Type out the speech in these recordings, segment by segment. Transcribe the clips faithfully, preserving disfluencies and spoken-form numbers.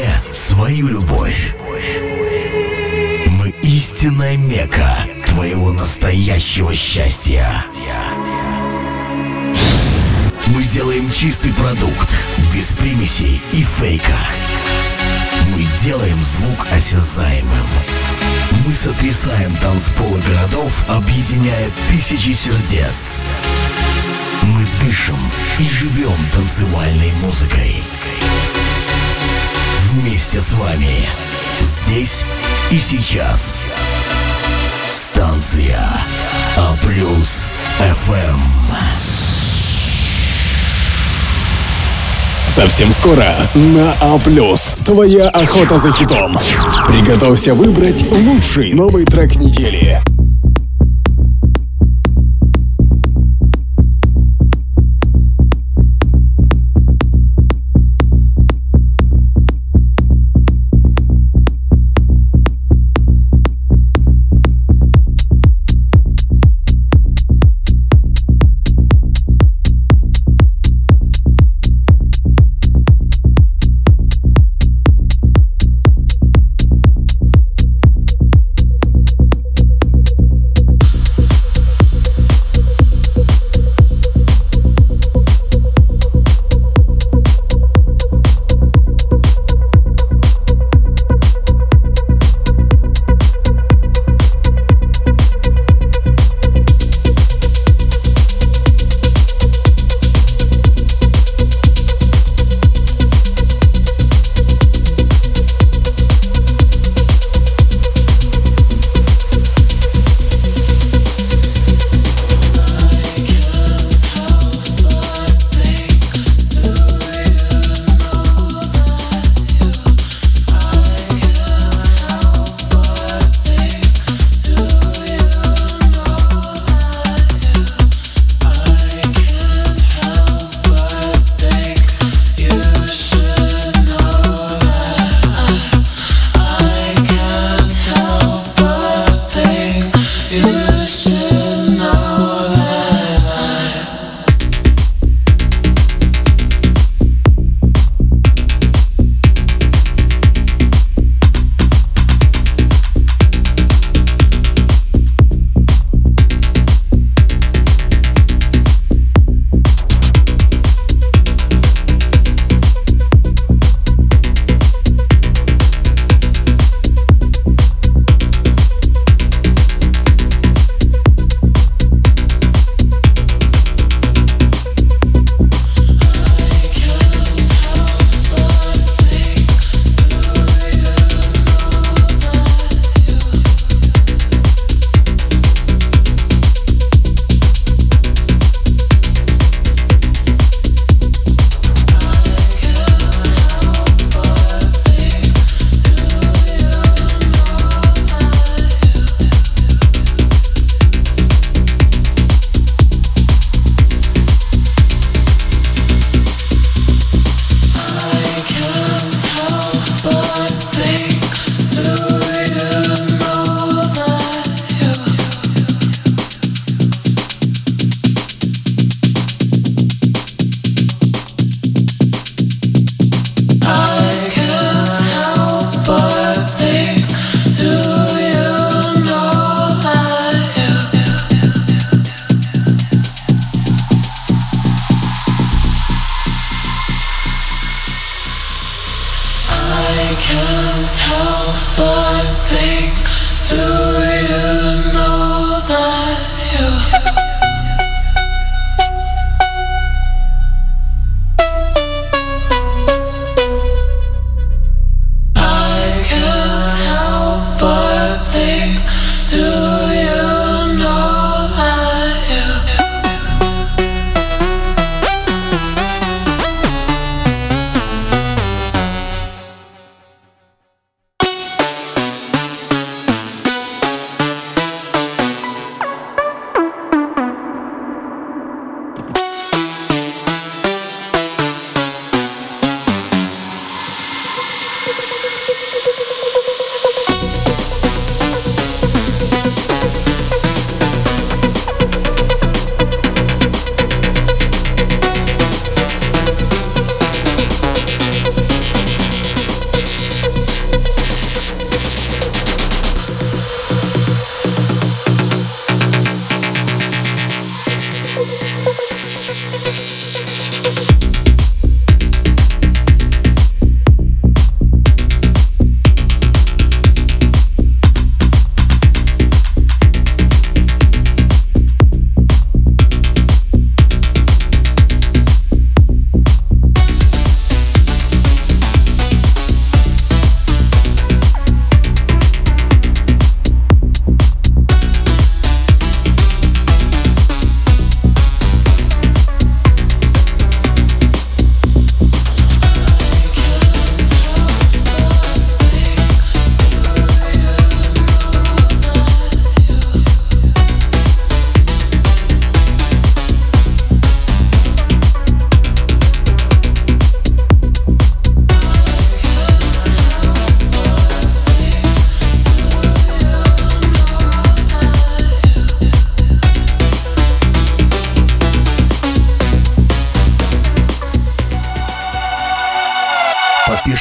тебе свою любовь. Мы истинная мекка твоего настоящего счастья. Мы делаем чистый продукт, без примесей и фейка. Мы делаем звук осязаемым. Мы сотрясаем танцполы городов, объединяя тысячи сердец. Мы дышим и живем танцевальной музыкой. Вместе с вами, здесь и сейчас. Станция А плюс эф эм. Совсем скоро на А+. Твоя охота за хитом. Приготовься выбрать лучший новый трек недели.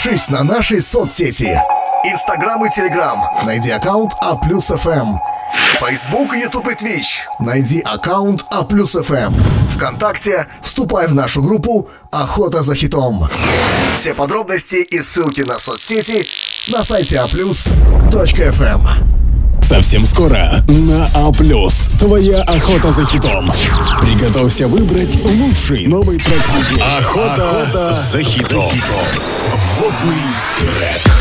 Подпишись на наши соцсети. Инстаграм и Телеграм. Найди аккаунт А плюс эф эм. Фейсбук, Ютуб и Твич. Найди аккаунт А плюс эф эм. ВКонтакте вступай в нашу группу «Охота за хитом». Все подробности и ссылки на соцсети на сайте а плюс точка эф эм. Совсем скоро на А+. Твоя охота за хитом. Приготовься выбрать лучший новый трек недели. Охота, Охота за хитом. Водный трек.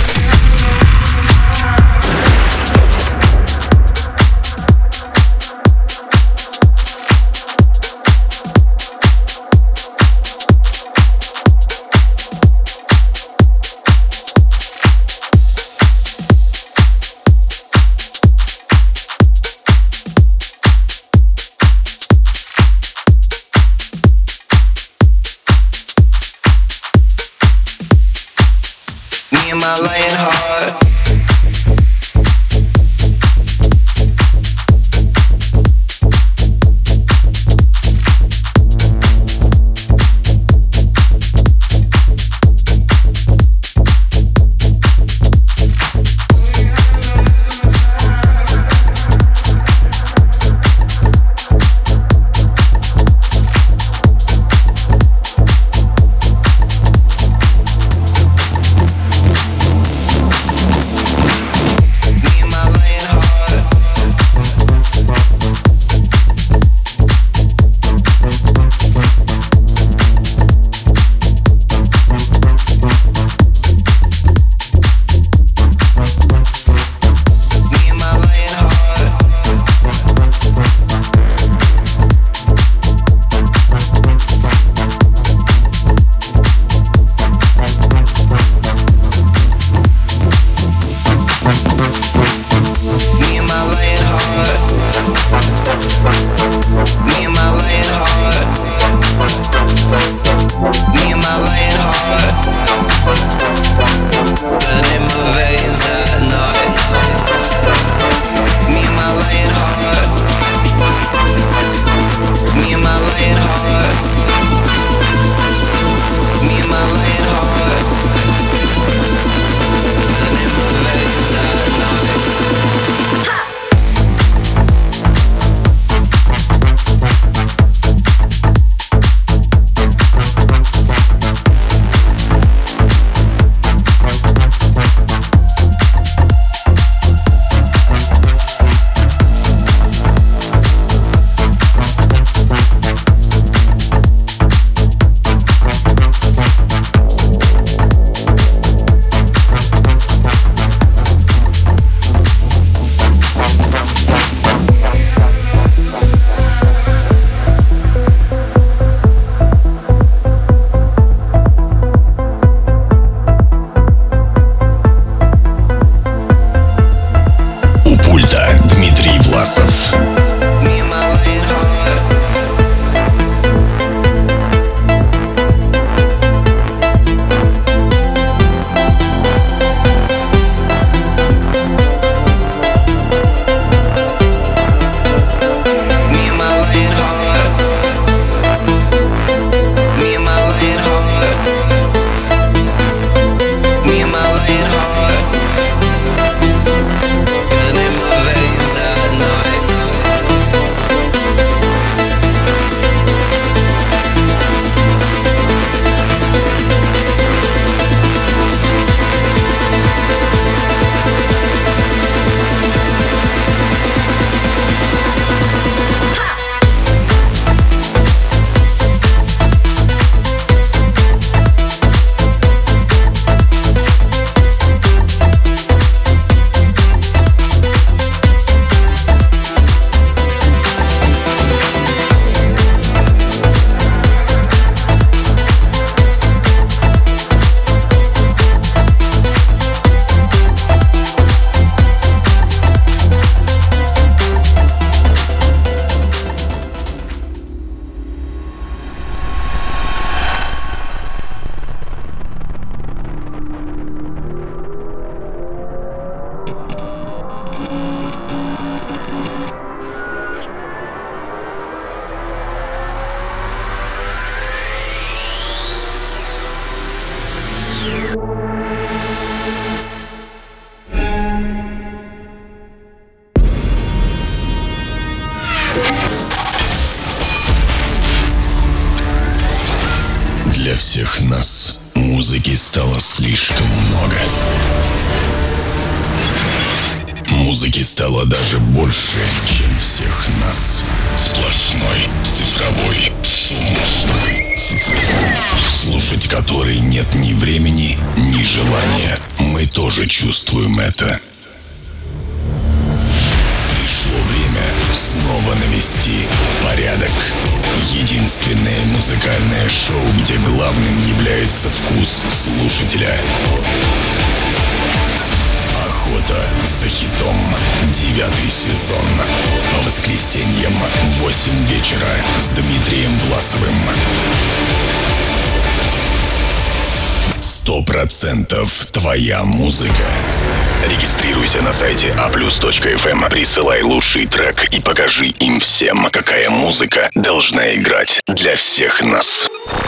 My lion heart. Для всех нас музыки стало слишком много. Музыки стало даже больше, чем всех нас. Сплошной цифровой шум, слушать который нет ни времени, ни желания. Мы тоже чувствуем это. Пришло время снова навести порядок. Единственное музыкальное шоу, где главным является вкус слушателя. Охота за хитом. Девятый сезон. По воскресеньям в восемь вечера с Дмитрием Власовым. Сто процентов твоя музыка. Регистрируйся на сайте а плюс точка эф эм, присылай лучший трек и покажи им всем, какая музыка должна играть для всех нас.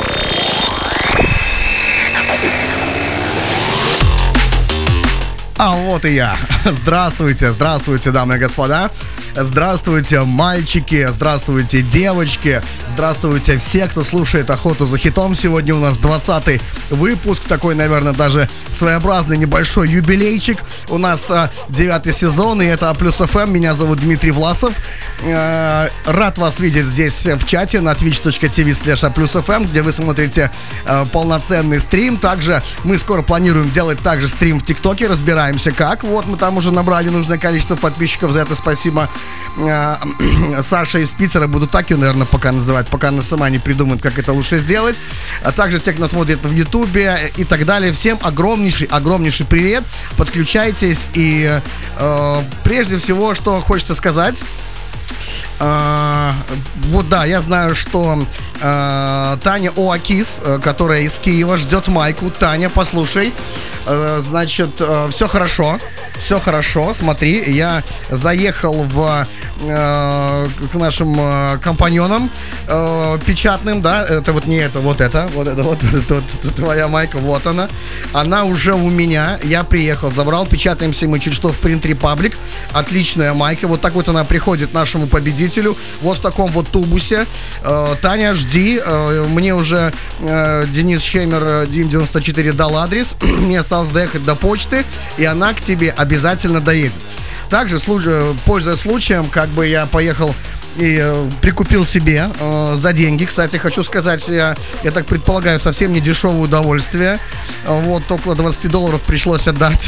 А вот и я. Здравствуйте, здравствуйте, дамы и господа. Здравствуйте, мальчики, здравствуйте, девочки. Здравствуйте все, кто слушает «Охоту за хитом». Сегодня у нас двадцатый выпуск. Такой, наверное, даже своеобразный небольшой юбилейчик. У нас а, девятый сезон, и это А плюс эф эм. Меня зовут Дмитрий Власов. э, Рад вас видеть здесь в чате на твич точка тв слэш а плюс эф эм, где вы смотрите э, полноценный стрим. Также мы скоро планируем делать также стрим в ТикТоке. Разбираемся как. Вот мы там уже набрали нужное количество подписчиков. За это спасибо. Саша из Питера, буду так ее, наверное, пока называть, пока она сама не придумает, как это лучше сделать. А также те, кто смотрит в Ютубе и так далее. Всем огромнейший, огромнейший привет. Подключайтесь. И э, прежде всего, что хочется сказать. Uh, вот да, я знаю, что uh, Таня Оакис, uh, которая из Киева, ждет майку. Таня, послушай, uh, значит, uh, все хорошо, все хорошо, смотри, я заехал в uh, к нашим uh, компаньонам uh, печатным, да, это вот не это, вот это, вот это, вот это, вот, это твоя майка, вот она, она уже у меня, я приехал, забрал, печатаемся мы чуть что в Print Republic, отличная майка, вот так вот она приходит нашему победителю. Вот в таком вот тубусе. э, Таня, жди. э, Мне уже э, Денис Щемер, Дим девяносто четыре, дал адрес. Мне осталось доехать до почты, и она к тебе обязательно доедет. Также, пользуясь случаем, как бы я поехал и э, прикупил себе э, за деньги. Кстати, хочу сказать, я, я так предполагаю, совсем не дешевое удовольствие. Вот, около двадцать долларов пришлось отдать.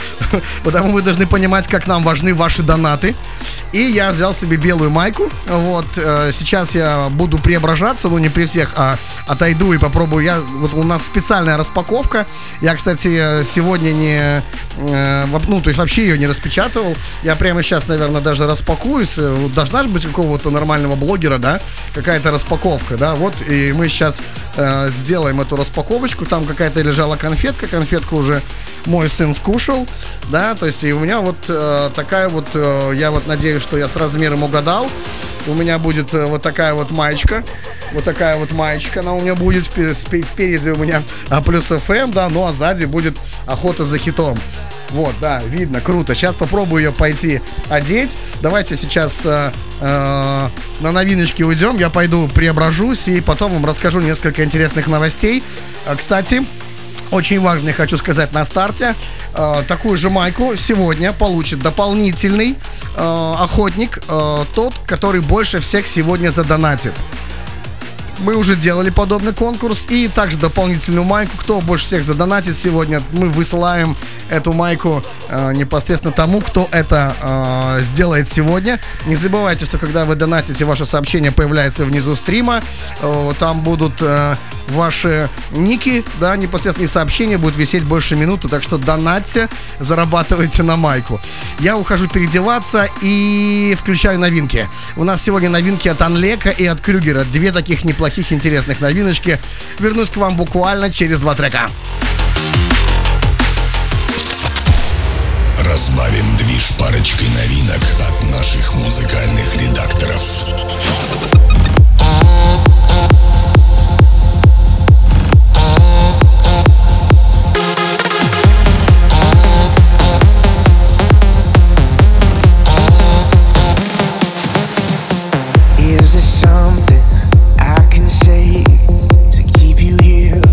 Потому вы должны понимать, как нам важны ваши донаты. И я взял себе белую майку. Вот, э, сейчас я буду преображаться, ну не при всех, а отойду и попробую. Я, вот у нас специальная распаковка. Я, кстати, сегодня не, э, ну то есть вообще ее не распечатывал. Я прямо сейчас, наверное, даже распакуюсь. Должна же быть какого-то нормального блогера, да, какая-то распаковка, да. Вот, и мы сейчас э, сделаем эту распаковочку. Там какая-то лежала конфетка. Конфетку уже мой сын скушал, да, то есть и у меня вот э, такая вот, э, я вот надеюсь, что я с размером угадал. У меня будет э, вот такая вот маечка, вот такая вот маечка, она у меня будет, спереди у меня А плюс эф эм, да, ну а сзади будет «Охота за хитом». Вот, да, видно, круто. Сейчас попробую ее пойти одеть. Давайте сейчас э, э, на новиночки уйдем. Я пойду преображусь и потом вам расскажу несколько интересных новостей. э, Кстати, очень важно, я хочу сказать на старте, э, такую же майку сегодня получит дополнительный э, охотник, э, тот, который больше всех сегодня задонатит. Мы уже делали подобный конкурс. И также дополнительную майку. Кто больше всех задонатит сегодня, мы высылаем эту майку э, непосредственно тому, кто это э, сделает сегодня. Не забывайте, что когда вы донатите, ваше сообщение появляется внизу стрима. э, Там будут э, ваши ники, да, непосредственные сообщения будут висеть больше минуты. Так что донатьте, зарабатывайте на майку. Я ухожу переодеваться и включаю новинки. У нас сегодня новинки от Анлека и от Крюгера. Две таких неплохих, интересных новиночки. Вернусь к вам буквально через два трека. Разбавим движ парочкой новинок от наших музыкальных редакторов. Is there something I can say to keep you here?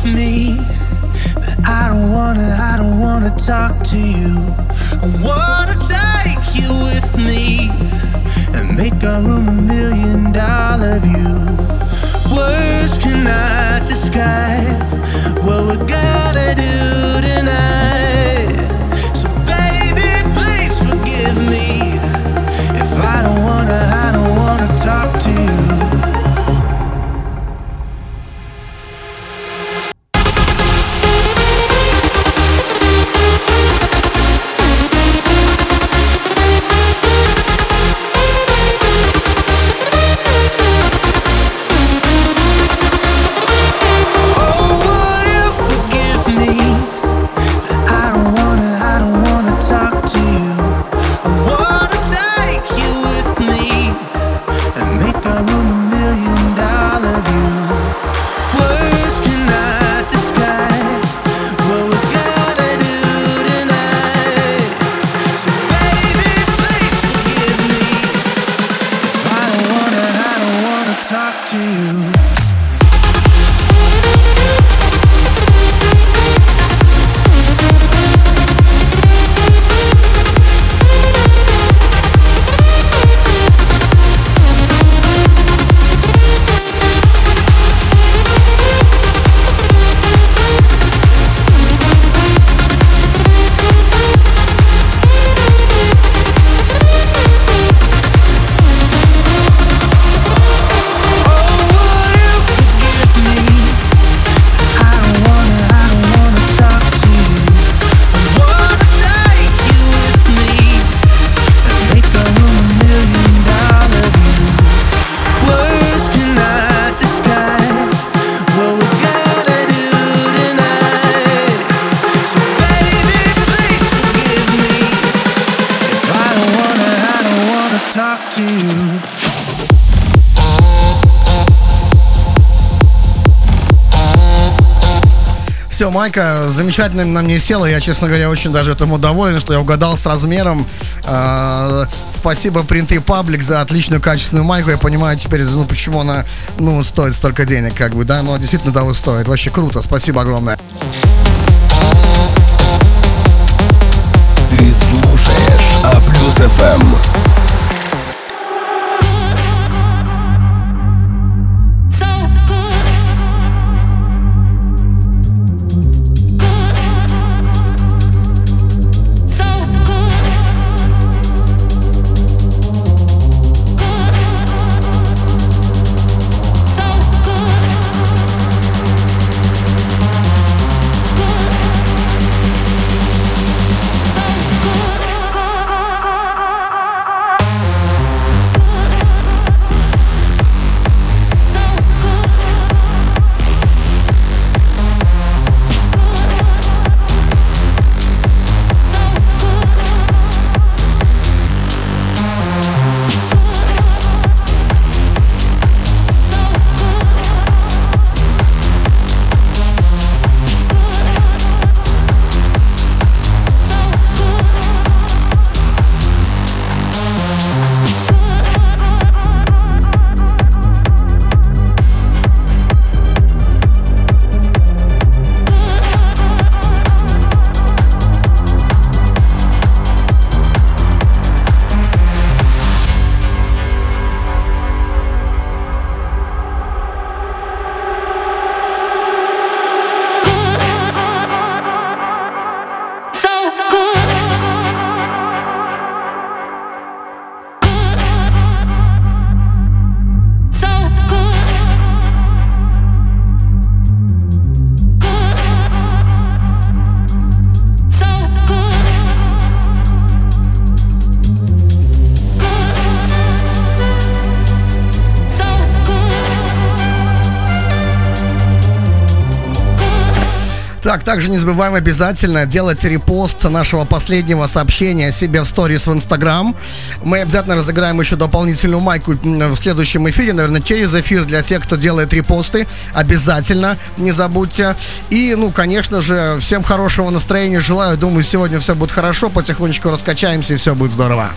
me, but I don't wanna, I don't wanna talk to you. I wanna take you with me and make our room a million dollar view. Words cannot describe what we're gonna do tonight. So baby, please forgive me if I don't wanna, I don't wanna talk to you. Все, майка замечательно на мне села. Я, честно говоря, очень даже этому доволен, что я угадал с размером. Э-э- спасибо Print Republic за отличную качественную майку. Я понимаю теперь, ну, почему она, ну, стоит столько денег, как бы, да, но действительно того стоит. Вообще круто, спасибо огромное. Ты слушаешь А плюс эф эм. Так, также не забываем обязательно делать репост нашего последнего сообщения о себе в сторис в Инстаграм. Мы обязательно разыграем еще дополнительную майку в следующем эфире, наверное, через эфир для тех, кто делает репосты. Обязательно не забудьте. И, ну, конечно же, всем хорошего настроения желаю. Думаю, сегодня все будет хорошо, потихонечку раскачаемся и все будет здорово.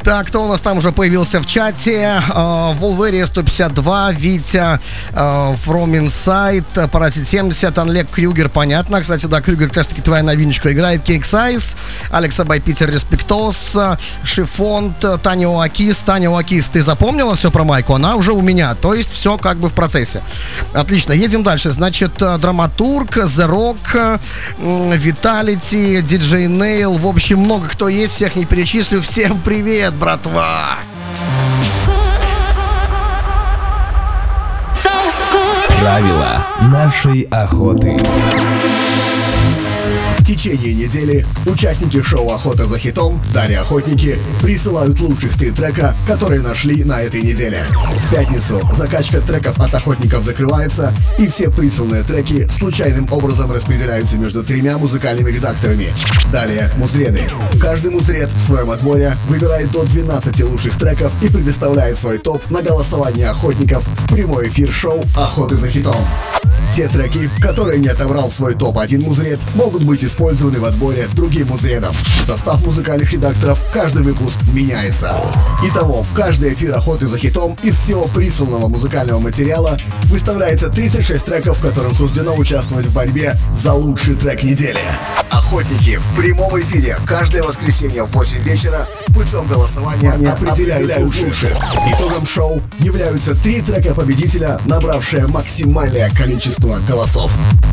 Так, кто у нас там уже появился в чате? Волверия сто пятьдесят два, Витя, From Inside, Паразит семьдесят, Анлег Крюгер, понятно. Кстати, да, Крюгер как раз таки твоя новиночка играет. Кейк Сайз, Алекса Бай Питер Респектос, Шифонт, Таня Оакис. Таня Оакис, ты запомнила все про Майку? Она уже у меня, то есть все как бы в процессе. Отлично, едем дальше. Значит, Драматург, The Rock, Vitality, диджей Nail. В общем, много кто есть, всех не перечислю. Всем привет, братва! Правила нашей охоты. В течение недели участники шоу «Охота за хитом» Дарья Охотники присылают лучших три трека, которые нашли на этой неделе. В пятницу закачка треков от охотников закрывается, и все присланные треки случайным образом распределяются между тремя музыкальными редакторами. Далее музреды. Каждый музред в своем отборе выбирает до двенадцати лучших треков и предоставляет свой топ на голосование охотников в прямой эфир шоу «Охоты за хитом». Те треки, которые не отобрал свой топ один музред, могут быть использованы в отборе другим музредом. Состав музыкальных редакторов каждый выпуск меняется. Итого, в каждый эфир «Охоты за хитом» из всего присланного музыкального материала выставляется тридцать шесть треков, которым суждено участвовать в борьбе за лучший трек недели. Охотники в прямом эфире каждое воскресенье в восемь вечера путем голосования определяют лучших. Итогом шоу являются три трека победителя, набравшие максимальное количество голосов.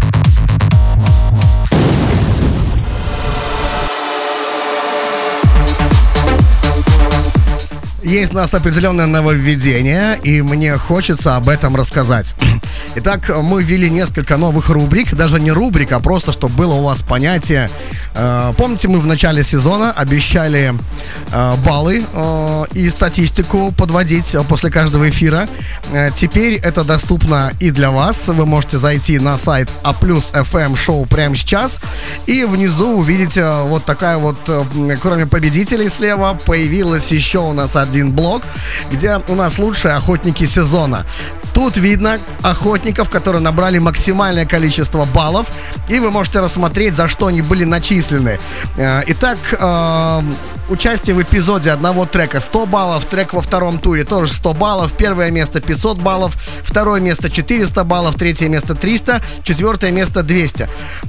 Есть у нас определенное нововведение, и мне хочется об этом рассказать. Итак, мы ввели несколько новых рубрик, даже не рубрик, а просто, чтобы было у вас понятие. Помните, мы в начале сезона обещали баллы и статистику подводить после каждого эфира. Теперь это доступно и для вас. Вы можете зайти на сайт А плюс эф эм шоу прямо сейчас, и внизу увидите вот такая вот, кроме победителей слева, появилась еще у нас один блок, где у нас лучшие охотники сезона. Тут видно охотников, которые набрали максимальное количество баллов, и вы можете рассмотреть, за что они были начислены. Итак, участие в эпизоде одного трека сто баллов, трек во втором туре тоже сто баллов, первое место пятьсот баллов, второе место четыреста баллов, третье место триста, четвертое место двести.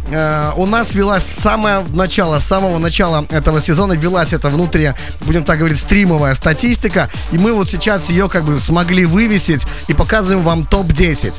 У нас велась с самого начала, с самого начала этого сезона велась эта внутри, будем так говорить, стримовая статистика, и мы вот сейчас ее как бы смогли вывесить и показываем вам топ десять.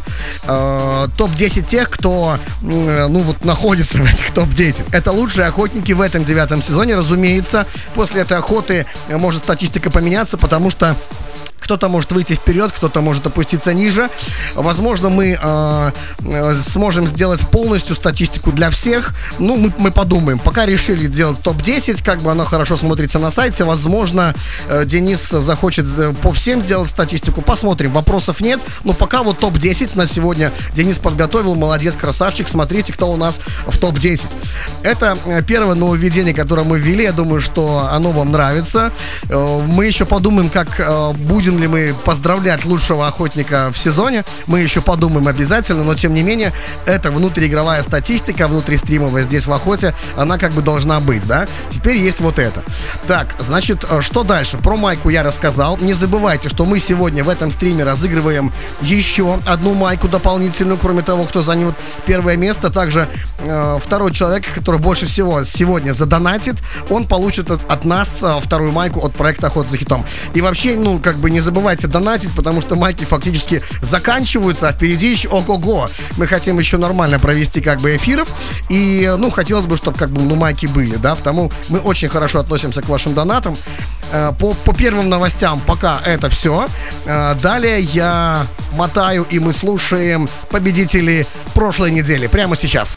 топ десять тех, кто ну вот находится в этих топ десять. Это лучшие охотники в этом девятом сезоне, разумеется. После этой охоты может статистика поменяться, потому что кто-то может выйти вперед, кто-то может опуститься ниже. Возможно, мы э, э, сможем сделать полностью статистику для всех. Ну, мы, мы подумаем. Пока решили делать топ десять, как бы оно хорошо смотрится на сайте. Возможно, э, Денис захочет по всем сделать статистику. Посмотрим. Вопросов нет. Но пока вот топ десять на сегодня Денис подготовил. Молодец, красавчик. Смотрите, кто у нас в топ десять. Это первое нововведение, которое мы ввели. Я думаю, что оно вам нравится. Э, мы еще подумаем, как э, будем ли мы поздравлять лучшего охотника в сезоне. Мы еще подумаем обязательно, но тем не менее, это внутриигровая статистика, внутристримовая здесь в охоте, она как бы должна быть, да? Теперь есть вот это. Так, значит, что дальше? Про майку я рассказал. Не забывайте, что мы сегодня в этом стриме разыгрываем еще одну майку дополнительную, кроме того, кто займет первое место. Также э, второй человек, который больше всего сегодня задонатит, он получит от, от нас э, вторую майку от проекта «Охота за хитом». И вообще, ну, как бы не забывайте донатить, потому что майки фактически заканчиваются, а впереди еще ого-го. Мы хотим еще нормально провести как бы эфиров, и, ну, хотелось бы, чтобы как бы, ну, майки были, да, потому мы очень хорошо относимся к вашим донатам. По, по первым новостям пока это все. Далее я мотаю, и мы слушаем победителей прошлой недели прямо сейчас.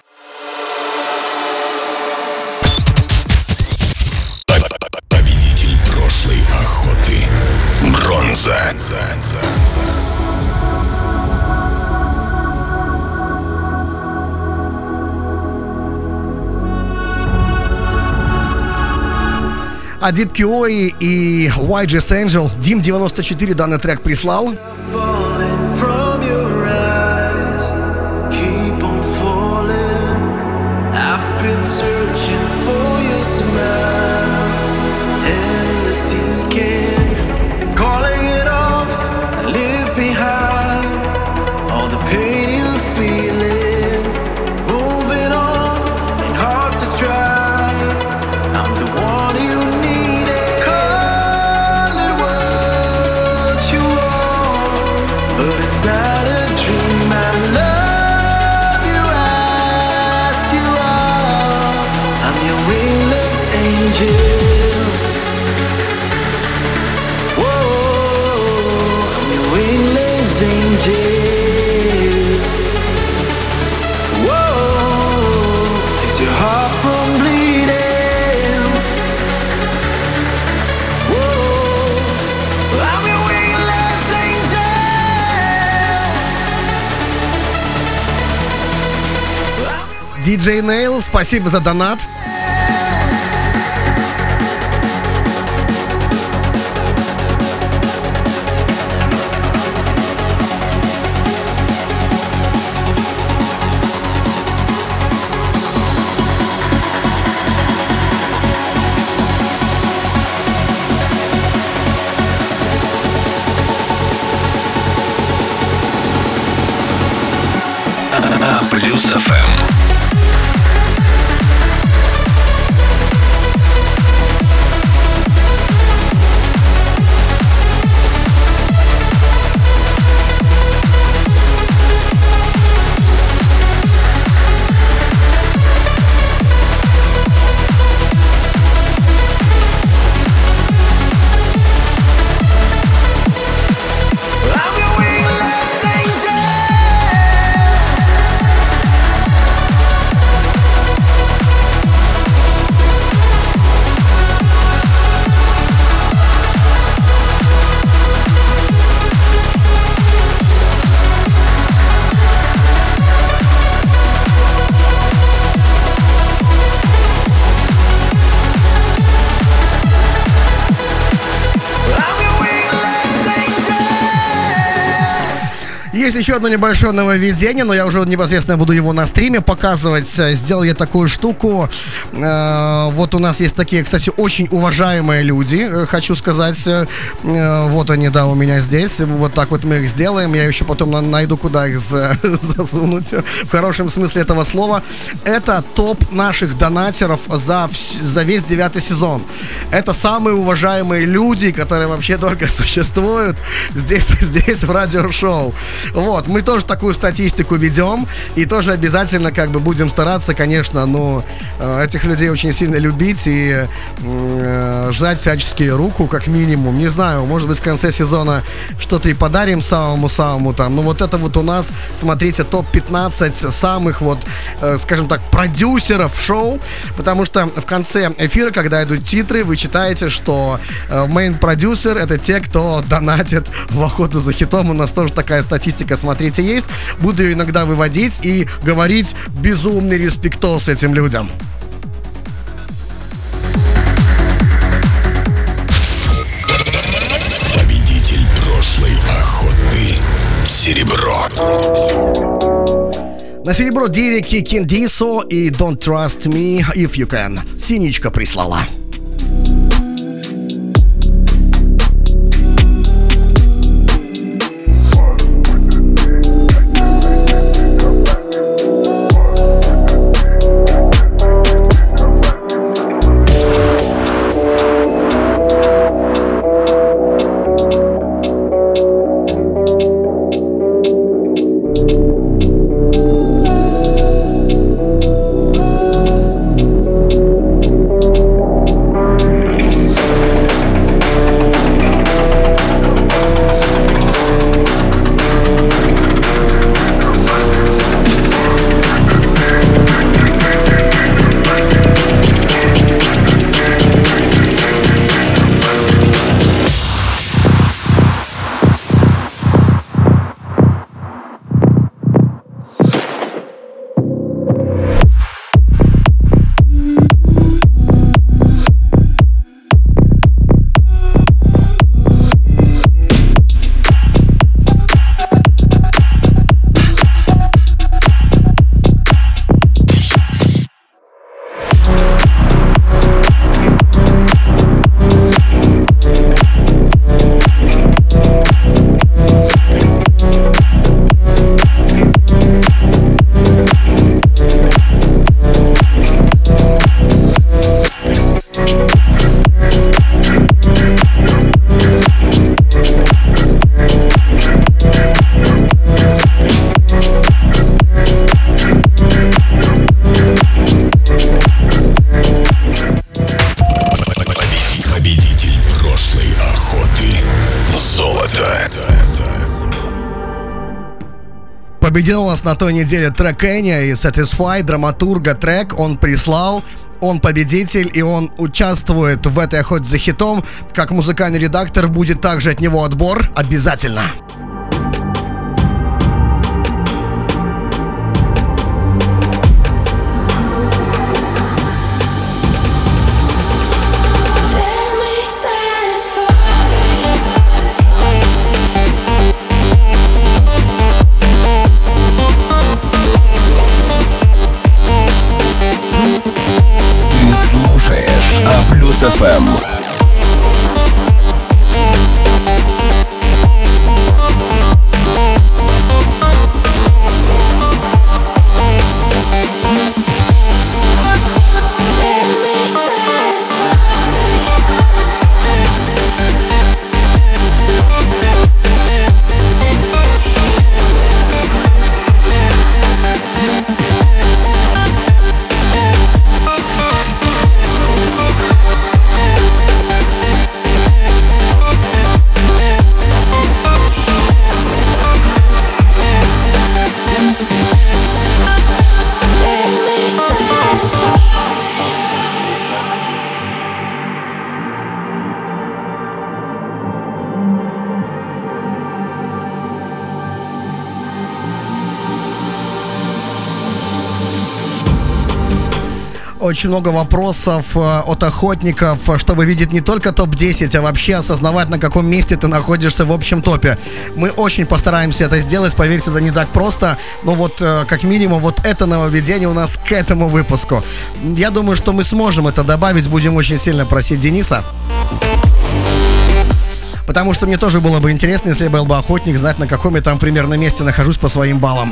Победитель прошлой охоты. Бронза. А Deep Koi и уай джи эс Angel. Дим девяносто четыре данный трек прислал. Searching for your smile, endless seeking. Диджей Нейл, спасибо за донат. Плюс эф эм. Есть еще одно небольшое нововведение, но я уже непосредственно буду его на стриме показывать. Сделал я такую штуку. Вот у нас есть такие, кстати, очень уважаемые люди, хочу сказать. Вот они, да, у меня здесь. Вот так вот мы их сделаем. Я еще потом найду, куда их засунуть. В хорошем смысле этого слова. Это топ наших донатеров за, за весь девятый сезон. Это самые уважаемые люди, которые вообще только существуют здесь, здесь в радиошоу. Вот, мы тоже такую статистику ведем и тоже обязательно как бы будем стараться, конечно, ну, этих людей очень сильно любить и э, жать всячески руку, как минимум. Не знаю, может быть, в конце сезона что-то и подарим самому-самому там. Но вот это вот у нас, смотрите, топ пятнадцать самых вот, э, скажем так, продюсеров шоу, потому что в конце эфира, когда идут титры, вы читаете, что мейн-продюсер — это те, кто донатит в охоту за хитом. У нас тоже такая статистика, смотрите, есть. Буду ее иногда выводить и говорить безумный респектос этим людям. Победитель прошлой охоты. Серебро. На серебро Дирики Киндисо и Don't Trust Me If You Can. Синичка прислала. Победил у нас на той неделе трек Эня и Satisfy, драматурга трек, он прислал. Он победитель, и он участвует в этой охоте за хитом. Как музыкальный редактор, будет также от него отбор. Обязательно. очень много вопросов от охотников, чтобы видеть не только топ десять, а вообще осознавать, на каком месте ты находишься в общем топе. Мы очень постараемся это сделать, поверьте, это не так просто, но вот как минимум вот это нововведение у нас к этому выпуску. Я думаю, что мы сможем это добавить, будем очень сильно просить Дениса. Потому что мне тоже было бы интересно, если я был бы охотник, знать, на каком я там примерно месте нахожусь по своим баллам.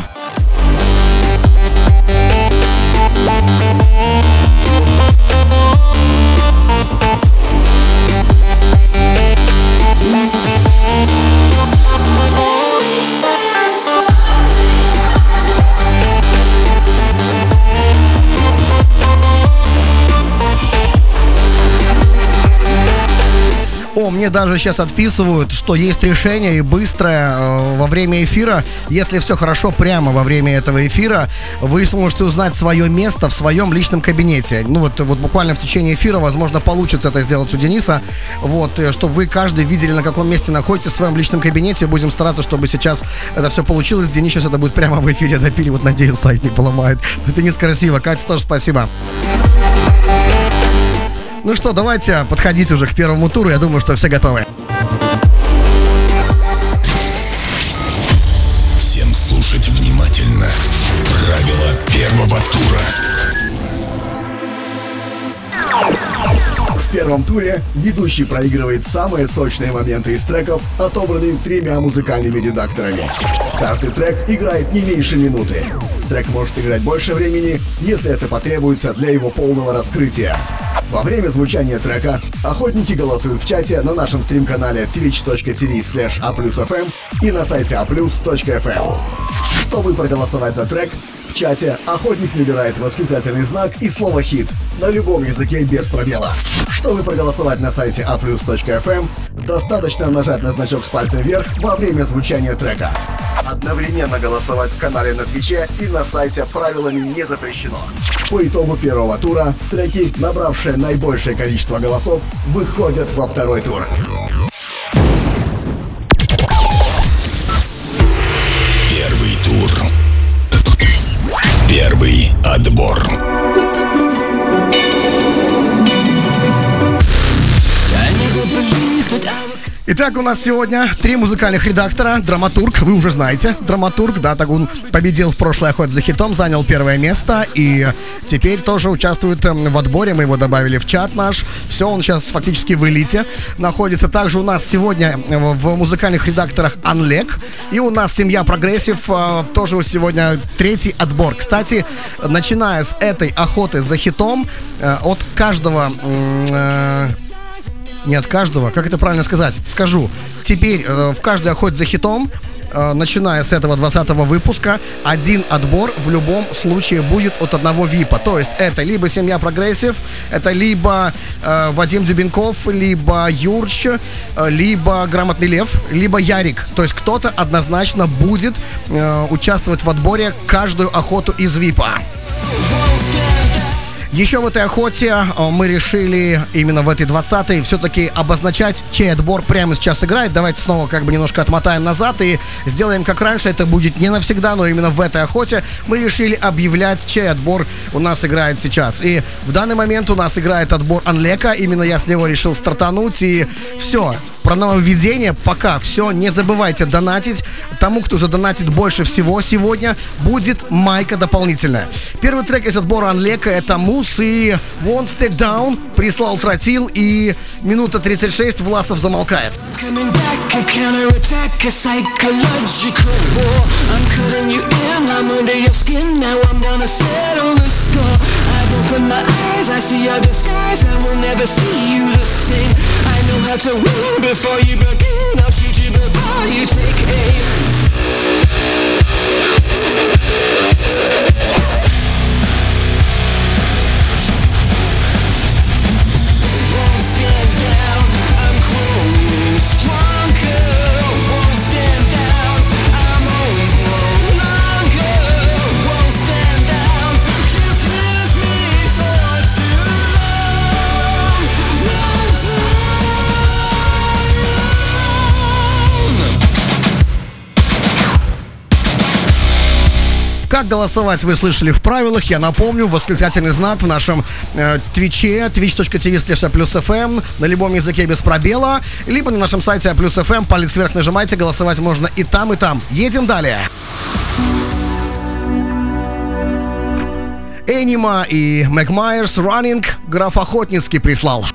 О, мне даже сейчас отписывают, что есть решение и быстрое э, во время эфира. Если все хорошо, прямо во время этого эфира вы сможете узнать свое место в своем личном кабинете. Ну вот, вот буквально в течение эфира, возможно, получится это сделать у Дениса. Вот, чтобы вы каждый видели, на каком месте находитесь в своем личном кабинете. Будем стараться, чтобы сейчас это все получилось. Денис сейчас это будет прямо в эфире допили. Вот, надеюсь, сайт не поломает. Денис, красиво. Катя, тоже спасибо. Ну что, давайте подходить уже к первому туру. Я думаю, что все готовы. Всем слушать внимательно. Правила первого тура. В первом туре ведущий проигрывает самые сочные моменты из треков, отобранные тремя музыкальными редакторами. Каждый трек играет не меньше минуты. Трек может играть больше времени, если это потребуется для его полного раскрытия. Во время звучания трека охотники голосуют в чате на нашем стрим-канале twitch.tv slash a+fm и на сайте a plus точка эф эм. Чтобы проголосовать за трек, в чате охотник набирает восклицательный знак и слово «хит» на любом языке без пробела. Чтобы проголосовать на сайте a plus точка эф эм, достаточно нажать на значок с пальцем вверх во время звучания трека. Одновременно голосовать в канале на Твиче и на сайте правилами не запрещено. По итогу первого тура треки, набравшие наибольшее количество голосов, выходят во второй тур. Первый тур. Первый отбор. Итак, у нас сегодня три музыкальных редактора. Драматург, вы уже знаете, драматург, да, так он победил в прошлой охоте за хитом, занял первое место и теперь тоже участвует в отборе, мы его добавили в чат наш. Все, он сейчас фактически в элите находится. Также у нас сегодня в музыкальных редакторах Анлек, и у нас семья Прогрессив, тоже сегодня третий отбор. Кстати, начиная с этой охоты за хитом, от каждого... Не от каждого, как это правильно сказать? Скажу. Теперь э, в каждой охоте за хитом, э, начиная с этого двадцатого выпуска, один отбор в любом случае будет от одного випа. То есть это либо семья Прогрессив, это либо э, Вадим Дюбенков, либо Юрч, э, либо Грамотный Лев, либо Ярик. То есть кто-то однозначно будет э, участвовать в отборе каждую охоту из випа. Еще в этой охоте мы решили именно в этой двадцатой все-таки обозначать, чей отбор прямо сейчас играет. Давайте снова как бы немножко отмотаем назад и сделаем как раньше. Это будет не навсегда, но именно в этой охоте мы решили объявлять, чей отбор у нас играет сейчас. И в данный момент у нас играет отбор Анлека. Именно я с него решил стартануть. И все. Про нововведение пока все. Не забывайте донатить. Тому, кто задонатит больше всего сегодня, будет майка дополнительная. Первый трек из отбора Анлека — это Мус и One Step Down. Прислал Тротил, и минута тридцать шесть Власов замолкает. Before you begin, I'll shoot you before you take aim. Won't stand down, I'm growing stronger. Won't stand down, I'm old no longer. Won't stand down, you've used me for too long. Long time. Как голосовать, вы слышали в правилах. Я напомню, восклицательный знак в нашем э, твиче, twitch.tv слэш aplus.fm на любом языке без пробела, либо на нашем сайте aplus.fm, палец вверх нажимайте, голосовать можно и там, и там. Едем далее. Энима и Мэг Майерс Running, граф Охотницкий прислал.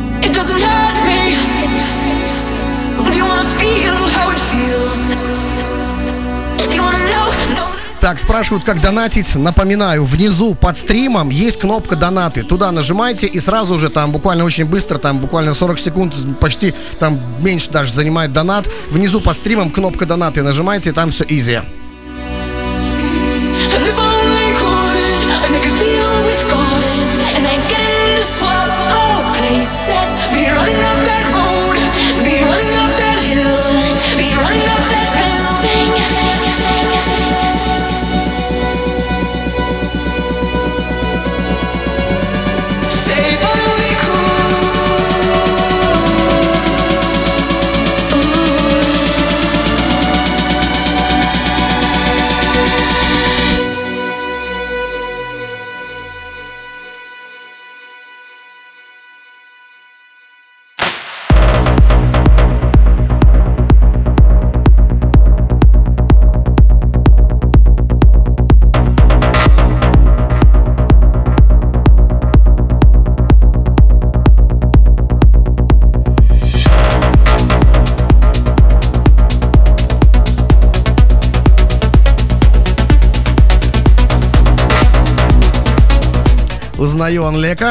Так, спрашивают, как донатить. Напоминаю, внизу под стримом есть кнопка «Донаты». Туда нажимайте и сразу же там буквально очень быстро, там буквально сорок секунд, почти там меньше даже занимает донат. Внизу под стримом кнопка «Донаты». Нажимайте, и там все изи. Узнаю Анлека.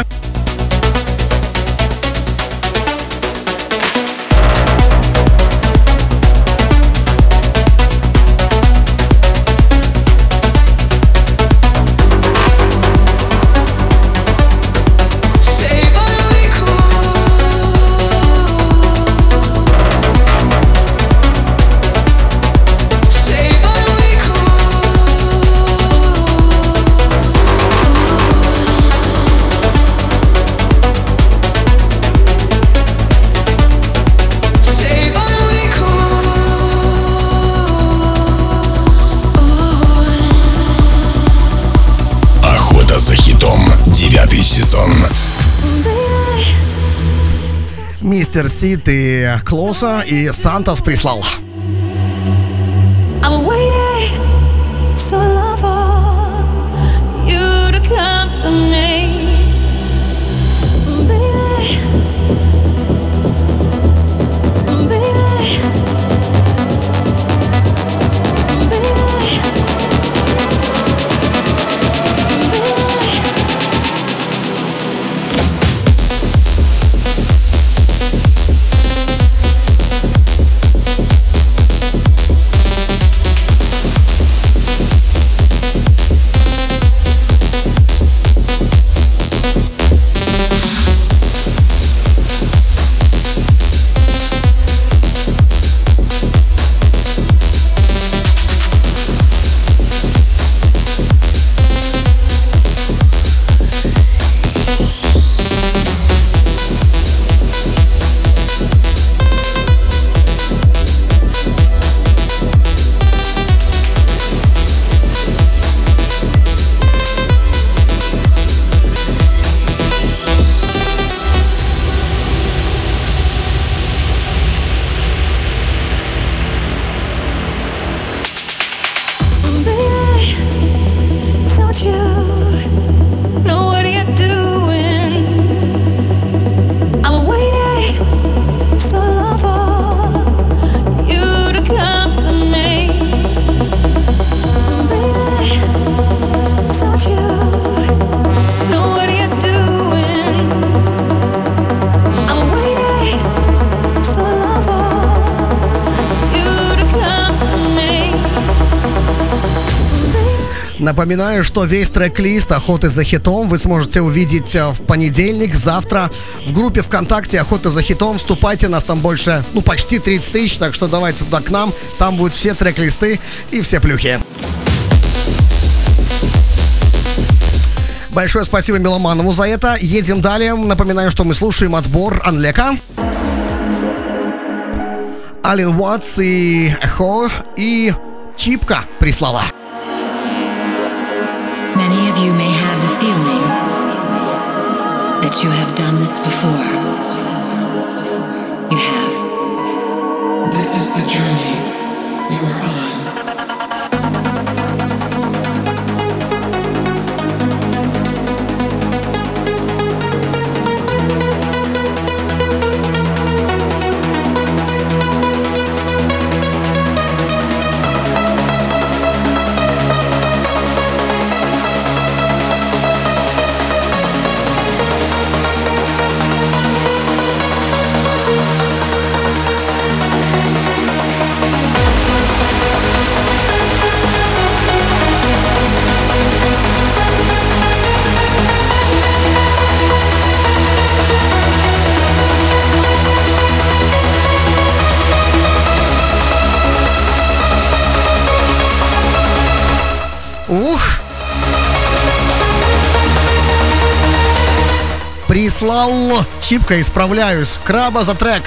Мистер Сид и Клоса и Сантос прислал. Напоминаю, что весь трек-лист «Охоты за хитом» вы сможете увидеть в понедельник, завтра в группе ВКонтакте «Охота за хитом». Вступайте, нас там больше, ну, почти тридцать тысяч, так что давайте туда к нам. Там будут все трек-листы и все плюхи. Большое спасибо Меломанову за это. Едем далее. Напоминаю, что мы слушаем отбор Анлека, Ален Уотс и Эхо, и Чипка прислала. Many of you may have the feeling that you have done this before. You have. This is the journey you are on. Прислал Чипка, исправляюсь. Краба за трек.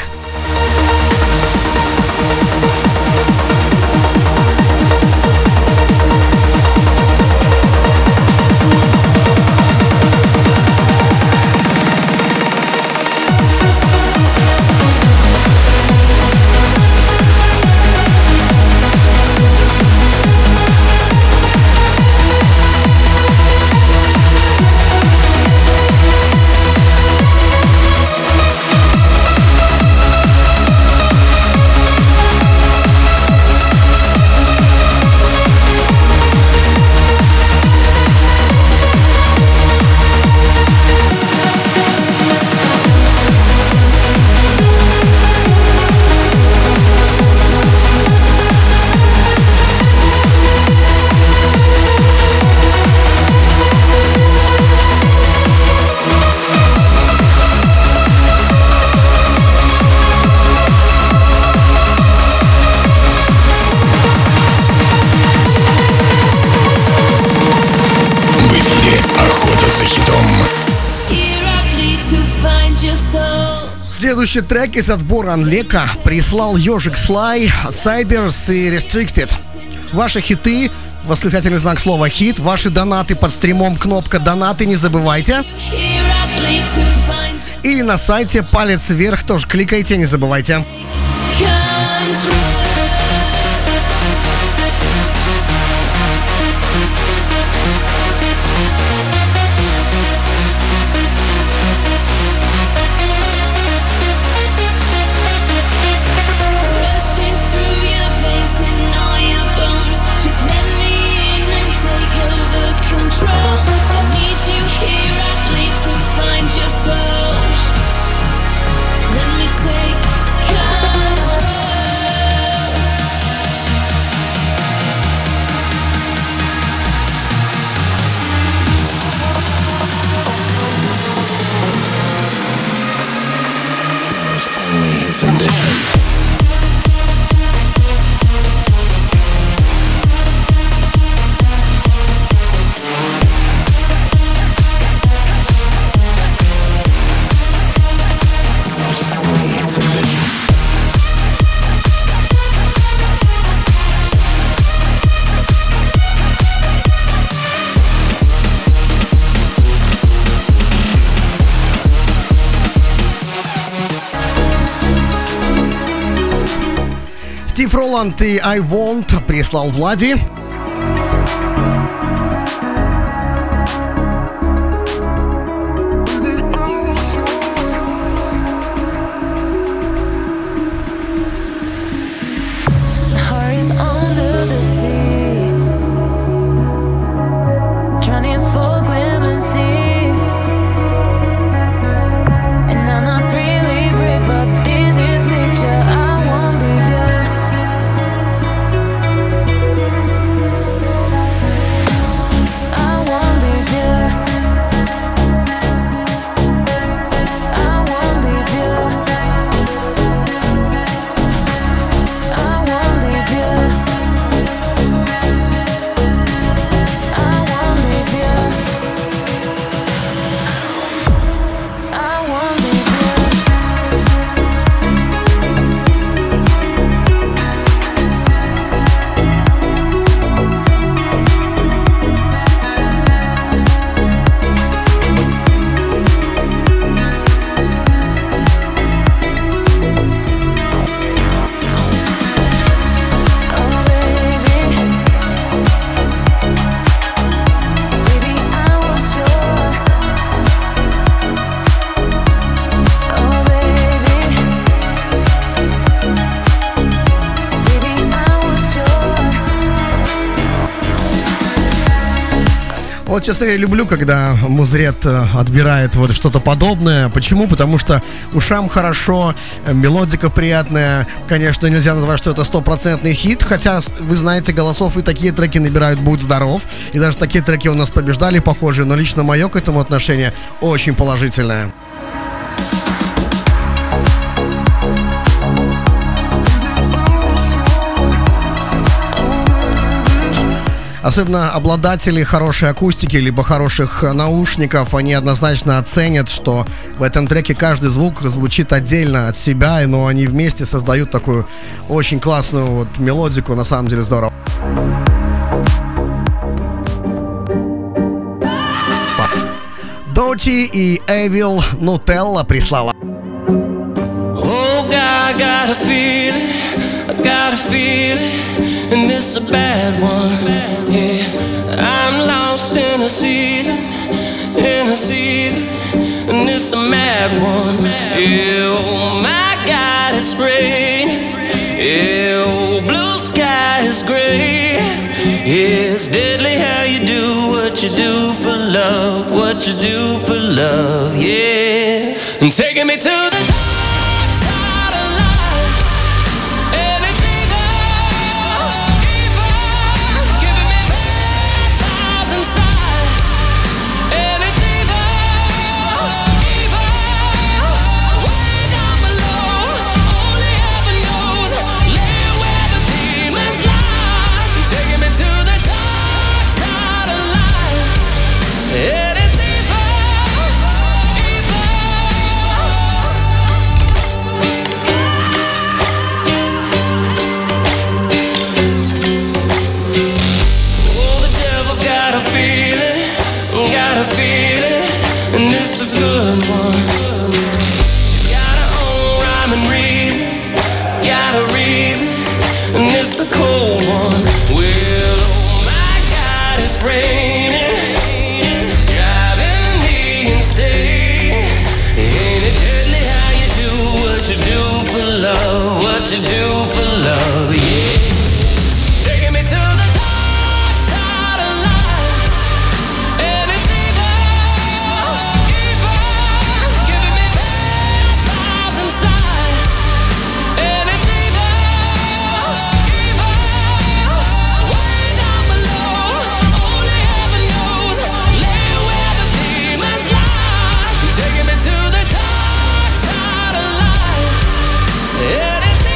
Следующий трек из отбора Анлека прислал Ежик Слай, Сайберс и Restricted. Ваши хиты, восклицательный знак слова хит, ваши донаты под стримом, кнопка донаты, не забывайте. Или на сайте палец вверх тоже кликайте, не забывайте. Стив Роланд и I Want прислал Влади. Вот, честно говоря, люблю, когда Музрет отбирает вот что-то подобное. Почему? Потому что ушам хорошо, мелодика приятная. Конечно, нельзя назвать, что это стопроцентный хит, хотя, вы знаете, голосов и такие треки набирают «Будь здоров». И даже такие треки у нас побеждали, похожие. Но лично мое к этому отношение очень положительное. Особенно обладатели хорошей акустики либо хороших наушников, они однозначно оценят, что в этом треке каждый звук звучит отдельно от себя, но они вместе создают такую очень классную вот мелодику, на самом деле здорово. Доти и Evil Nutella прислала. Oh God, I got a feeling, I got a feeling, and it's a bad one, yeah. I'm lost in a season, in a season, and it's a mad one, yeah. Oh my God, it's raining, yeah. Oh, blue sky is gray, yeah. It's deadly how you do what you do for love, what you do for love, yeah. And taking me to the top. What you do for love, yeah. Taking me to the dark side of life, and it's evil, evil, giving me bad vibes inside, and it's evil, evil, way down below, only heaven knows, lay where the demons lie. Taking me to the dark side of life, and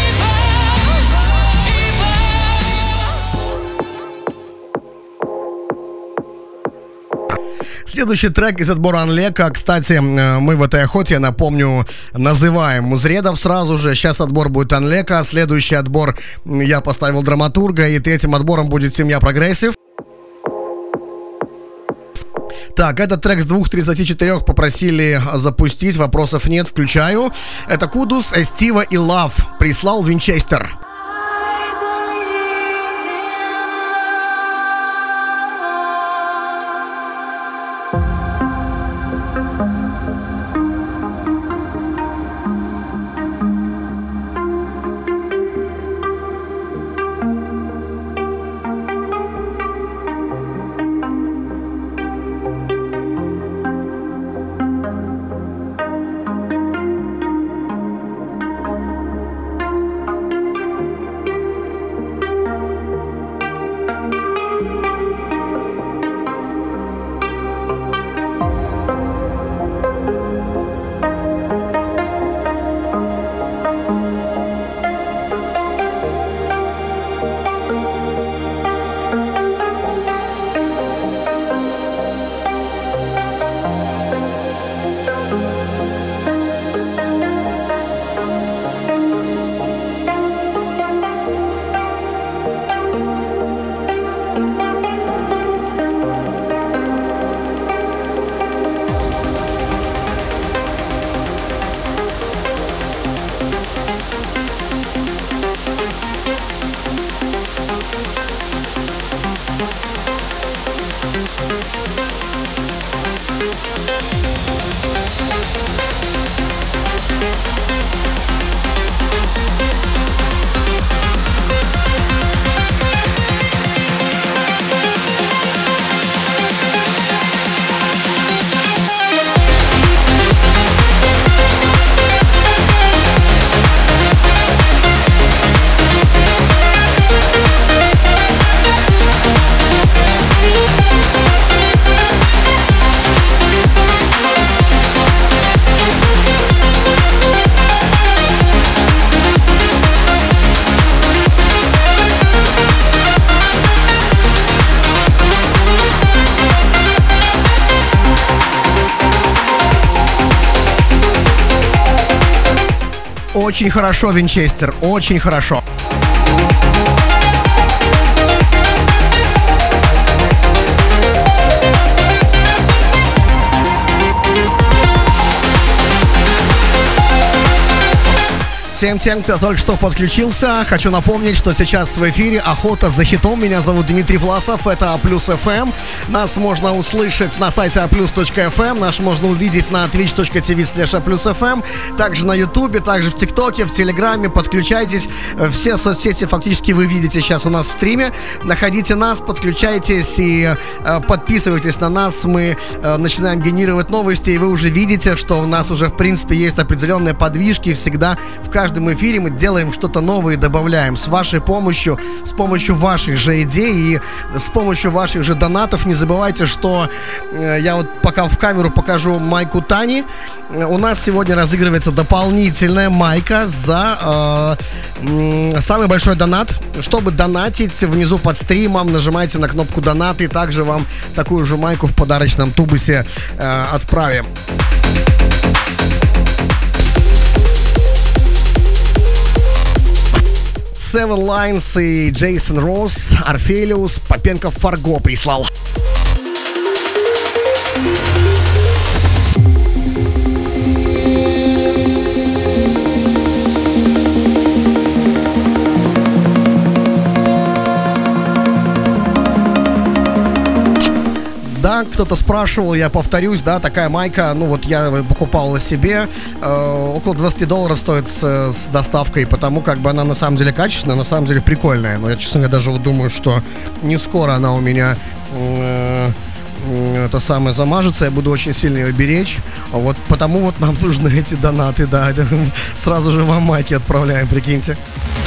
следующий трек из отбора Анлека. Кстати, мы в этой охоте, я напомню, называем музредов сразу же. Сейчас отбор будет Анлека, следующий отбор я поставил драматурга, и третьим отбором будет семья Прогрессив. Так, этот трек с двух тридцати четырёх попросили запустить, вопросов нет, включаю. Это Кудус, Эстива и Лав. Прислал Винчестер. очень хорошо, Винчестер, очень хорошо. Всем тем, кто только что подключился, хочу напомнить, что сейчас в эфире «Охота за хитом». Меня зовут Дмитрий Власов, это А Плюс эф эм. Нас можно услышать на сайте а плюс точка эф эм, нас можно увидеть на твич точка тв слэш а плюс эф эм, также на ютубе, также в тиктоке, в телеграме. Подключайтесь, все соцсети фактически вы видите сейчас у нас в стриме. Находите нас, подключайтесь и э, подписывайтесь на нас. Мы э, начинаем генерировать новости, и вы уже видите, что у нас уже в принципе есть определенные подвижки. Всегда в каждом В каждом эфире мы делаем что-то новое и добавляем. С вашей помощью, с помощью ваших же идей и с помощью ваших же донатов. Не забывайте, что э, я вот пока в камеру покажу майку Тани. У нас сегодня разыгрывается дополнительная майка за э, э, самый большой донат. Чтобы донатить, внизу под стримом нажимайте на кнопку донат, и также вам такую же майку в подарочном тубусе э, отправим. Seven Lines и Джейсон Росс, Орфелиус, Попенко Фарго прислал. Да, кто-то спрашивал, я повторюсь, да, такая майка, ну вот я покупал себе, э, около двадцать долларов стоит с, с доставкой, потому как бы она на самом деле качественная, на самом деле прикольная, но я, честно говоря, даже вот думаю, что не скоро она у меня э, э, это самое замажется, я буду очень сильно ее беречь, вот потому вот нам нужны эти донаты, да, сразу же вам майки отправляем, прикиньте.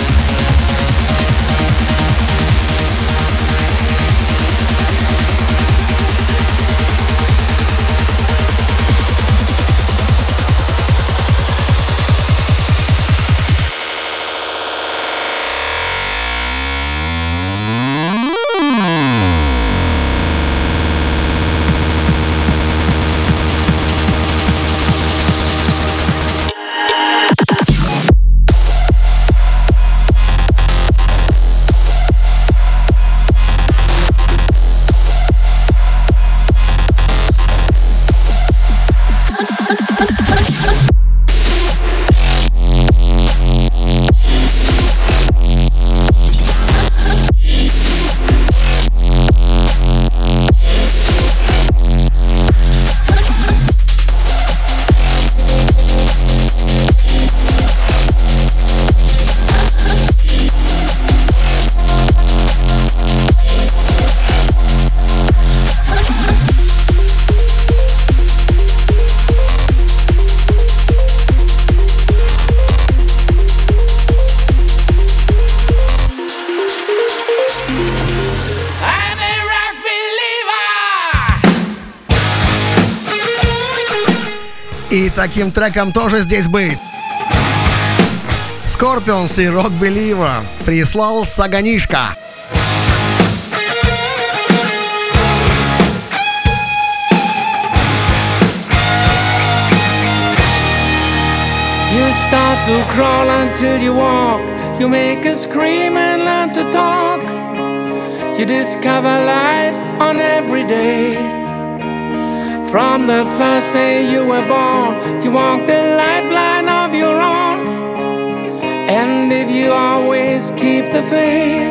И таким треком тоже здесь быть. Scorpions и Rock Believer прислал Саганишка. You start to crawl until you walk. You make a scream and learn to talk. You discover life on every day. From the first day you were born, you walk the lifeline of your own. And if you always keep the faith,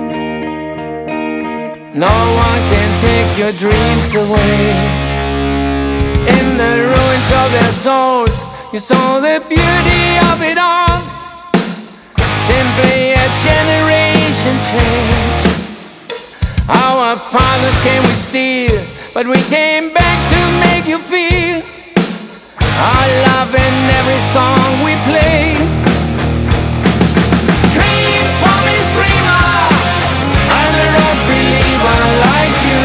no one can take your dreams away. In the ruins of their souls, you saw the beauty of it all. Simply a generation change. Our fathers came with steel, but we came back to make you feel our love in every song we play. Scream for me, screamer, I'm a rock believer like you,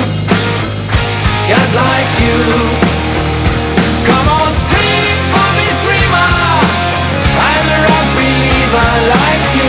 just like you. Come on, scream for me, screamer, I'm a rock believer like you,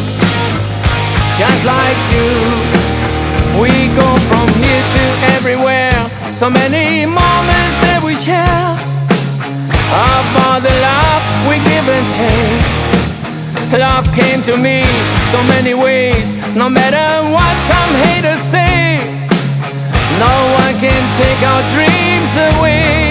just like you. We go from here to everywhere, so many moments that we share. of all the love we give and take. Love came to me so many ways, no matter what some haters say. No one can take our dreams away.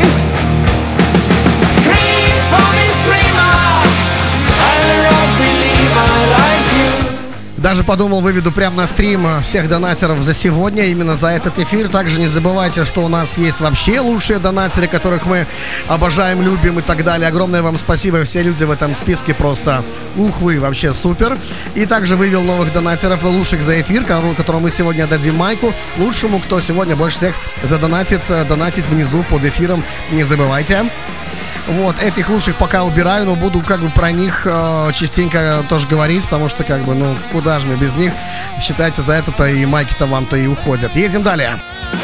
Scream for me, screamer, I'm a rock believer like you. Даже подумал, выведу прямо на стрим всех донатеров за сегодня, именно за этот эфир. Также не забывайте, что у нас есть вообще лучшие донатеры, которых мы обожаем, любим и так далее. Огромное вам спасибо, все люди в этом списке просто ух вы, вообще супер. И также вывел новых донатеров и лучших за эфир, которому мы сегодня дадим майку. Лучшему, кто сегодня больше всех задонатит, донатить внизу под эфиром, не забывайте. Вот, этих лучших пока убираю, но буду как бы про них э, частенько тоже говорить, потому что как бы, ну, куда же мы без них? Считайте, за это-то и майки-то вам-то и уходят. Едем далее.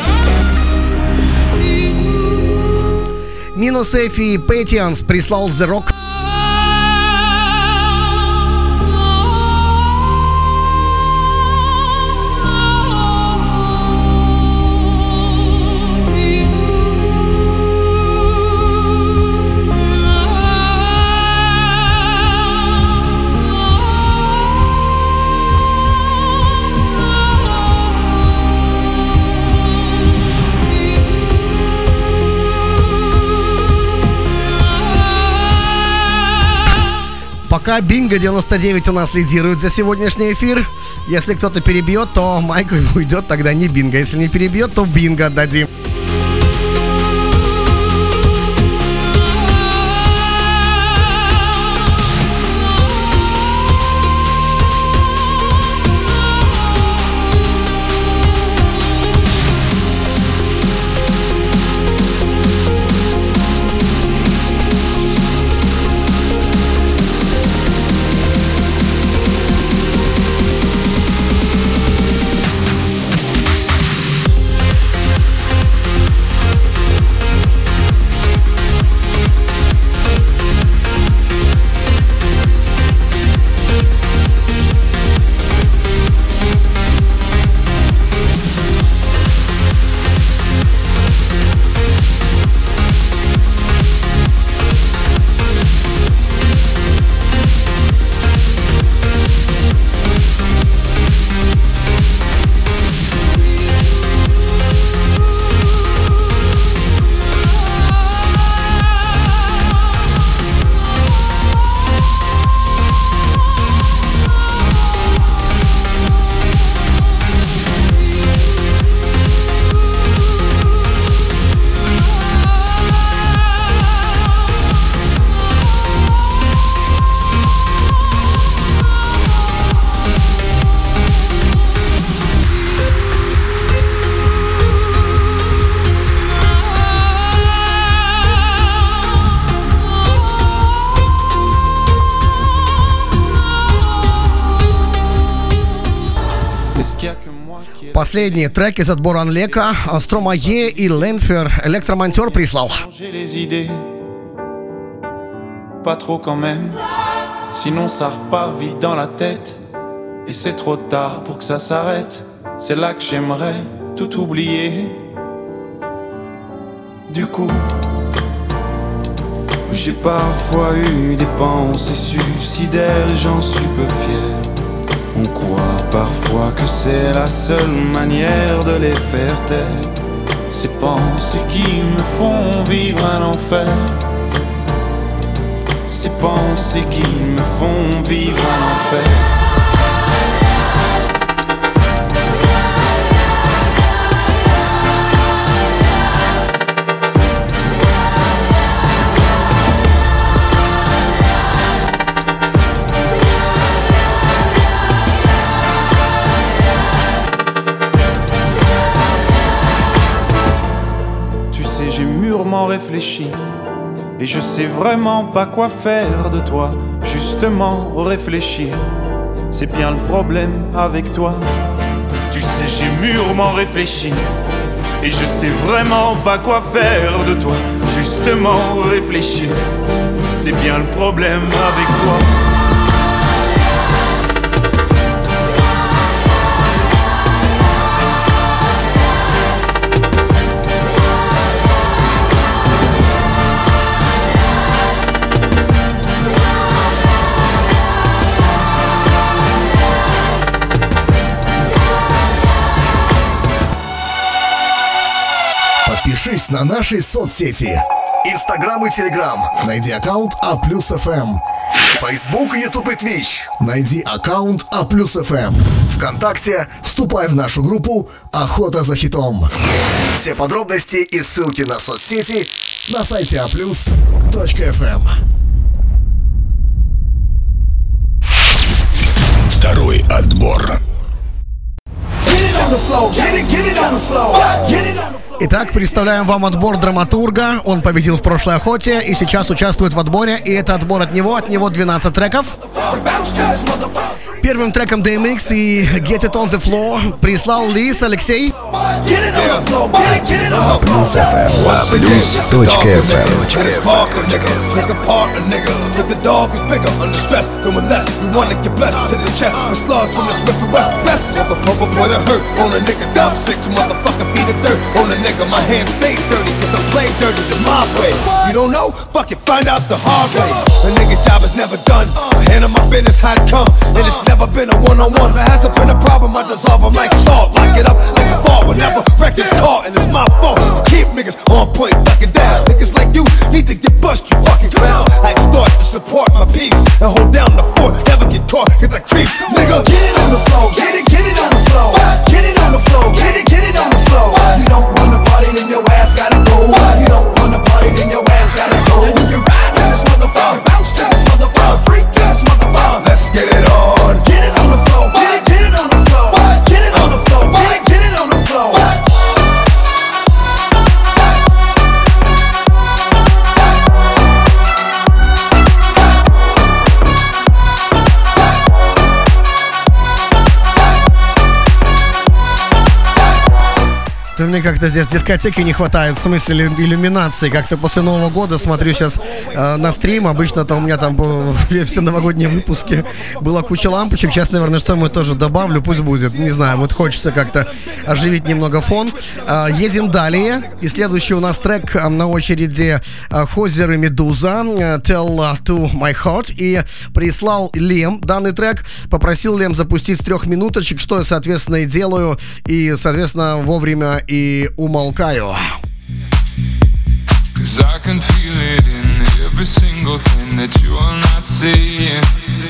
Нино Сейфи Пэтианс прислал The Rock. Пока Бинго девяносто девять у нас лидирует за сегодняшний эфир. Если кто-то перебьет, то майку уйдет, тогда не Бинго. Если не перебьет, то Бинго отдадим. Последний трек из отбора Анлека, Стромае и Ленфер, Электромонтер прислал. Pas trop quand même, sinon ça repart vite dans la tête. Et c'est trop tard pour que ça s'arrête. C'est là que j'aimerais tout oublier. Du coup, j'ai parfois eu des pensées suicidaires et j'en suis peu fier. On croit parfois que c'est la seule manière de les faire taire. Ces pensées qui me font vivre un enfer. Ces pensées qui me font vivre un enfer. J'ai mûrement réfléchi et je sais vraiment pas quoi faire de toi. Justement réfléchir, c'est bien le problème avec toi. Tu sais j'ai mûrement réfléchi et je sais vraiment pas quoi faire de toi. Justement réfléchir, c'est bien le problème avec toi. Подпишись на наши соцсети. Инстаграм и Телеграм. Найди аккаунт А плюс эф эм. Фейсбук, Ютуб и Твич. Найди аккаунт А плюс эф эм. ВКонтакте вступай в нашу группу «Охота за хитом». Все подробности и ссылки на соцсети на сайте а плюс точка эф эм. Второй отбор. Итак, представляем вам отбор драматурга. Он победил в прошлой охоте и сейчас участвует в отборе. И это отбор от него. От него двенадцать треков. Первым треком ди эм икс и Get It On The Floor прислал Лис Алексей. Плюс эф эм. Плюс точка эф эм. You don't know? Fuck it, find out the hard way. A nigga job is never done. I handle my business how it come, and it's never been a one-on-one. There hasn't been a problem, I dissolve them like salt. Lock it up like a fall whenever records caught, and it's my fault. Keep niggas on point, fucking down. Niggas like you need to get bust, you fucking clown. I extort to support my peaks and hold down the fort. Never get caught, cause I creeps, nigga. Get it on the floor, get it, get it on the floor. Get it on the floor, get it, get it on the floor. You don't wanna party, then your ass gotta go. You don't wanna party, then your ass gotta go. And you can ride to this motherfucker, bounce to this motherfucker, freak to this motherfucker. Let's get it on. Get it on the floor, get it, get it on the floor. Get it on the floor, get it, get it on the floor. Мне как-то здесь дискотеки не хватает, в смысле иллюминации. Как-то после Нового года смотрю сейчас э, на стрим. Обычно-то у меня там было, все новогодние выпуски была куча лампочек. Сейчас, наверное, что мы тоже добавлю, пусть будет. Не знаю, вот хочется как-то оживить немного фон. Э, едем далее. И следующий у нас трек э, на очереди э, Хозер и Медуза э, Tell to My Heart. И прислал Лем данный трек. Попросил Лем запустить с трех минуточек, что я, соответственно, и делаю. И, соответственно, вовремя и умолкаю. Cause I can feel it in every single thing that you are not saying.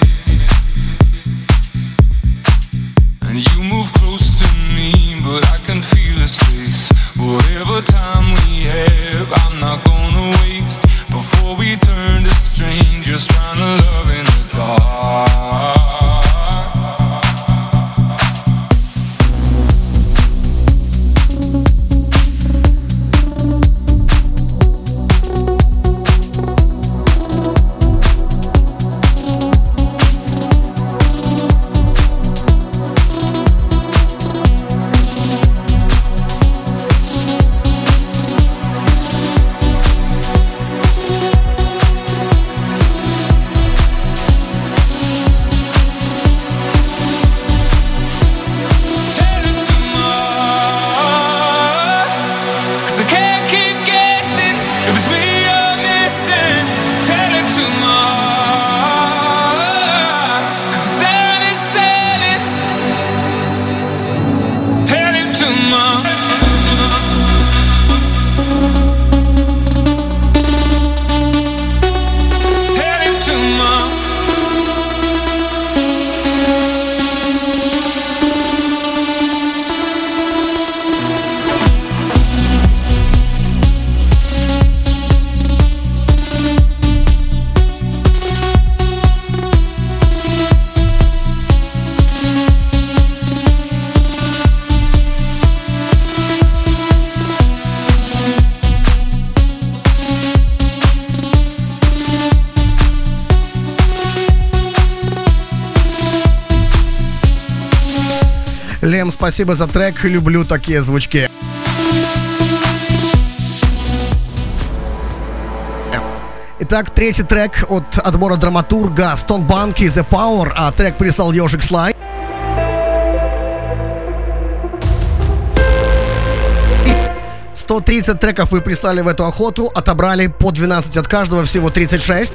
And you move close to me, but I can feel a space. Whatever time we have, I'm not gonna waste. Before we turn to strangers, trying to love in the dark. Лем, спасибо за трек, люблю такие звучки. Итак, третий трек от отбора драматурга Stone Bunky The Power, а трек прислал Ежик Слай. сто тридцать треков вы прислали в эту охоту, отобрали по двенадцать от каждого, всего тридцать шесть.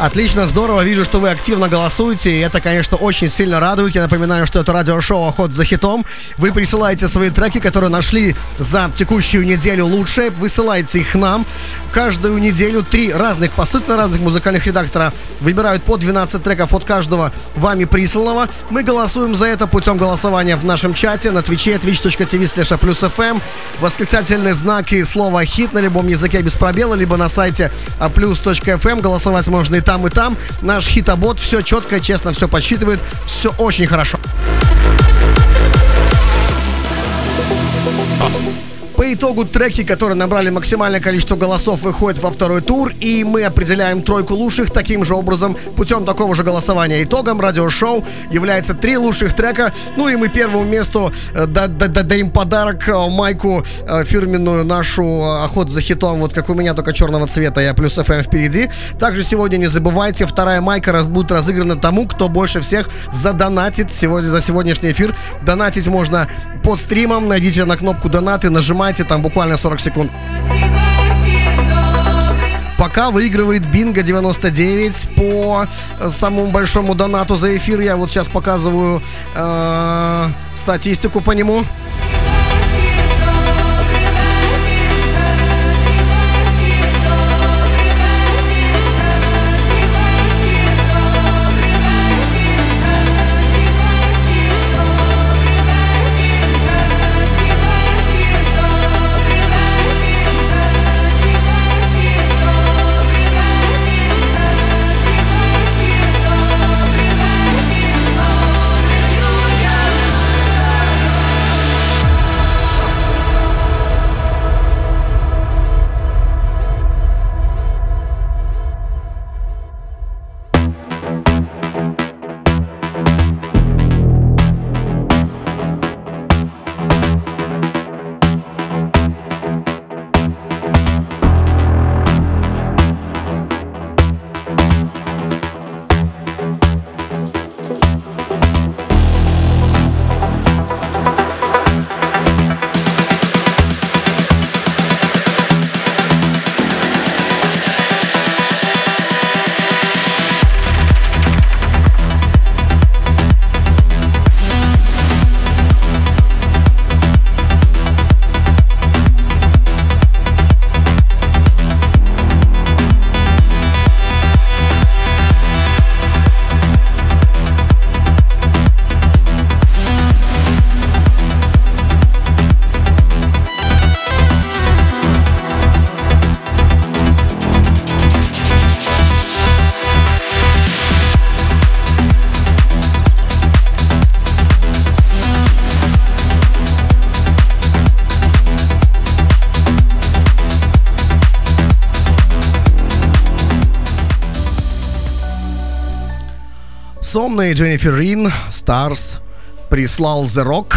Отлично, здорово, вижу, что вы активно голосуете, и это, конечно, очень сильно радует. Я напоминаю, что это радиошоу «Охота за хитом». Вы присылаете свои треки, которые нашли за текущую неделю лучшие, высылаете их нам. Каждую неделю три разных, по сути, разных музыкальных редактора выбирают по двенадцать треков от каждого вами присланного. Мы голосуем за это путем голосования в нашем чате на твиче twitch.tv слэш а плюс эф эм. Восклицательные знаки слова «хит» на любом языке без пробела, либо на сайте а плюс точка эф эм. Голосовать можно и там, и там. Наш хитобот все четко, честно, все подсчитывает. Все очень хорошо. По итогу треки, которые набрали максимальное количество голосов, выходят во второй тур, и мы определяем тройку лучших таким же образом, путем такого же голосования. Итогом радиошоу является три лучших трека. Ну и мы первому месту дарим подарок, майку фирменную нашу «Охоту за хитом», вот как у меня, только черного цвета, я плюс эф эм впереди. Также сегодня не забывайте, вторая майка будет разыграна тому, кто больше всех задонатит сегодня, за сегодняшний эфир. Донатить можно под стримом, найдите на кнопку «Донаты», нажимайте, там буквально сорок секунд. Пока выигрывает Бинго девяносто девять по самому большому донату за эфир. Я вот сейчас показываю э, статистику по нему. Сонный Дженнифер Рин, Stars, прислал The Rock.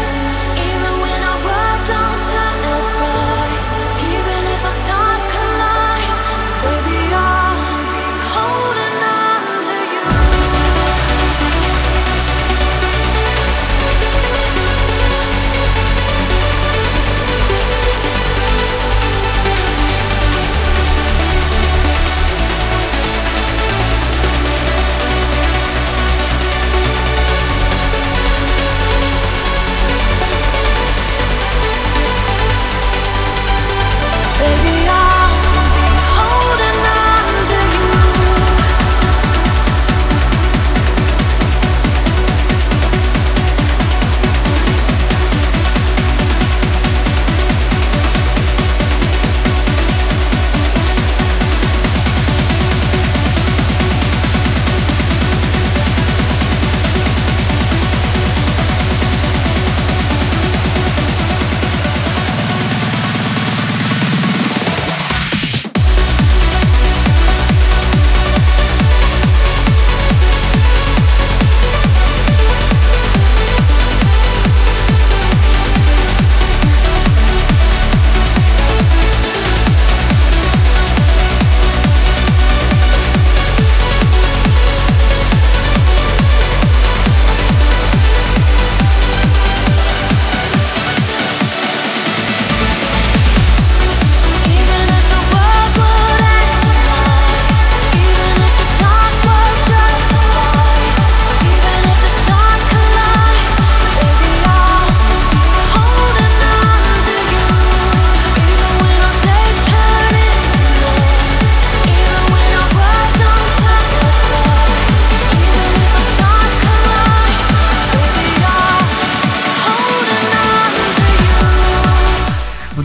Even if our stars collide.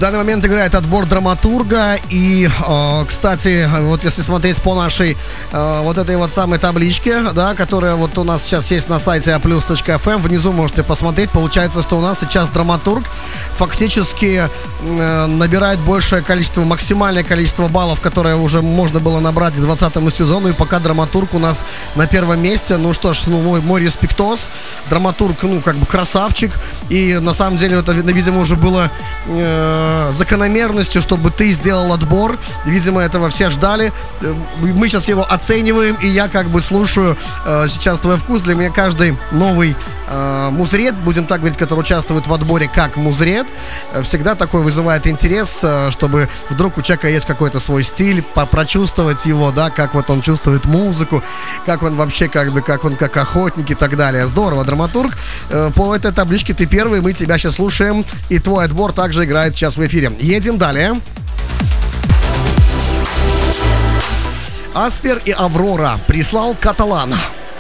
данный момент играет отбор драматурга. И, э, кстати, вот если смотреть по нашей э, вот этой вот самой табличке, да, которая вот у нас сейчас есть на сайте а плюс точка эф эм, внизу можете посмотреть. Получается, что у нас сейчас драматург фактически э, набирает большее количество, максимальное количество баллов, которое уже можно было набрать к двадцатому сезону. И пока драматург у нас на первом месте. Ну что ж, ну мой, мой респектос. Драматург, ну как бы красавчик. И на самом деле это, видимо, уже было э, закономерностью, чтобы ты сделал отбор. Видимо, этого все ждали. Мы сейчас его оцениваем, и я как бы слушаю э, сейчас твой вкус. Для меня каждый новый э, музрет, будем так говорить, который участвует в отборе как музрет, э, всегда такой вызывает интерес, э, чтобы вдруг у человека есть какой-то свой стиль, прочувствовать его, да, как вот он чувствует музыку, как он вообще, как бы, как он как охотник и так далее. Здорово, драматург. Э, по этой табличке ты первый, мы тебя сейчас слушаем, и твой отбор также играет сейчас в эфире. Едем далее. Аспер и Аврора прислал Каталан.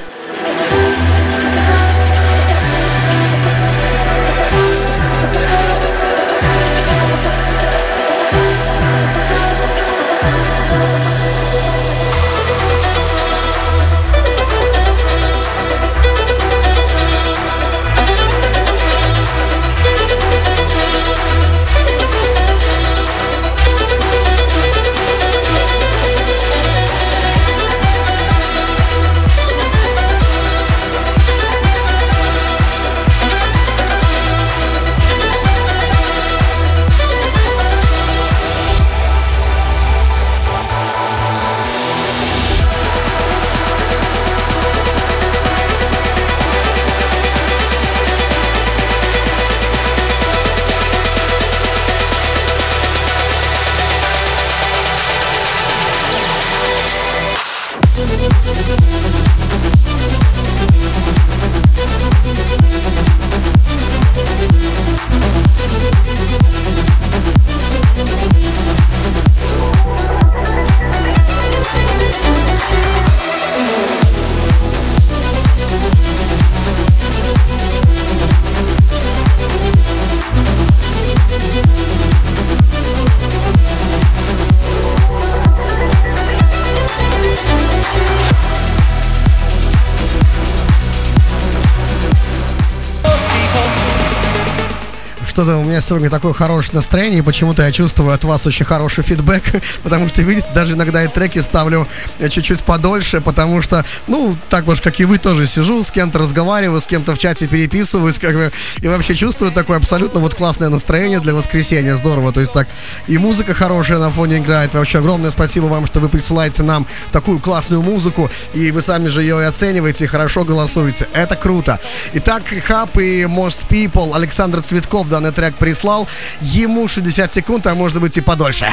Что-то у меня сегодня такое хорошее настроение, и почему-то я чувствую от вас очень хороший фидбэк, потому что, видите, даже иногда я треки ставлю чуть-чуть подольше, потому что, ну, так уж, как и вы, тоже сижу, с кем-то разговариваю, с кем-то в чате переписываюсь, как бы, и вообще чувствую такое абсолютно вот классное настроение для воскресенья, здорово, то есть так, и музыка хорошая на фоне играет, вообще огромное спасибо вам, что вы присылаете нам такую классную музыку, и вы сами же ее и оцениваете, и хорошо голосуете, это круто. Итак, Хаб и Most People, Александр Цветков данный трек прислал, ему шестьдесят секунд, а может быть и подольше.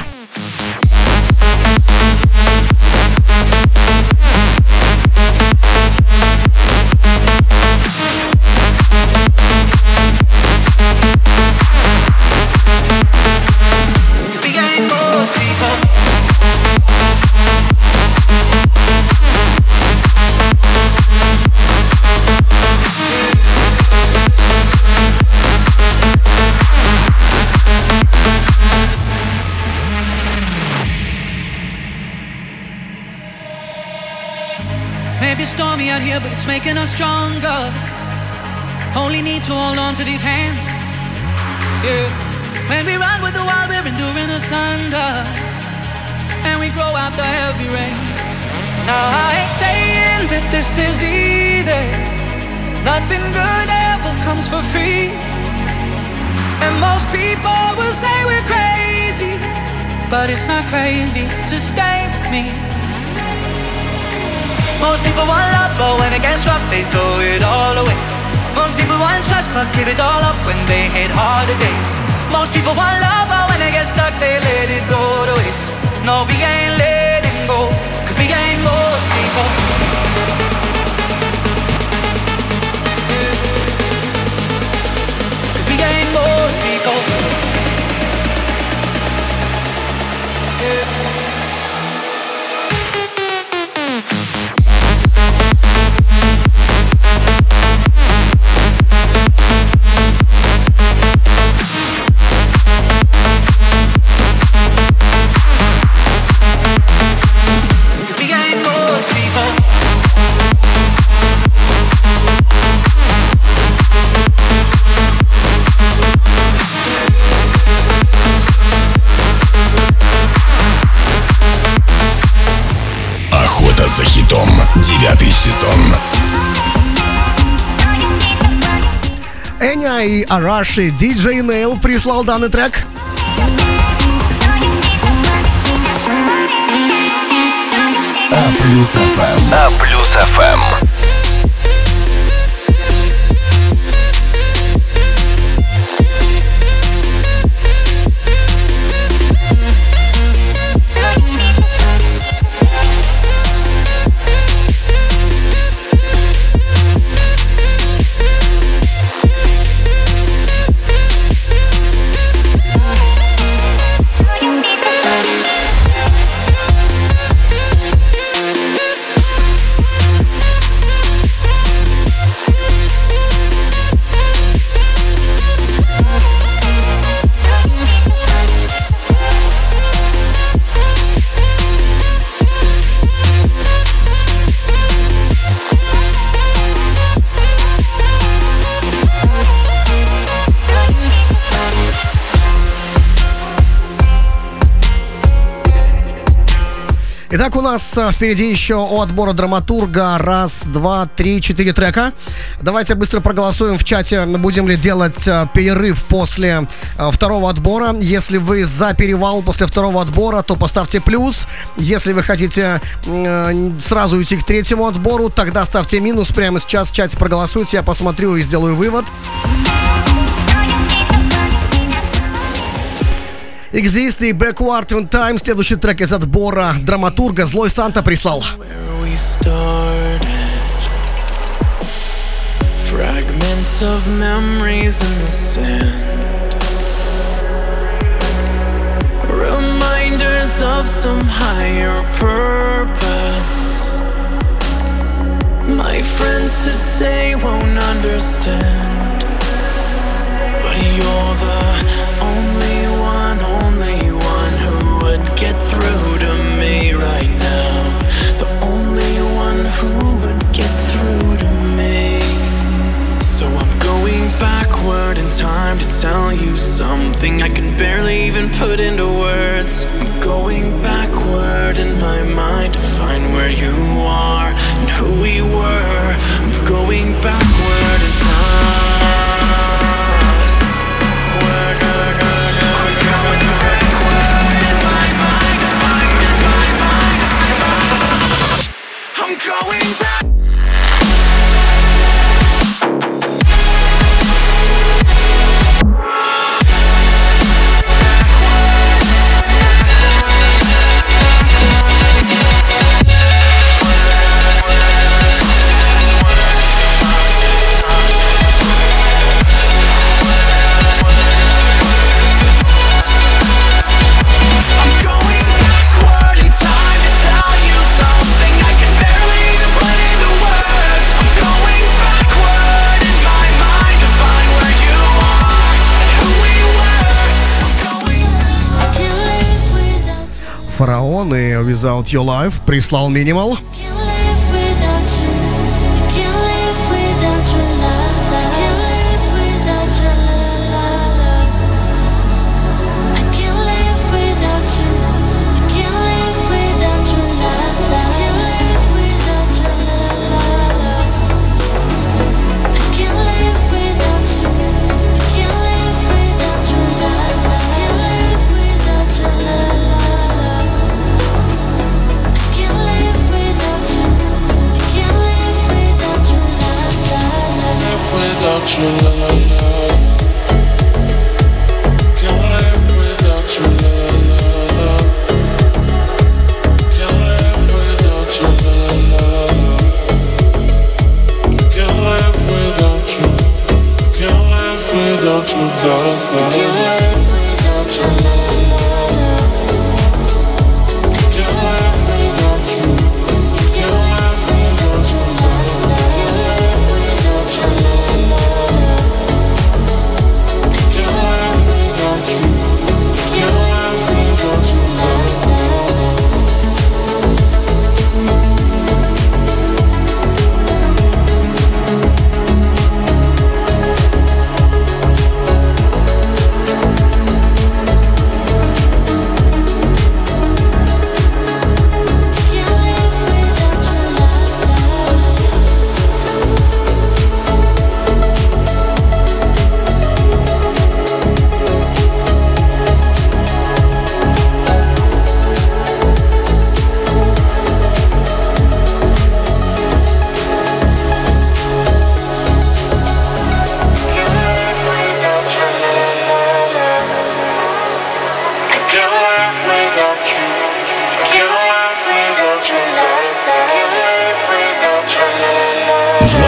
Maybe stormy out here, but it's making us stronger. Only need to hold on to these hands. Yeah. When we run with the wild, we're enduring the thunder, and we grow out the heavy rain. Now I ain't saying that this is easy. Nothing good ever comes for free, and most people will say we're crazy, but it's not crazy to stay with me. Most people want love, but when it gets rough, they throw it all away. Most people want trust, but give it all up when they hit harder days. Most people want love, but when they get stuck, they let it go to waste. No, we ain't letting go, cause we ain't most people. Cause we ain't most people. Yeah. охота за хитом. Девятый сезон. Эня и Араши, диджей Нейл прислал данный трек. А плюс эф эм. А плюс эф эм. Итак, у нас впереди еще у отбора драматурга раз, два, три, четыре трека. Давайте быстро проголосуем в чате, будем ли делать перерыв после второго отбора. Если вы за перевал после второго отбора, то поставьте плюс. Если вы хотите сразу уйти к третьему отбору, тогда ставьте минус. Прямо сейчас в чате проголосуйте, я посмотрю и сделаю вывод. Exist и Backward in Time. Следующий трек из отбора драматурга Злой Санта прислал. Fragments of memories in the sand, reminders of some higher purpose. My friends today won't understand, but you're the only one, only one who would get through to me right now. The only one who would get through to me. So I'm going backward in time to tell you something I can barely even put into words. I'm going backward in my mind to find where you are and who we were. I'm going backward in time. I'm going back. Фараон и Without Your Life прислал Минимал.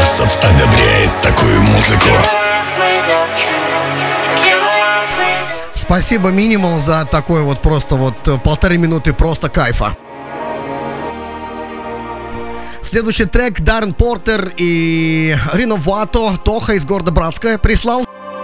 Басов одобряет такую музыку. Спасибо, Minimal, за такой вот просто вот полторы минуты просто кайфа. Следующий трек Даррен Портер и Рино Вато, Тоха из города Братская прислал.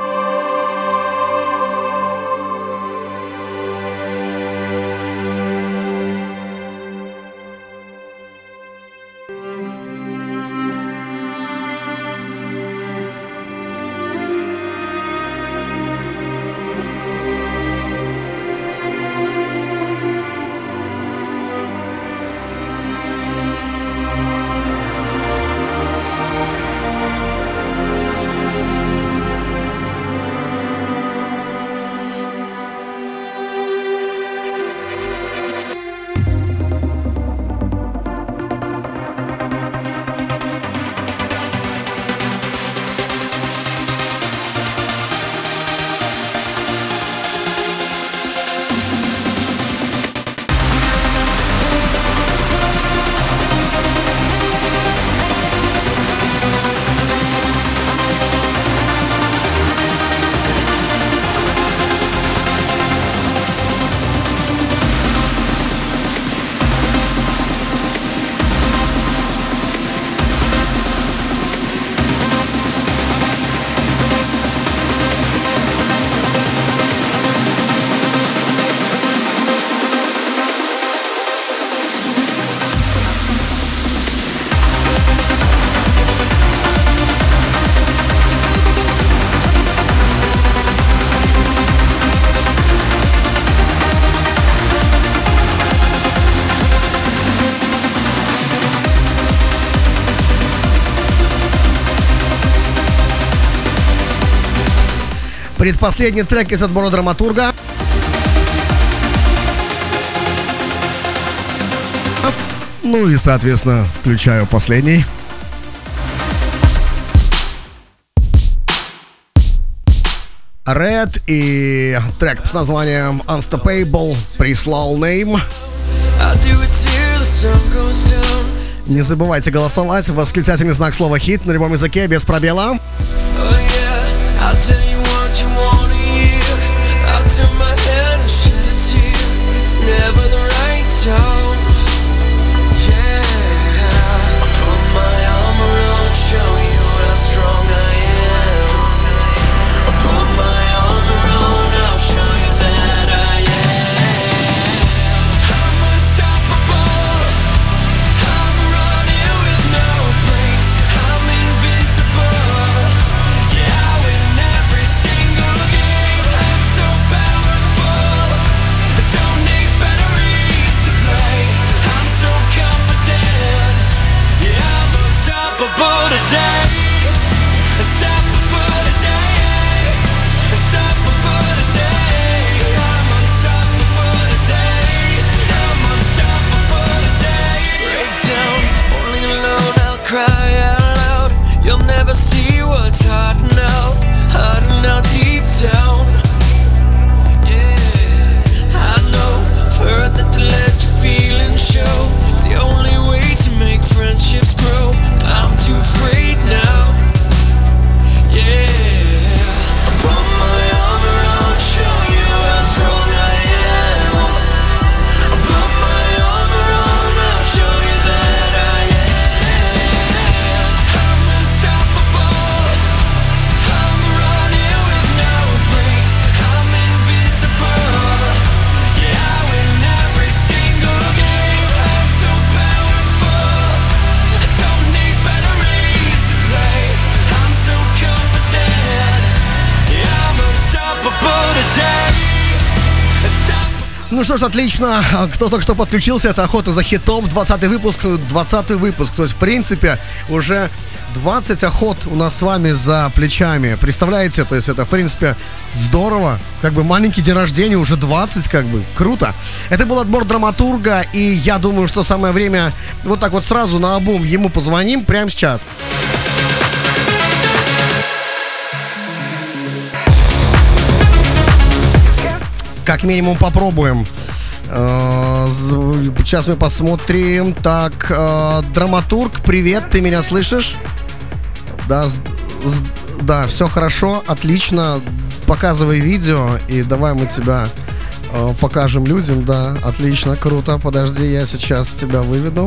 Предпоследний трек из отбора драматурга. Ну и, соответственно, включаю последний. Red и трек с названием Unstoppable прислал Name. Не забывайте голосовать. Восклицательный знак слова хит на любом языке без пробела. Ну что ж, отлично. Кто только что подключился, это «Охота за хитом», двадцатый выпуск, двадцатый выпуск. То есть, в принципе, уже двадцать охот у нас с вами за плечами. Представляете? То есть, это, в принципе, здорово. Как бы маленький день рождения, уже двадцать, как бы. Круто. Это был отбор драматурга, и я думаю, что самое время вот так вот сразу наобум ему позвоним прямо сейчас. Как минимум попробуем. Сейчас мы посмотрим. Так, драматург, привет, ты меня слышишь? Да, с, с, да, все хорошо, отлично. Показывай видео, и давай мы тебя э, покажем людям. Да, отлично, круто. Подожди, я сейчас тебя выведу.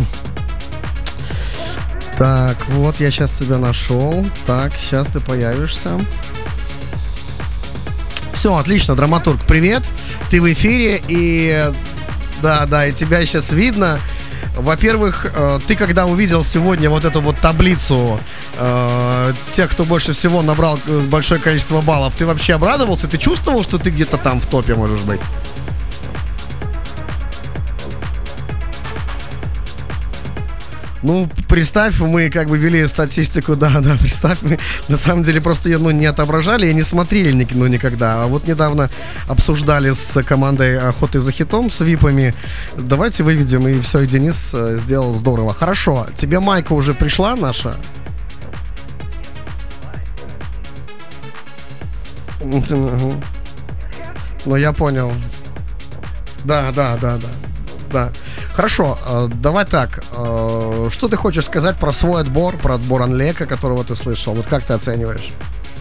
Так, вот я сейчас тебя нашел. Так, сейчас ты появишься. Все, отлично, драматург, привет. Ты в эфире, и да, да, и тебя сейчас видно. Во-первых, э, ты когда увидел сегодня вот эту вот таблицу э, тех, кто больше всего набрал большое количество баллов, ты вообще обрадовался? Ты чувствовал, что ты где-то там в топе можешь быть? Ну, представь, мы как бы вели статистику, да, да, представь, мы на самом деле просто ее, ну, не отображали и не смотрели, ну, никогда. А вот недавно обсуждали с командой «Охоты за хитом», с випами. Давайте выведем, и все, и Денис сделал здорово. Хорошо, тебе майка уже пришла наша? Ну, я понял. Да, да, да, да. Да. Хорошо, э, давай так. Э, что ты хочешь сказать про свой отбор, про отбор Анлека, которого ты слышал? Вот как ты оцениваешь?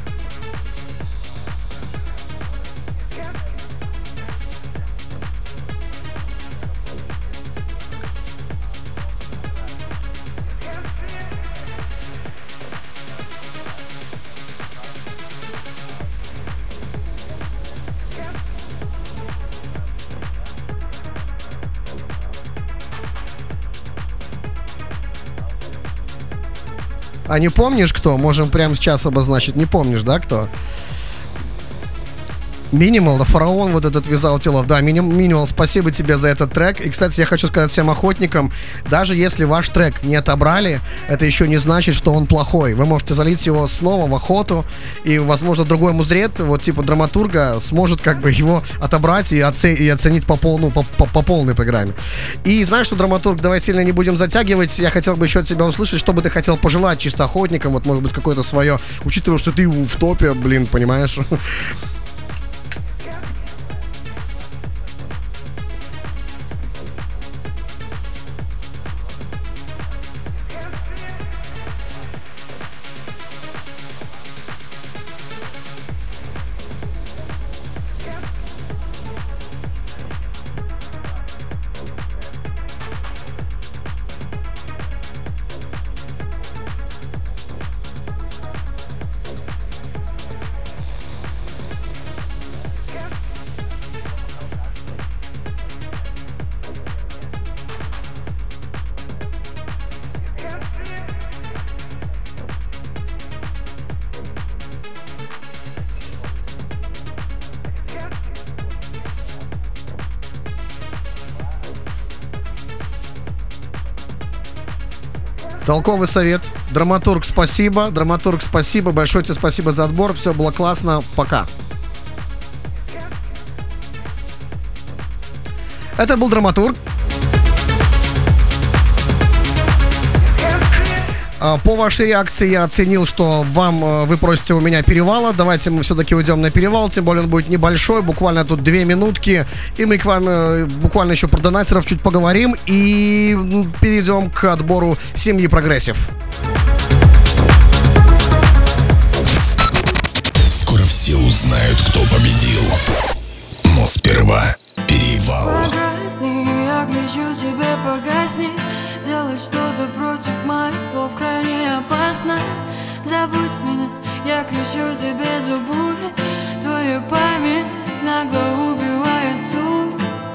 А не помнишь, кто? Можем прямо сейчас обозначить. Не помнишь, да, кто? Минимал, да, фараон, вот этот Without Your Love. Да, Минимал, спасибо тебе за этот трек. И, кстати, я хочу сказать всем охотникам, даже если ваш трек не отобрали, это еще не значит, что он плохой. Вы можете залить его снова в охоту, и, возможно, другой музрет, вот типа драматурга, сможет как бы его отобрать и, оце- и оценить по, пол- ну, по, по, по полной программе. И знаешь что, драматург, давай сильно не будем затягивать. Я хотел бы еще от тебя услышать, что бы ты хотел пожелать чисто охотникам, вот, может быть, какое-то свое, учитывая, что ты в топе, блин, понимаешь? Толковый совет. Драматург, спасибо. Драматург, спасибо. Большое тебе спасибо за отбор. Все было классно. Пока. Это был драматург. По вашей реакции я оценил, что вам, вы просите у меня перевала. Давайте мы все-таки уйдем на перевал. Тем более он будет небольшой, буквально тут две минутки. И мы к вам буквально еще про донатеров чуть поговорим. И перейдем к отбору семьи прогрессив. Скоро все узнают, кто победил. Но сперва перевал. Погасни, я кричу тебе, погасни. Делать что-то против моих слов крайне опасно. Забудь меня, я кричу тебе, забудь. Твою память нагло убивает суть.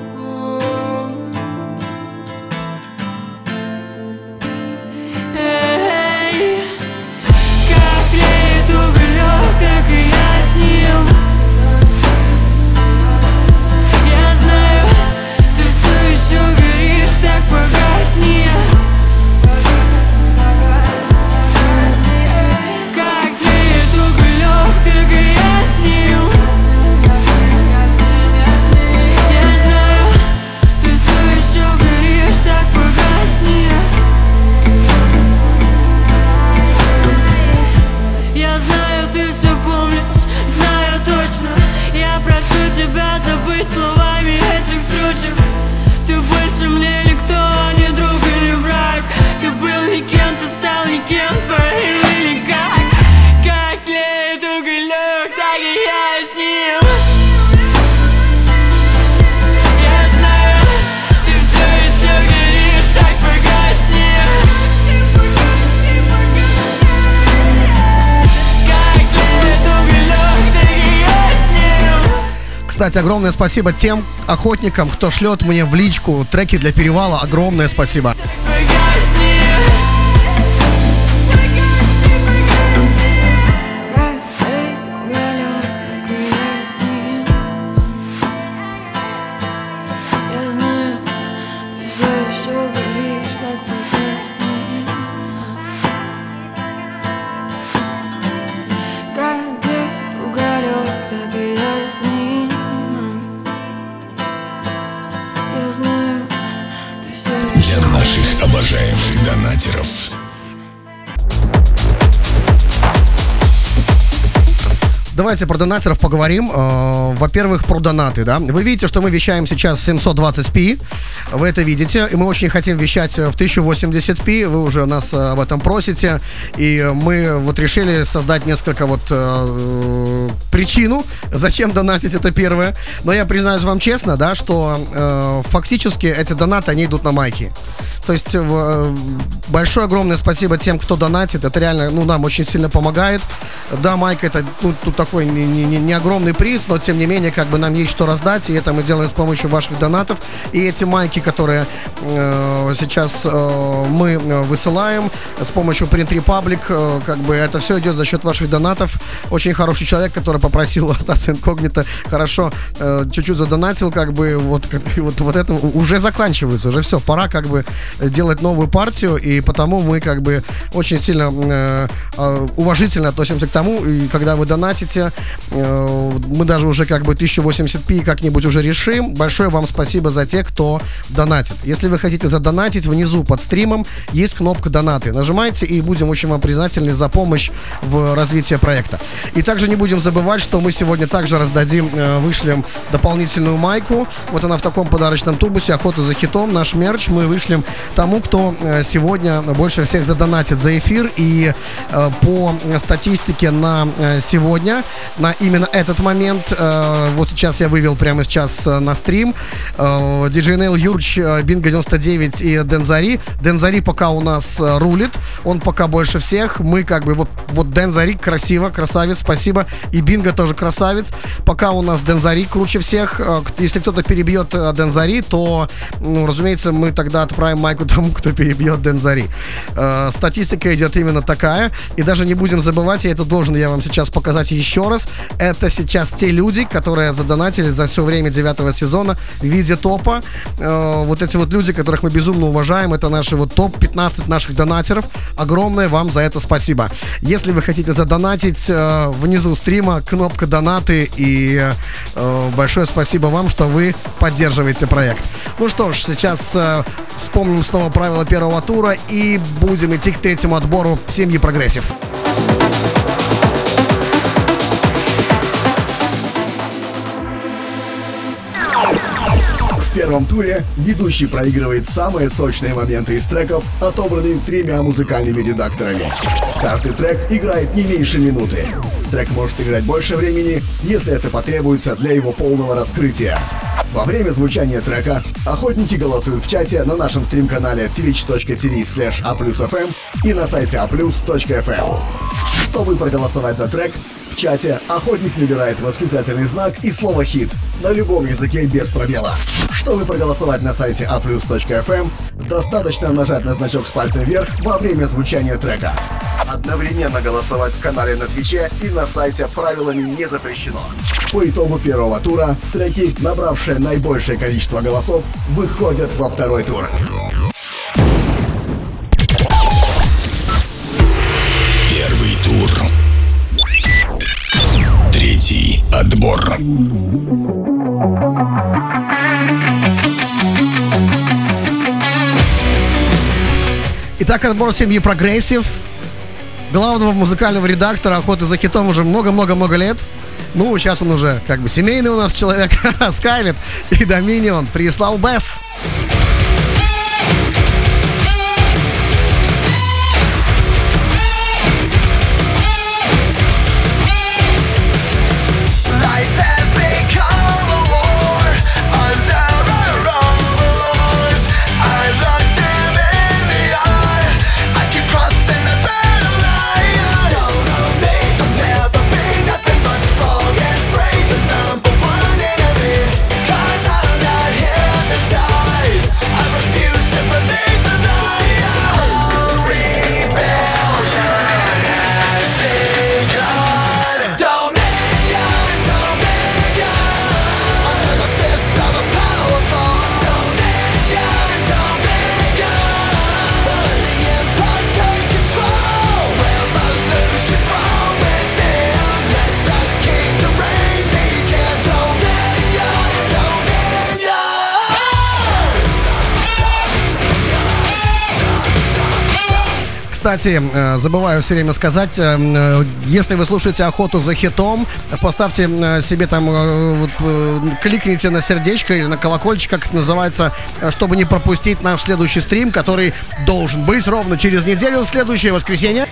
Эй, как тлеет уголек, так и я с ним. Я знаю, ты все еще горишь, так погасни. Как тлеет уголек, так и я с ним. Кстати, огромное спасибо тем охотникам, кто шлет мне в личку треки для перевала. Огромное спасибо. Для наших обожаемых донатеров. Давайте про донатеров поговорим. Во-первых, про донаты, да. Вы видите, что мы вещаем сейчас в семьсот двадцать пи. Вы это видите. И мы очень хотим вещать в тысяча восемьдесят пи. Вы уже нас об этом просите. И мы вот решили создать несколько вот э, причину, зачем донатить, это первое. Но я признаюсь вам честно, да, что э, фактически эти донаты, они идут на майки. То есть э, большое огромное спасибо тем, кто донатит. Это реально, ну, нам очень сильно помогает. Да, майка это, ну, тут такой не, не, не огромный приз, но тем не менее, как бы нам есть что раздать, и это мы делаем с помощью ваших донатов. И эти майки, которые э, сейчас э, мы высылаем с помощью Print Republic, э, как бы это все идет за счет ваших донатов. Очень хороший человек, который попросил остаться инкогнито, хорошо э, чуть-чуть задонатил, как бы вот, как, вот, вот это уже заканчивается, уже все, пора как бы делать новую партию, и потому мы как бы очень сильно э, э, уважительно относимся к тому, и когда вы донатите, э, мы даже уже как бы тысяча восемьдесят пи как-нибудь уже решим. Большое вам спасибо за тех, кто донатит. Если вы хотите задонатить, внизу под стримом есть кнопка «Донаты». Нажимайте, и будем очень вам признательны за помощь в развитии проекта. И также не будем забывать, что мы сегодня также раздадим, э, вышлем дополнительную майку. Вот она в таком подарочном тубусе «Охота за хитом». Наш мерч мы вышлем тому, кто сегодня больше всех задонатит за эфир. И э, по статистике на сегодня, на именно этот момент, э, вот сейчас я вывел прямо сейчас на стрим, э, диджей Нейл, Юрч, Бинго девяносто девять и Дензари. Дензари пока у нас рулит, он пока больше всех. Мы как бы, вот, вот Дензари красиво, красавец, спасибо. И Бинго тоже красавец. Пока у нас Дензари круче всех. Если кто-то перебьет Дензари, то, ну, разумеется, мы тогда отправим майку тому, кто перебьет Дензари. Э, статистика идет именно такая. И даже не будем забывать, я это должен я вам сейчас показать еще раз. Это сейчас те люди, которые задонатили за все время девятого сезона в виде топа. Э, вот эти вот люди, которых мы безумно уважаем, это наши вот топ пятнадцать наших донатеров. Огромное вам за это спасибо. Если вы хотите задонатить, э, внизу стрима кнопка «Донаты», и э, большое спасибо вам, что вы поддерживаете проект. Ну что ж, сейчас э, вспомним снова правила первого тура и будем идти к третьему отбору семьи Прогрессив. В первом туре ведущий проигрывает самые сочные моменты из треков, отобранные тремя музыкальными редакторами. Каждый трек играет не меньше минуты. Трек может играть больше времени, если это потребуется для его полного раскрытия. Во время звучания трека охотники голосуют в чате на нашем стрим-канале twitch точка tv слэш a plus f m и на сайте a plus точка f m. Чтобы проголосовать за трек, в чате охотник набирает восклицательный знак и слово «хит» на любом языке без пробела. Чтобы проголосовать на сайте a plus точка f m, достаточно нажать на значок с пальцем вверх во время звучания трека. Одновременно голосовать в канале на Твиче и на сайте правилами не запрещено. По итогу первого тура треки, набравшие наибольшее количество голосов, выходят во второй тур. Первый тур. Третий отбор. Итак, отбор семьи Прогрессив. Главного музыкального редактора «Охоты за хитом» уже много-много-много лет. Ну, сейчас он уже как бы семейный у нас человек. Скайлет и Доминион прислал Бэс. Number one in every Кстати, забываю все время сказать, если вы слушаете «Охоту за хитом», поставьте себе там, вот, кликните на сердечко или на колокольчик, как это называется, чтобы не пропустить наш следующий стрим, который должен быть ровно через неделю, в следующее воскресенье.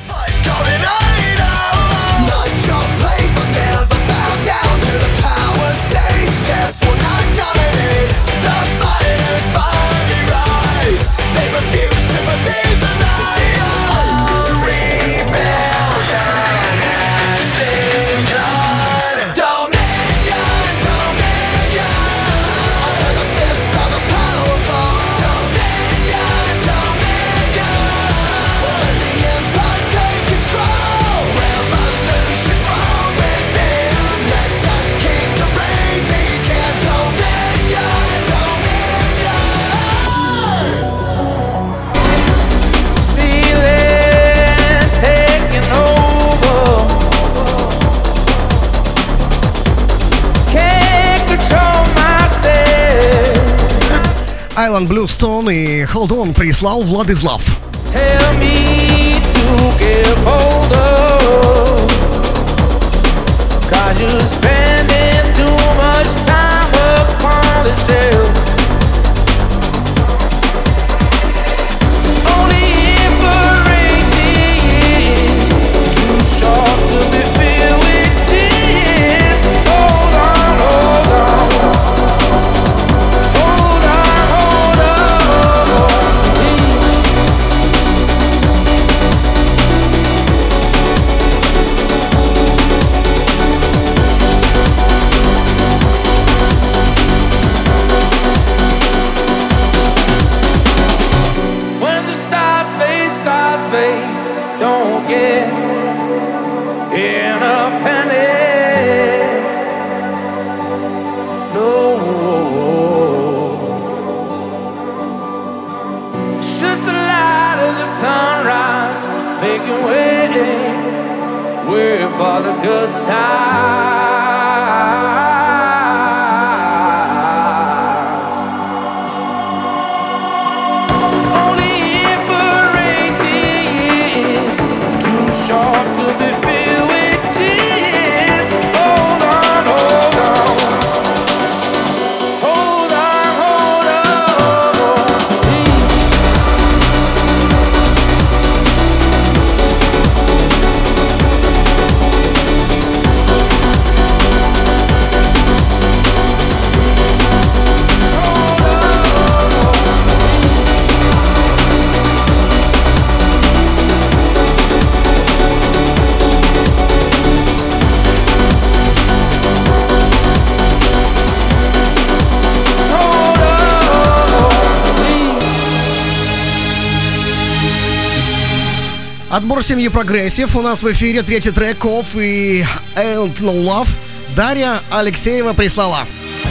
Island Bluestone и Hold On прислал Владислав. Tell me to get older, 'cause you're spending too much time upon the shelf. Only eighteen years, too short to be filled with tears. Hold on, hold on. Don't get in a panic, no. It's just the light of the sunrise making way, way for the good times. Short to be filled with tears. Hold on, hold on. Hold on, hold on. Отбор семьи Прогрессив. У нас в эфире третий трек Off и Ain't No Love. Дарья Алексеева прислала.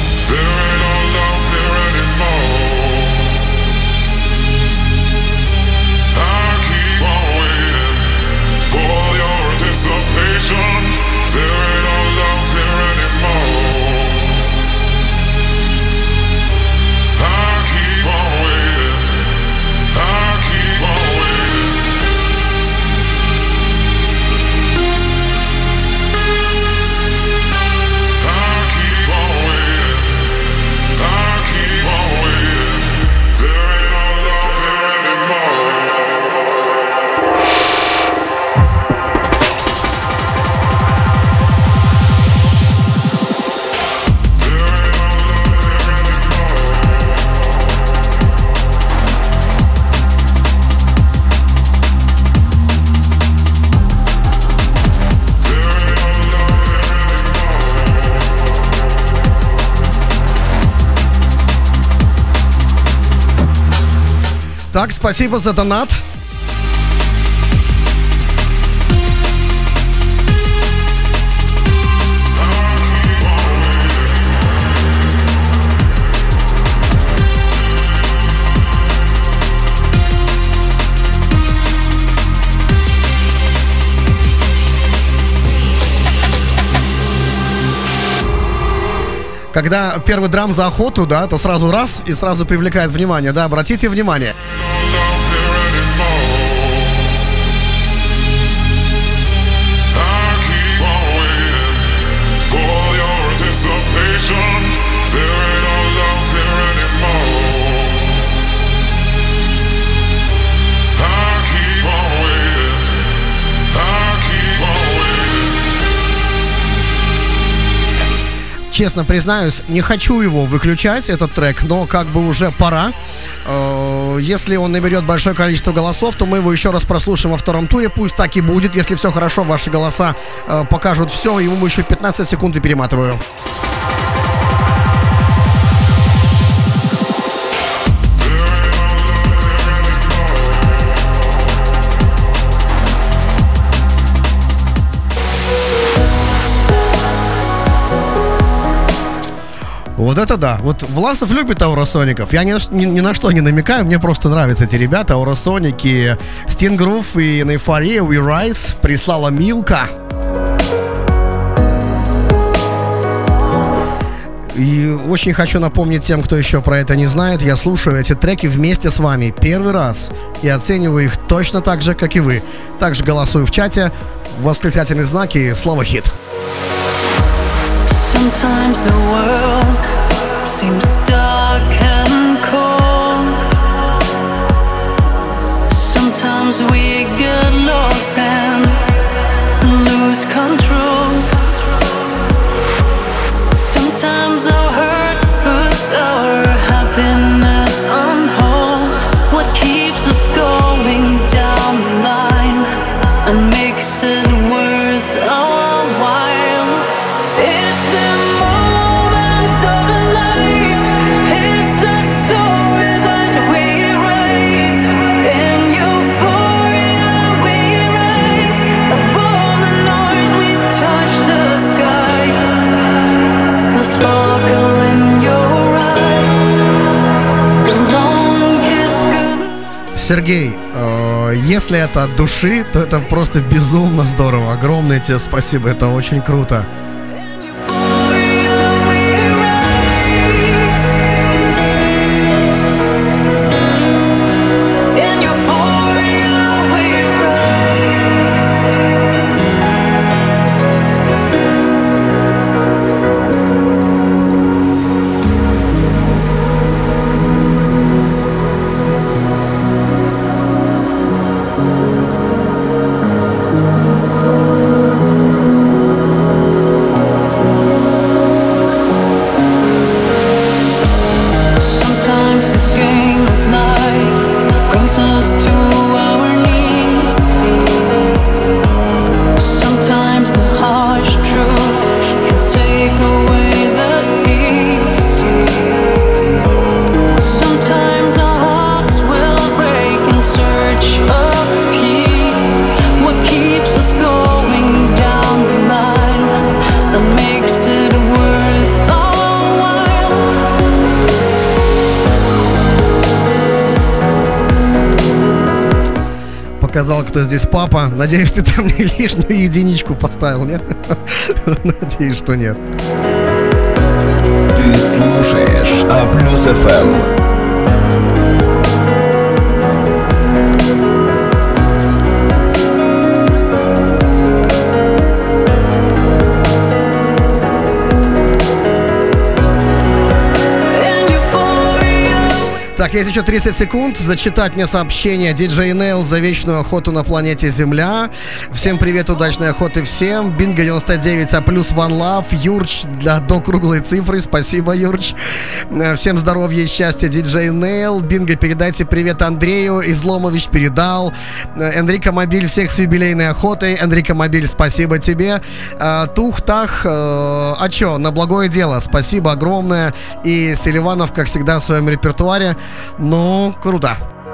Так, спасибо за донат. Когда первый драм за охоту, да, то сразу раз и сразу привлекает внимание, да, обратите внимание. честно признаюсь, не хочу его выключать, этот трек, но как бы уже пора. Если он наберет большое количество голосов, то мы его еще раз прослушаем во втором туре. Пусть так и будет. Если все хорошо, ваши голоса покажут все. Ему еще пятнадцать секунд и перематываю. Вот это да. Вот Власов любит ауросоников. Я ни, ни, ни на что не намекаю. Мне просто нравятся эти ребята. Ауросоники, Sting Groove и на эйфории We Rise прислала Милка. И очень хочу напомнить тем, кто еще про это не знает. Я слушаю эти треки вместе с вами первый раз и оцениваю их точно так же, как и вы. Также голосую в чате. Восклицательные знаки, слово «хит». Sometimes the world seems dark and cold. Sometimes we get lost and lose control. Sometimes our hurt puts our happiness on hold. What keeps us going down the line and makes it worth our while? It's the moments of life. It's the story that we write. In euphoria we rise. Above the noise we touch the sky. The sparkle in your eyes. The long kiss good. Сергей, э, если это от души, то это просто безумно здорово. Огромное тебе спасибо, это очень круто. Сказал, кто здесь папа. Надеюсь, ты там не лишнюю единичку поставил, нет? Надеюсь, что нет. Ты слушаешь А плюс эф эм. Так, есть еще тридцать секунд зачитать мне сообщение. Диджей Нейл за вечную охоту на планете Земля. Всем привет, удачной охоты всем. Бинго девяносто девять, а плюс One Love. Юрч для до круглой цифры. Спасибо, Юрч. Всем здоровья и счастья, Диджей Нейл. Бинго, передайте привет Андрею. Изломович передал. Энрико Мобиль, всех с юбилейной охотой. Энрико Мобиль, спасибо тебе. Тух-тах, а чё, на благое дело. Спасибо огромное. И Селиванов, как всегда, в своем репертуаре. Ну, круто.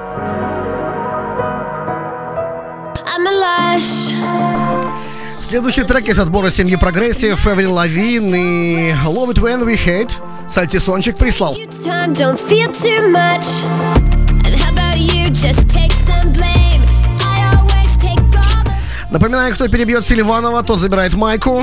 Следующий трек из отбора семьи Прогрессив, Эврил Лавин и Love It When We Hate. Сальтисончик прислал. Напоминаю, кто перебьет Селиванова, тот забирает майку.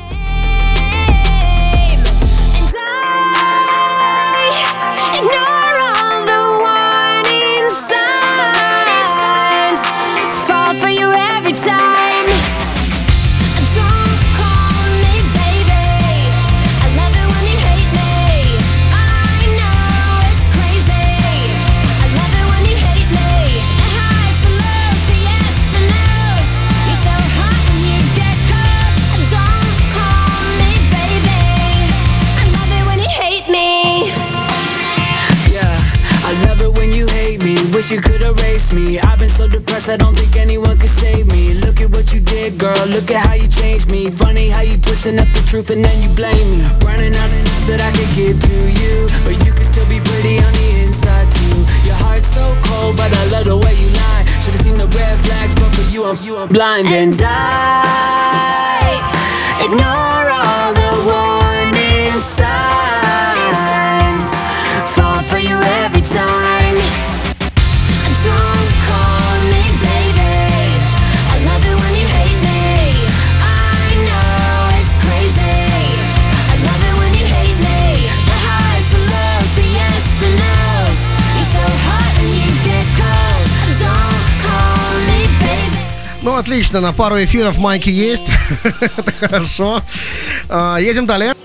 erase me. I've been so depressed, I don't think anyone could save me. Look at what you did, girl, look at how you changed me. Funny how you twisting up the truth and then you blame me. Running out enough that I could give to you, but you can still be pretty on the inside too. Your heart's so cold, but I love the way you lie. Should've seen the red flags, but for you I'm, you I'm blind. And I ignore all the warning signs, fall for you every time. Don't call me baby, I love it when you hate me. I know it's crazy, I love it when you hate me. The highs, the lows, the yes, the no's. You're so hot and you get cold. Don't call me baby. Ну, отлично, на пару эфиров майки есть. Это хорошо. А, едем далее.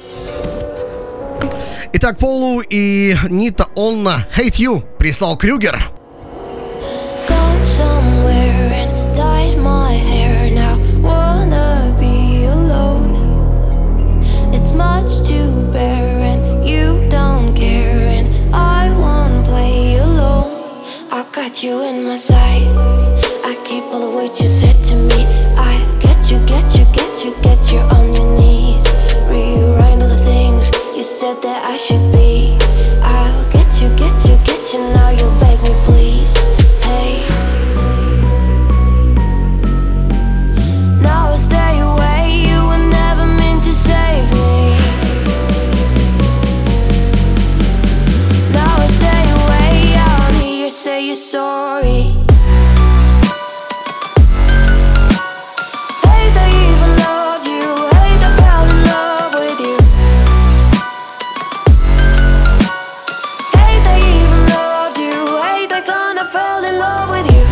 Итак, Полу и Нита Онна Hate You прислал Крюгер. Somewhere and dyed my hair now. Wanna be alone. It's much to bear and you don't care, and I won't play alone. I got you in my sight. I keep all the words you said to me. I get you, get you, get you, get you on your knees. Rewrite all the things you said that I should be. I'll get you, get you, get you. Now you'll beg me please. Hey. Now I stay away, you were never meant to save me. Now I stay away, I'll hear you say you're sorry. Hate I even loved you, hate I fell in love with you. Hate I even loved you, hate I kinda fell in love with you.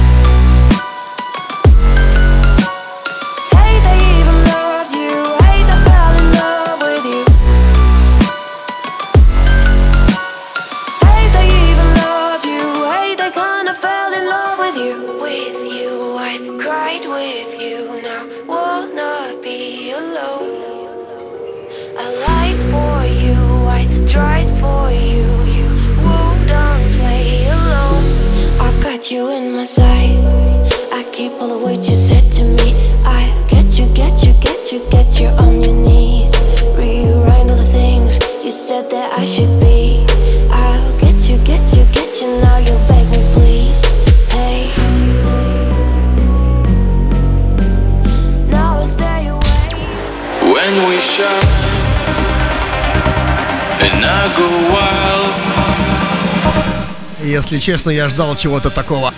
You in my sight. I keep all the words you said to me. I get you, get you, get you, get you on your knees. Rewrite all the things you said that I should be. I'll get you, get you, get you. Now you'll beg me please. Hey. Now I stay away. When we shine and I go wild. Если честно, я ждал чего-то такого.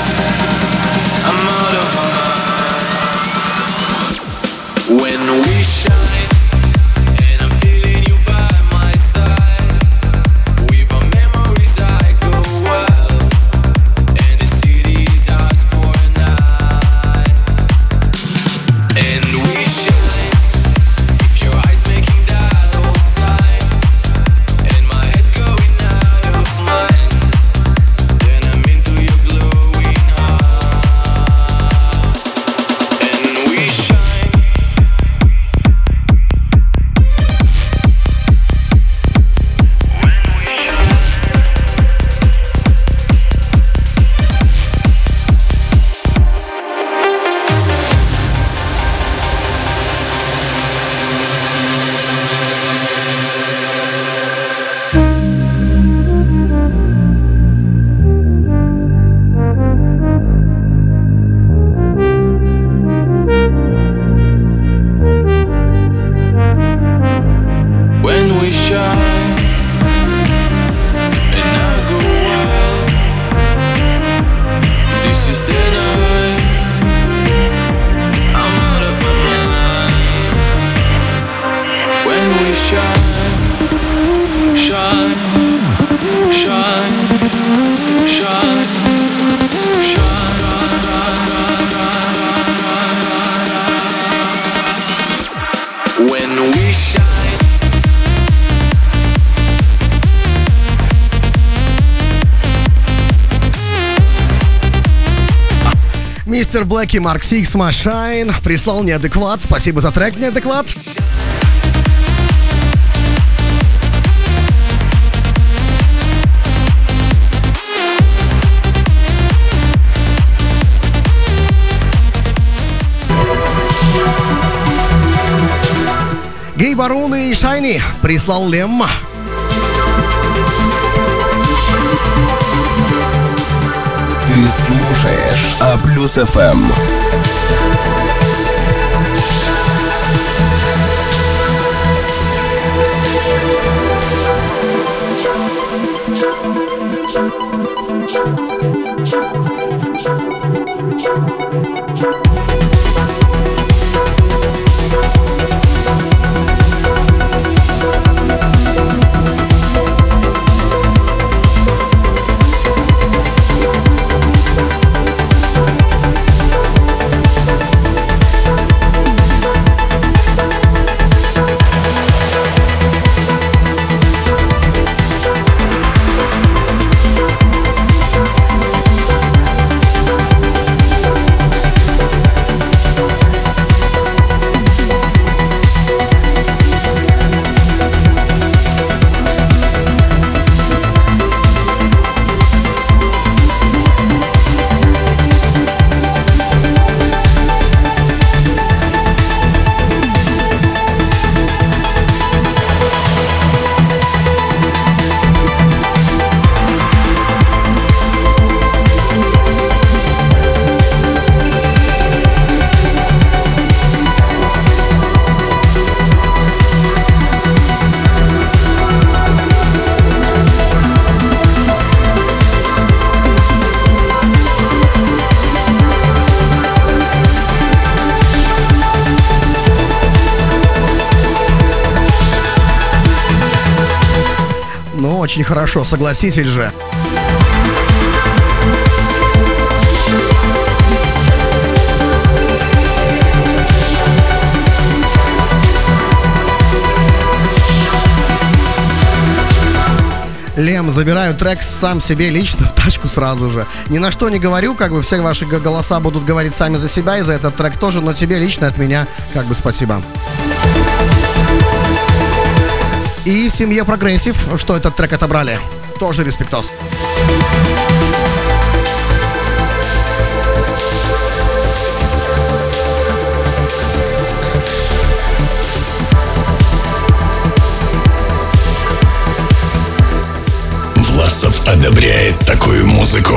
Мистер Блэк и Марк Сикс Машайн прислал неадекват. Спасибо за трек, неадекват. Гей Барун и Шайни прислал Лем. Ты слушаешь А плюс эф эм. Очень хорошо, согласитесь же. Лем, забираю трек сам себе лично в тачку сразу же. Ни на что не говорю, как бы все ваши голоса будут говорить сами за себя и за этот трек тоже, но тебе лично от меня как бы спасибо. И семье Прогрессив, что этот трек отобрали. Тоже респектос. Власов одобряет такую музыку.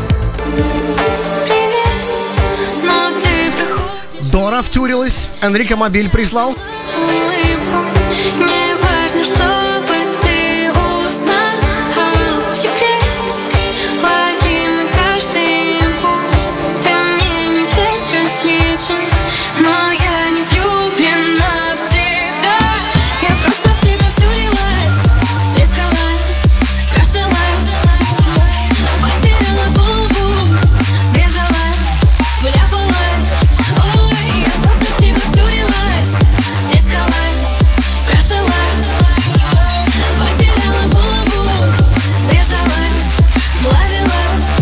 Дора втюрилась. Энрико Мобиль прислал. Улыбку. Не важно, чтобы ты узнал секрет, ловим каждый импульс. Ты мне не безразличен, но я не влюблена в тебя. Я просто в тебя втюрилась, трескалась, крошилась, потеряла голову, врезалась, вляпалась. Ой, я просто в тебя втюрилась, трескалась, крошилась, потеряла голову, врезалась, вплавилась.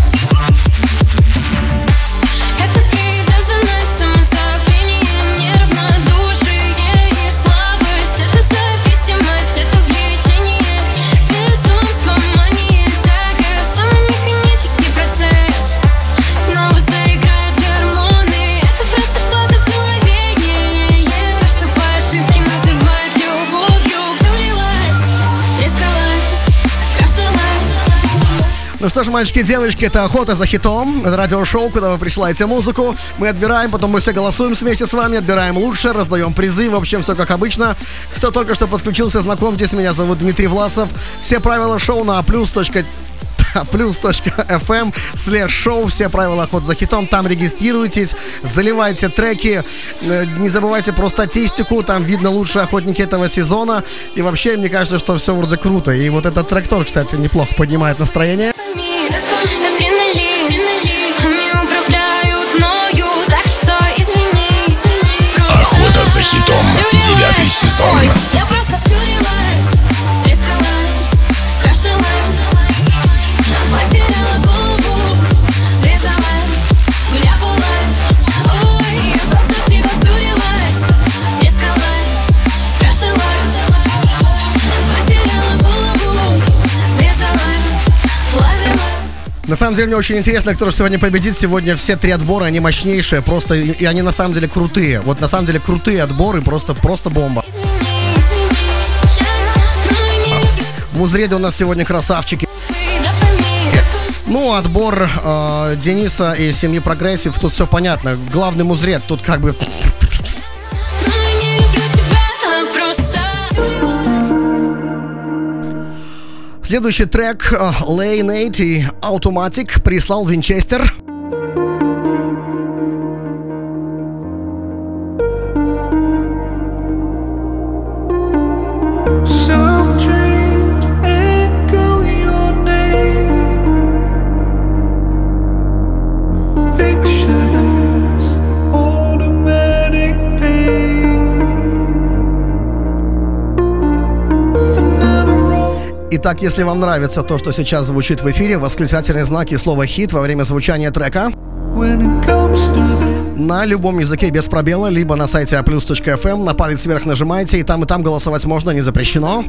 Это привязанность, самозабвение, неравнодушие и слабость. Это зависимость, это влечение, безумство, мания, тяга, самый механический процесс. Снова заиграют гормоны, это просто что-то в голове. То, что по ошибке называют любовью. Втюрилась, трескалась, крошилась. Ну что ж, мальчики и девочки, это «Охота за хитом». Это радиошоу, куда вы присылаете музыку. Мы отбираем, потом мы все голосуем вместе с вами, отбираем лучше, раздаем призы. В общем, все как обычно. Кто только что подключился, знакомьтесь, меня зовут Дмитрий Власов. Все правила шоу на aplus.com плюс.фм слэш шоу. Все правила «Охоты за хитом». Там регистрируйтесь, заливайте треки. Не забывайте про статистику. Там видно лучшие охотники этого сезона. И вообще, мне кажется, что все вроде круто. И вот этот трек тоже, кстати, неплохо поднимает настроение. Адреналин, ими управляют мною, так что извини. Охота за хитом. Девятый сезон. Я просто втюрилась, трескалась, крошилась, потеряла голову, врезалась, вляпалась. Ой, я просто в тебя втюрилась, трескалась, крошилась, потеряла голову, врезалась, вплавилась. На самом деле, мне очень интересно, кто же сегодня победит. Сегодня все три отбора, они мощнейшие, просто, и они на самом деле крутые. Вот на самом деле крутые отборы, просто, просто бомба. Извини, В Музреде у нас сегодня красавчики. Ну, отбор э, Дениса и семьи Прогрессив, тут все понятно. Главный Музред, тут как бы... Следующий трек Lane восемь Automatic прислал Винчестер. Итак, если вам нравится то, что сейчас звучит в эфире, восклицательные знаки и слово «хит» во время звучания трека на любом языке без пробела, либо на сайте а плюс точка эф эм, на палец вверх нажимаете, и там и там голосовать можно, не запрещено.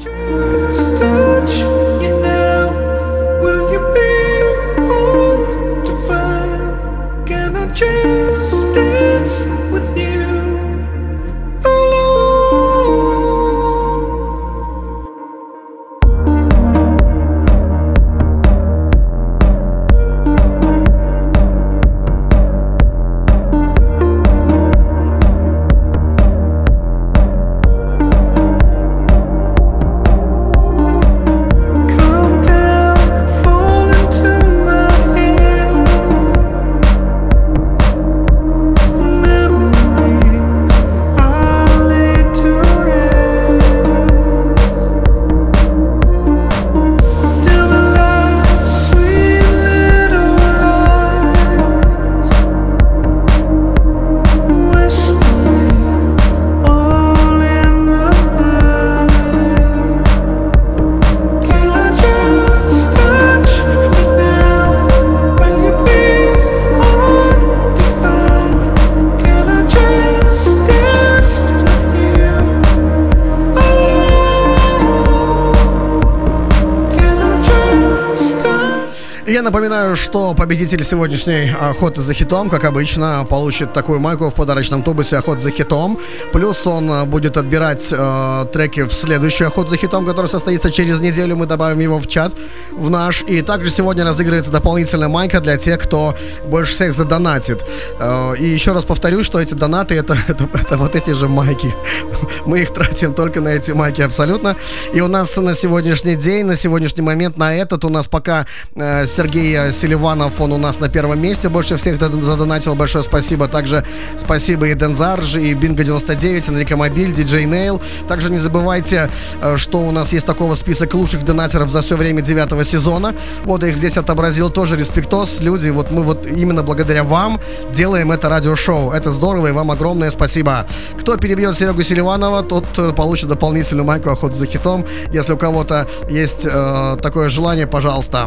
Я напоминаю, что победитель сегодняшней охоты за хитом, как обычно, получит такую майку в подарочном тубусе «Охота за хитом». Плюс он будет отбирать э, треки в следующую охоту за хитом, которая состоится через неделю. Мы добавим его в чат, в наш. И также сегодня разыгрывается дополнительная майка для тех, кто больше всех задонатит. Э, и еще раз повторю, что эти донаты это, это, это вот эти же майки. Мы их тратим только на эти майки абсолютно. И у нас на сегодняшний день, на сегодняшний момент, на этот у нас пока э, Сергей Селиванов, он у нас на первом месте, больше всех задонатил, большое спасибо. Также спасибо и Дензарж, и Бинго девяносто девять, Энрико Мобиль, Диджей Нейл. Также не забывайте, что у нас есть такого список лучших донатеров за все время девятого сезона. Вот я их здесь отобразил, тоже респектос, люди, вот мы вот именно благодаря вам делаем это радиошоу. Это здорово, и вам огромное спасибо. Кто перебьет Серегу Селиванова, тот получит дополнительную майку «Охота за хитом». Если у кого-то есть э, такое желание, пожалуйста.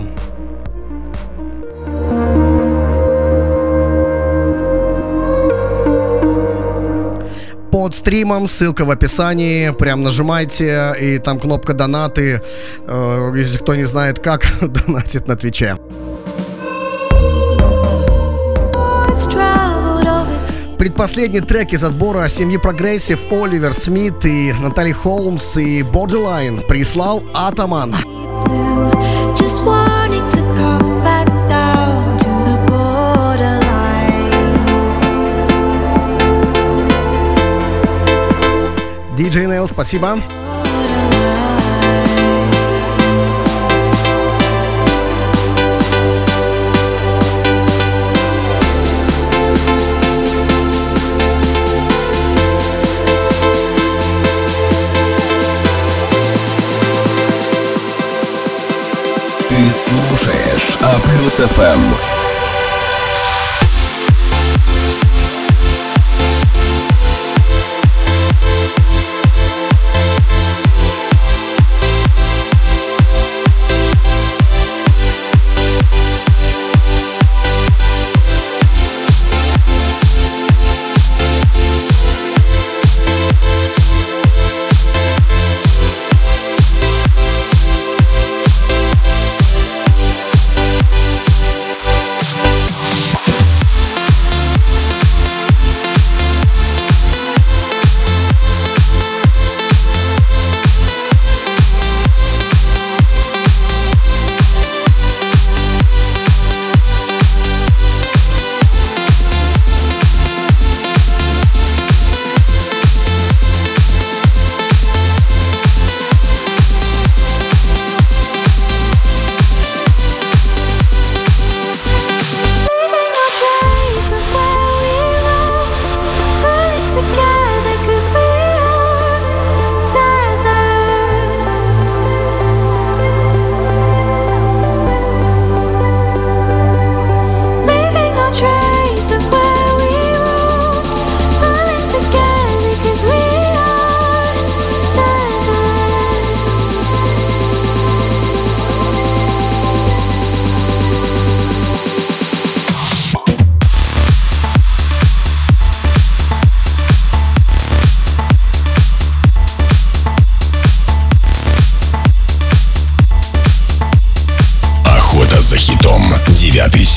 Под стримом, ссылка в описании, прям нажимайте, и там кнопка «Донаты», э, если кто не знает, как донатить на Твиче. Предпоследний трек из отбора семьи Прогрессив Оливер Смит и Натали Холмс и Borderline прислал Атаман. Диджей Нейл, спасибо. Ты слушаешь А Плюс эф эм.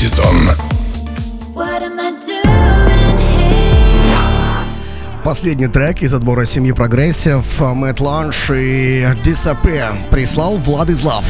сезон. Последний трек из отбора семьи Прогрессив, Мэтт Ланж и Disappear прислал Влад Излав.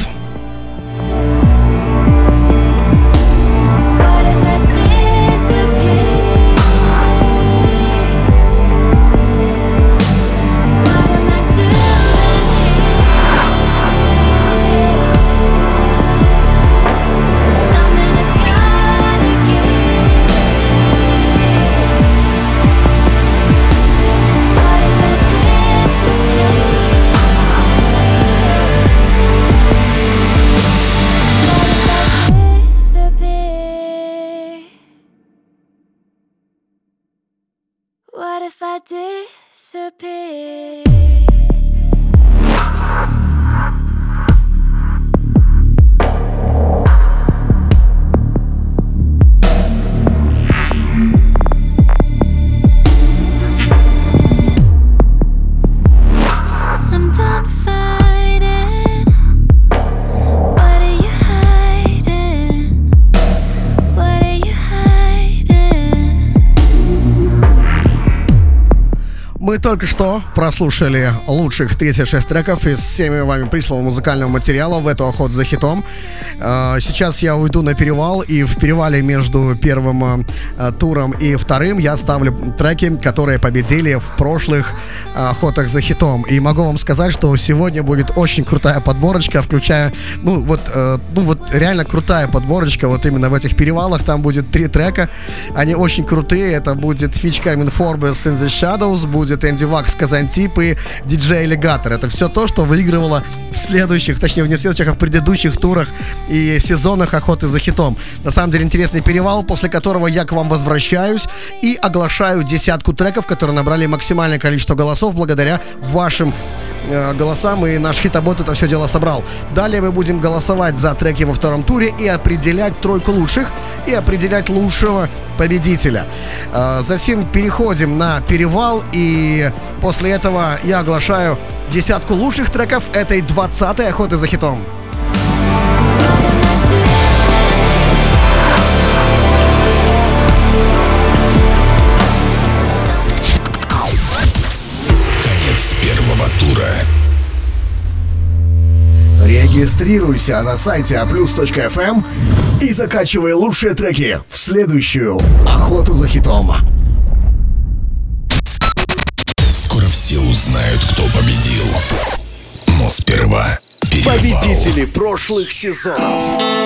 What if I disappear? I'm done fighting. What are you hiding? What are you hiding? Мы только что прослушали лучших тридцать шесть треков из всеми вами присланного музыкального материала в эту охоту за хитом. Сейчас я уйду на перевал, и в перевале между первым туром и вторым я ставлю треки, которые победили в прошлых охотах за хитом. И могу вам сказать, что сегодня будет очень крутая подборочка, включая, ну вот, ну вот реально крутая подборочка вот именно в этих перевалах. Там будет три трека, они очень крутые. Это будет фич Кармин Форбес In The Shadows, будет Энди Вакс Казантип и диджей Аллигатор. Это все то, что выигрывало в следующих, точнее не в следующих, а в предыдущих турах и сезонах охоты за хитом. На самом деле интересный перевал, после которого я к вам возвращаюсь и оглашаю десятку треков, которые набрали максимальное количество голосов благодаря вашим э, голосам, и наш хитобот это все дело собрал. Далее мы будем голосовать за треки во втором туре и определять тройку лучших и определять лучшего победителя. Э, затем переходим на перевал, и после этого я оглашаю десятку лучших треков этой двадцатой охоты за хитом. Конец первого тура. Регистрируйся на сайте а плюс точка эф эм и закачивай лучшие треки в следующую охоту за хитом. Скоро все узнают, кто победил. Но сперва перевал. Победители прошлых сезонов.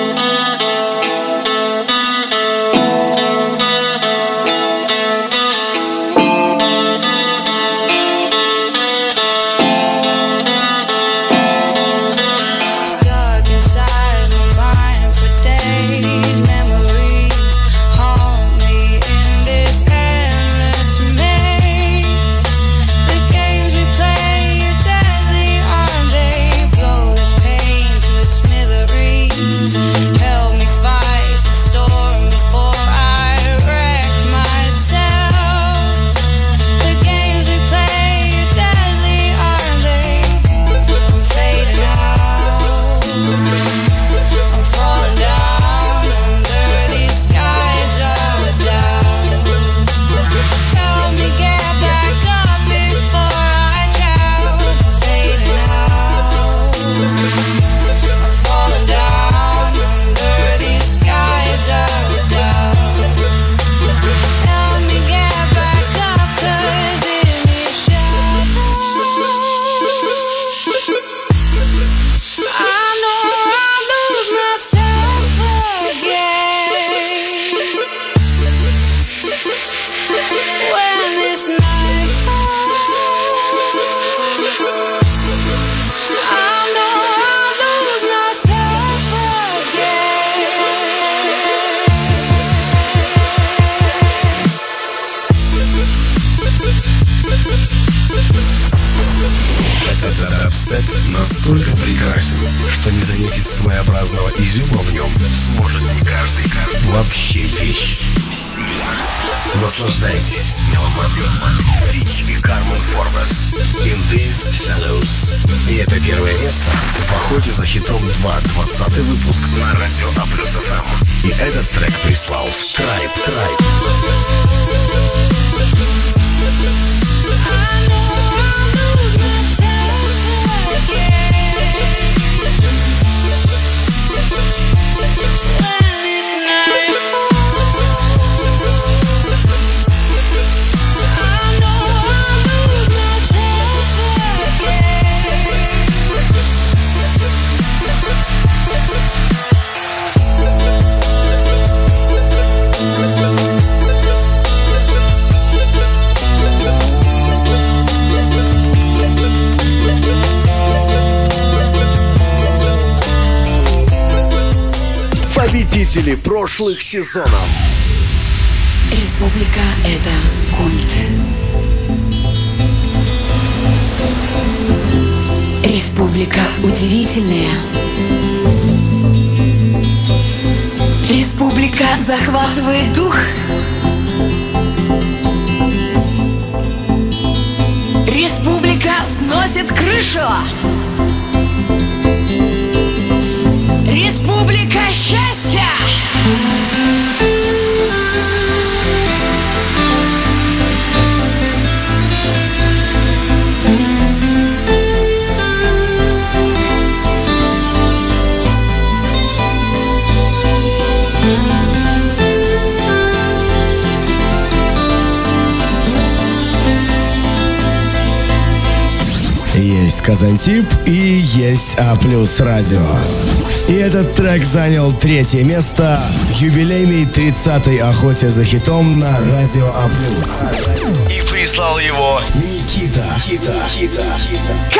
Help me fight the storm before I wreck myself. The games we play are deadly, aren't they? I'm fading out. I'm falling down under these skies of doubt. Help me get back up before I drown. I'm fading out. I'm falling down. Skies of doubt. Help me get back up, 'cause in these shadows I know I'll lose myself again. When this night falls, I know I'll lose myself again. Этот дабстеп настолько прекрасен, что не заметить своеобразного изюма в нем сможет не каждый. Вообще вещь сильно. Наслаждайтесь. Фич и Кармен Форбес. In These Shadows. И это первое место в охоте за хитом два, двадцатый выпуск на радио А плюс эф эм. И этот трек прислал Трайб. Трайб. Победители прошлых сезонов. Республика — это культ. Республика удивительная. Республика захватывает дух. Республика сносит крышу. Республика счастья! Есть Казантип и есть А плюс радио. И этот трек занял третье место в юбилейной тридцатой охоте за хитом на радио А плюс. И прислал его Никита. Хита, хита, хита.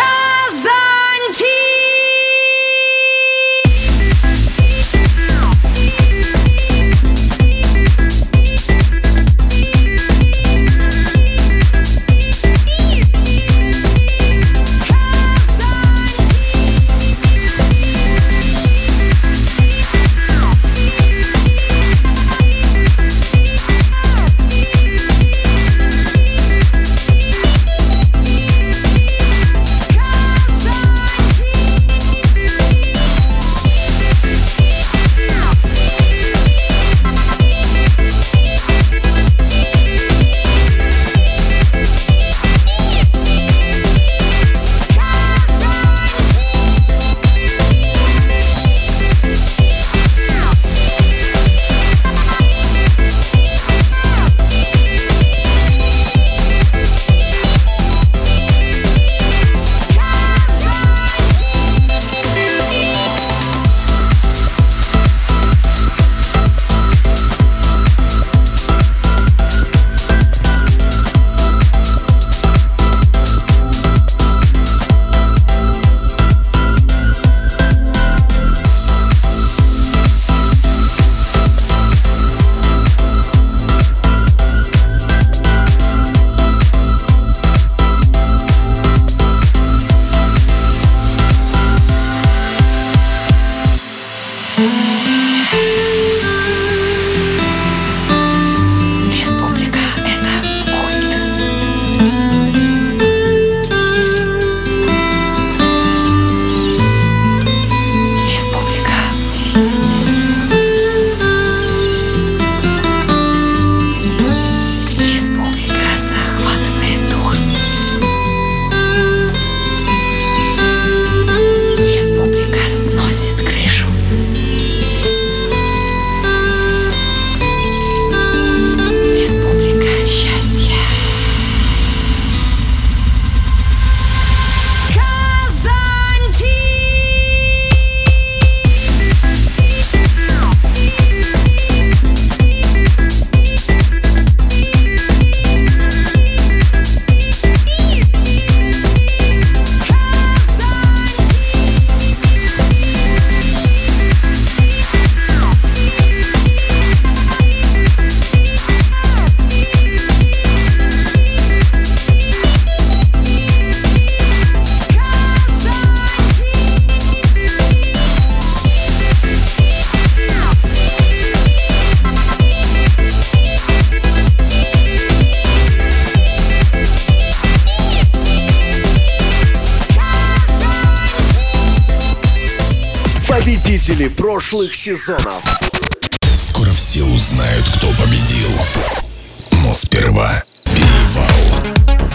победители прошлых сезонов. Скоро все узнают, кто победил. Но сперва перевал.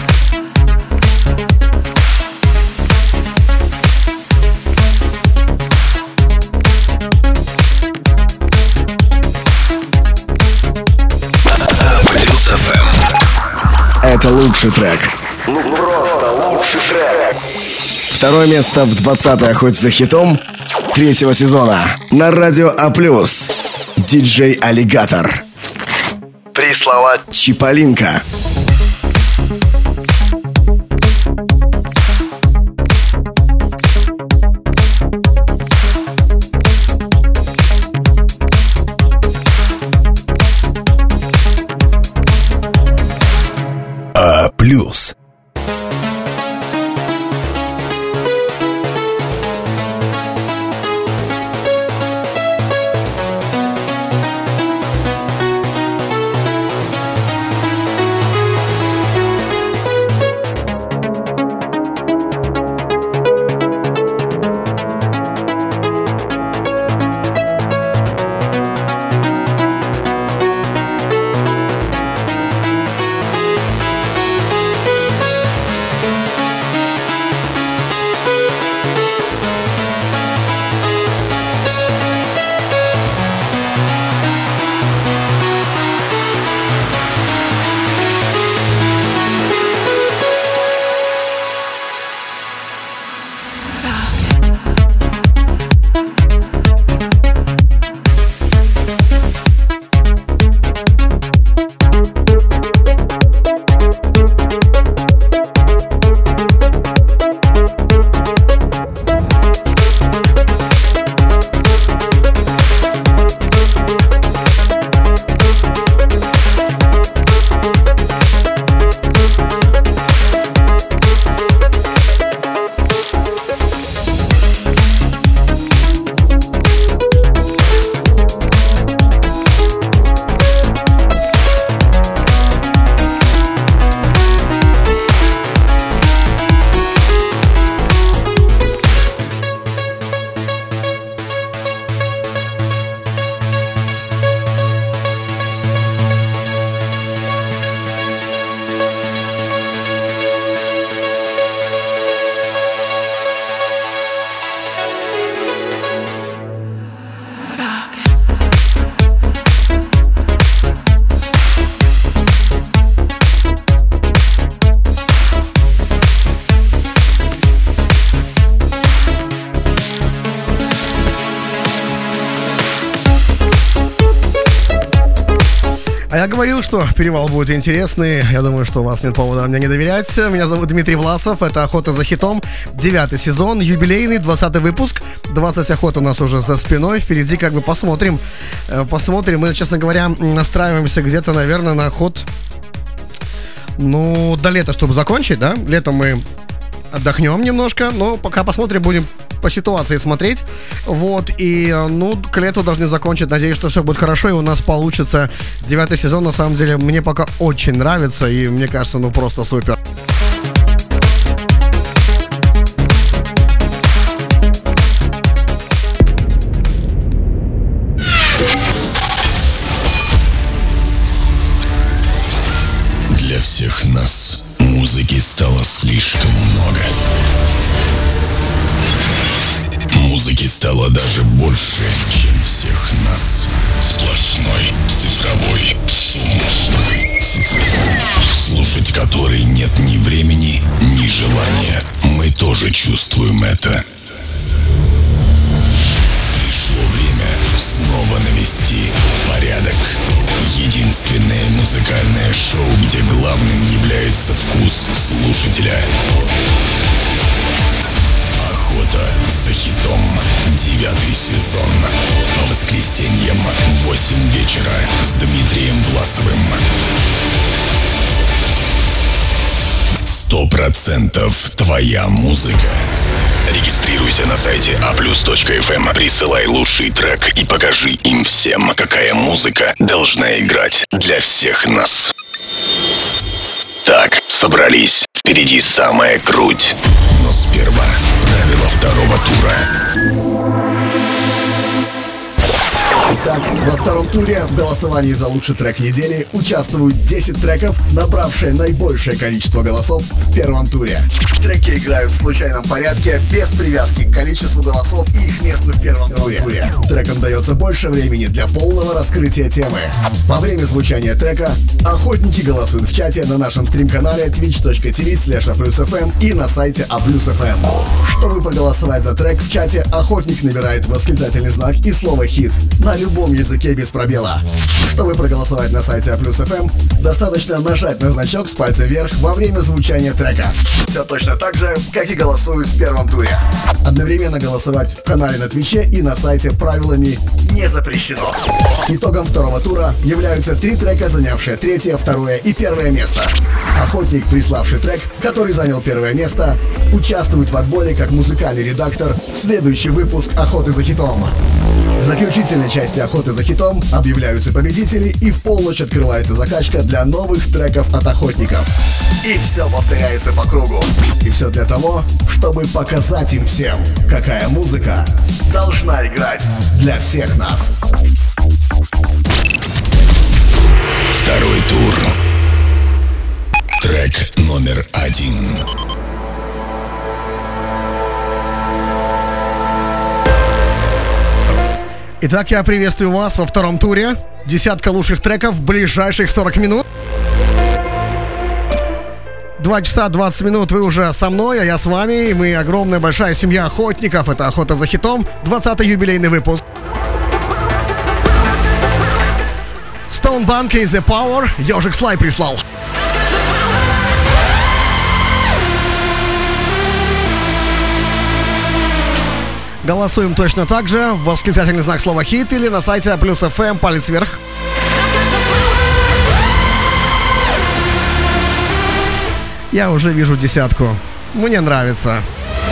Плюс эф эм. Это лучший трек. Ну просто лучший трек. Второе место в двадцатой охоте за хитом третьего сезона на радио А+. Диджей Аллигатор. Три слова Чиполлинко. А+. А я говорил, что перевал будет интересный. Я думаю, что у вас нет повода мне не доверять. Меня зовут Дмитрий Власов. Это «Охота за хитом». Девятый сезон, юбилейный, двадцатый выпуск. двадцать охот у нас уже за спиной. Впереди как бы посмотрим. Посмотрим. Мы, честно говоря, настраиваемся где-то, наверное, на ход, ну, до лета, чтобы закончить, да? Летом мы отдохнем немножко, но пока посмотрим, будем по ситуации смотреть. Вот, и, ну, к лету должны закончить. Надеюсь, что все будет хорошо, и у нас получится. Девятый сезон, на самом деле, мне пока очень нравится, и мне кажется, ну, просто супер. Для всех нас музыки стало слишком много. Музыки стало даже больше, чем всех нас. Сплошной цифровой шум, слушать который нет ни времени, ни желания. Мы тоже чувствуем это. Пришло время снова навести порядок. Единственное музыкальное шоу, где главным является вкус слушателя. «Охота за хитом». Девятый сезон. По воскресеньям в восемь вечера с Дмитрием Власовым. Сто процентов твоя музыка. Регистрируйся на сайте а плюс точка эф эм, присылай лучший трек и покажи им всем, какая музыка должна играть для всех нас. Так, собрались. Впереди самая круть. Но сперва правила второго тура. Итак, во втором туре в голосовании за лучший трек недели участвуют десять треков, набравшие наибольшее количество голосов в первом туре. Треки играют в случайном порядке, без привязки к количеству голосов и их месту в первом туре. Трекам дается больше времени для полного раскрытия темы. Во время звучания трека охотники голосуют в чате на нашем стрим-канале twitch.tv слэш aplus.fm и на сайте aplus.fm. Чтобы проголосовать за трек в чате, охотник набирает восклицательный знак и слово «хит» на любом языке без пробела. Чтобы проголосовать на сайте aplus.fm, достаточно нажать на значок с пальца вверх во время звучания трека. Все точно так же, как и голосуют в первом туре. Одновременно голосовать в канале на Твиче и на сайте правилами не запрещено. Итогом второго тура являются три трека, занявшие третье, второе и первое место. Охотник, приславший трек, который занял первое место, участвует в отборе как музыкальный редактор в следующий выпуск «Охоты за хитом». В заключительной части «Охоты за хитом» объявляются победители, и в полночь открывается закачка для новых треков от охотников. И все повторяется по кругу. И все для того, чтобы показать им всем, какая музыка должна играть для всех нас. Второй тур. Трек номер один. Итак, я приветствую вас во втором туре. Десятка лучших треков в ближайших сорок минут. Два часа двадцать минут вы уже со мной, а я с вами. И мы огромная большая семья охотников. Это «Охота за хитом», двадцатый юбилейный выпуск. Stone Bank и The Power. Ежик Слай прислал. Голосуем точно так же. Восклицательный знак слова «хит» или на сайте aplus.fm, палец вверх. Я уже вижу десятку. Мне нравится.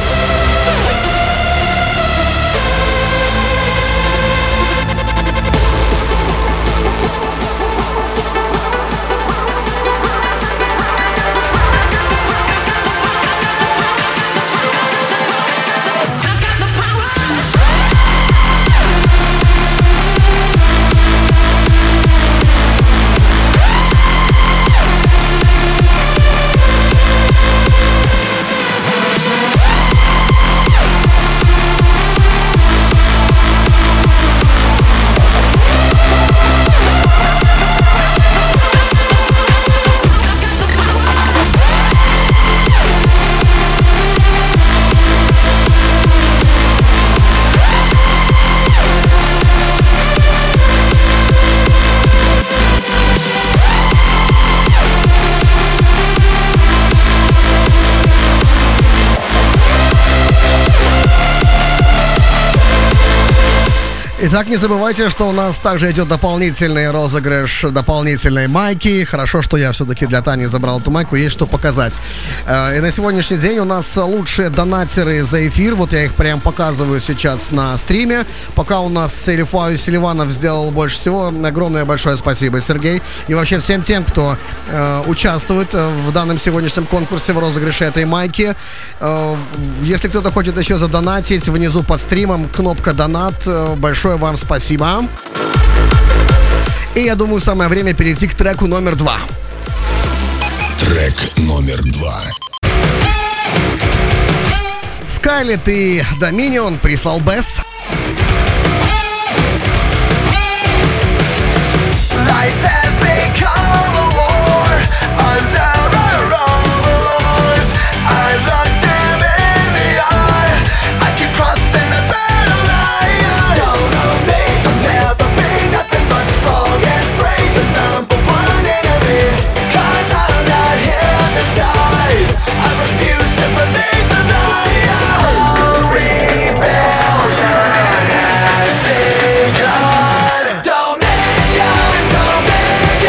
Итак, не забывайте, что у нас также идет дополнительный розыгрыш дополнительной майки. Хорошо, что я все-таки для Тани забрал эту майку, есть что показать. И на сегодняшний день у нас лучшие донатеры за эфир. Вот я их прям показываю сейчас на стриме. Пока у нас Селифау Селиванов сделал больше всего. Огромное большое спасибо, Сергей. И вообще всем тем, кто э, участвует в данном сегодняшнем конкурсе в розыгрыше этой майки. Э, если кто-то хочет еще задонатить, внизу под стримом кнопка «Донат». Большое вам спасибо. И я думаю, самое время перейти к треку номер два. Трек номер два. Скайлет и Доминион прислал Бесс. Dominion, Dominion.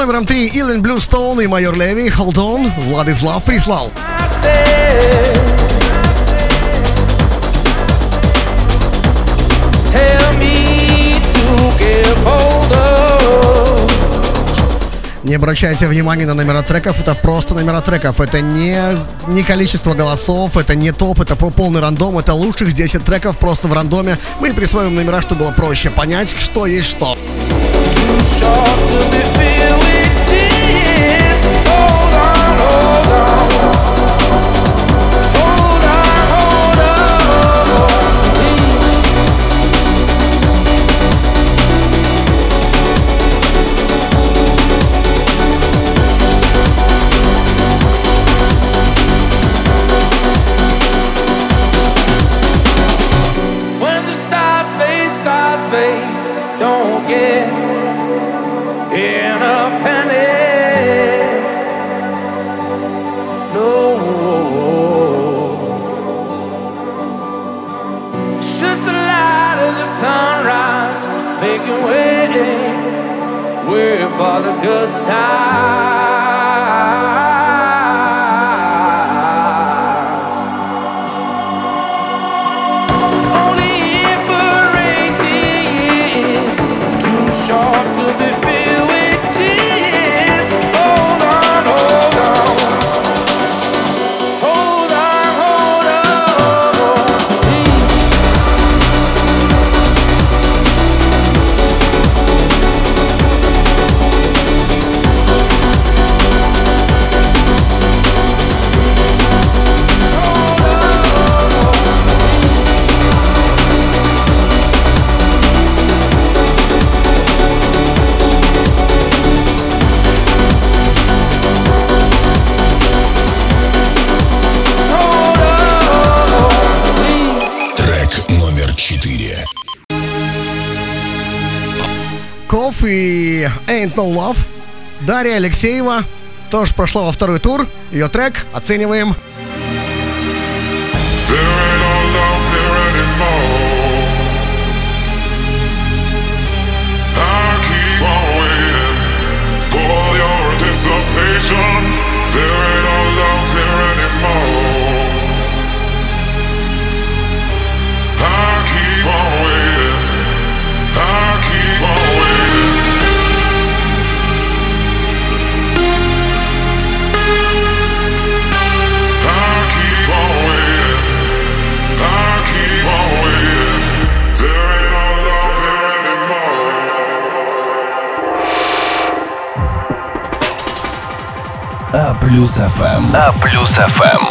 номером три Илэн Блюстоун и Майор Леви, Hold On. Владислав прислал. Не обращайте внимания на номера треков, это просто номера треков. Это не, не количество голосов, это не топ, это полный рандом, это лучших десять треков просто в рандоме. Мы присвоим номера, чтобы было проще понять, что есть что. Don't get in a panic. No, it's just the light of the sunrise making way, way for the good times. Short to be filled with tears. Hold on, hold on. Hold on, hold on. Коф и Ain't No Love. Дарья Алексеева тоже прошла во второй тур. Ее трек оцениваем. А плюс эф эм. А плюс эф эм.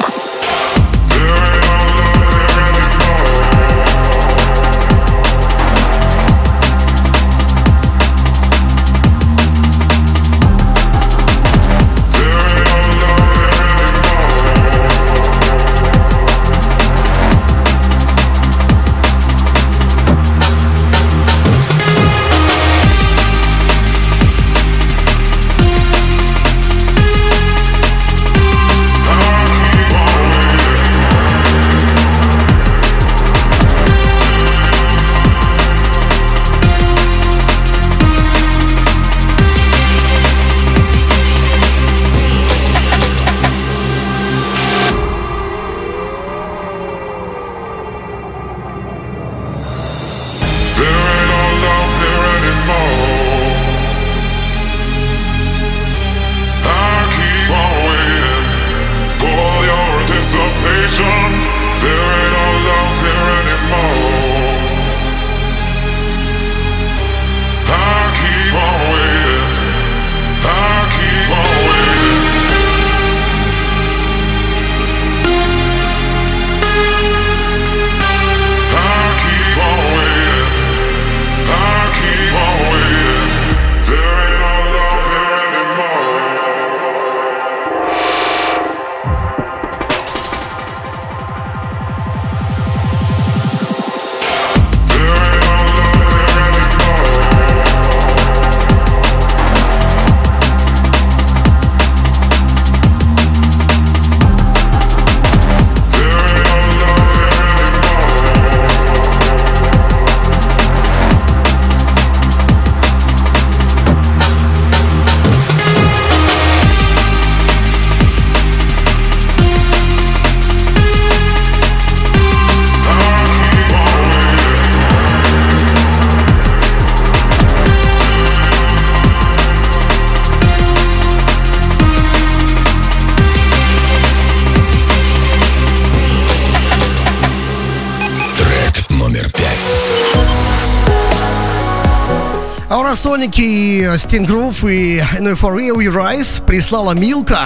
I keep on Парасоники и Sting Groove и In Euphoria We Rise прислала Милка.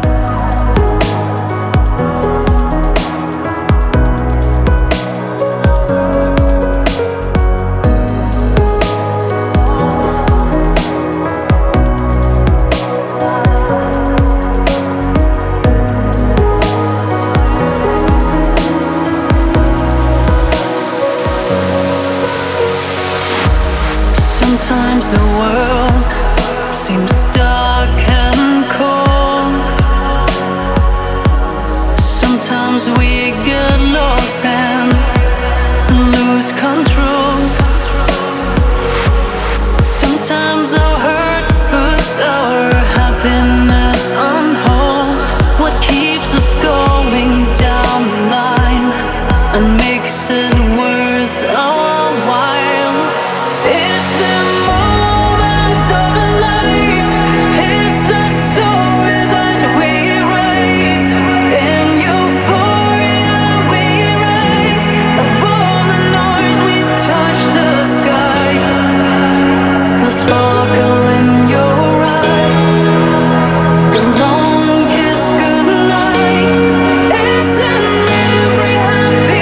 Sometimes the world seems dark and cold. Sometimes we get lost and lose control. Sometimes our hurt puts our happiness on hold. What keeps us going down the line and makes it worth our while? It's the moments of life. It's the story that we write. In euphoria we rise. Above the noise we touch the sky. The sparkle in your eyes. The long kiss goodnight. It's in every happy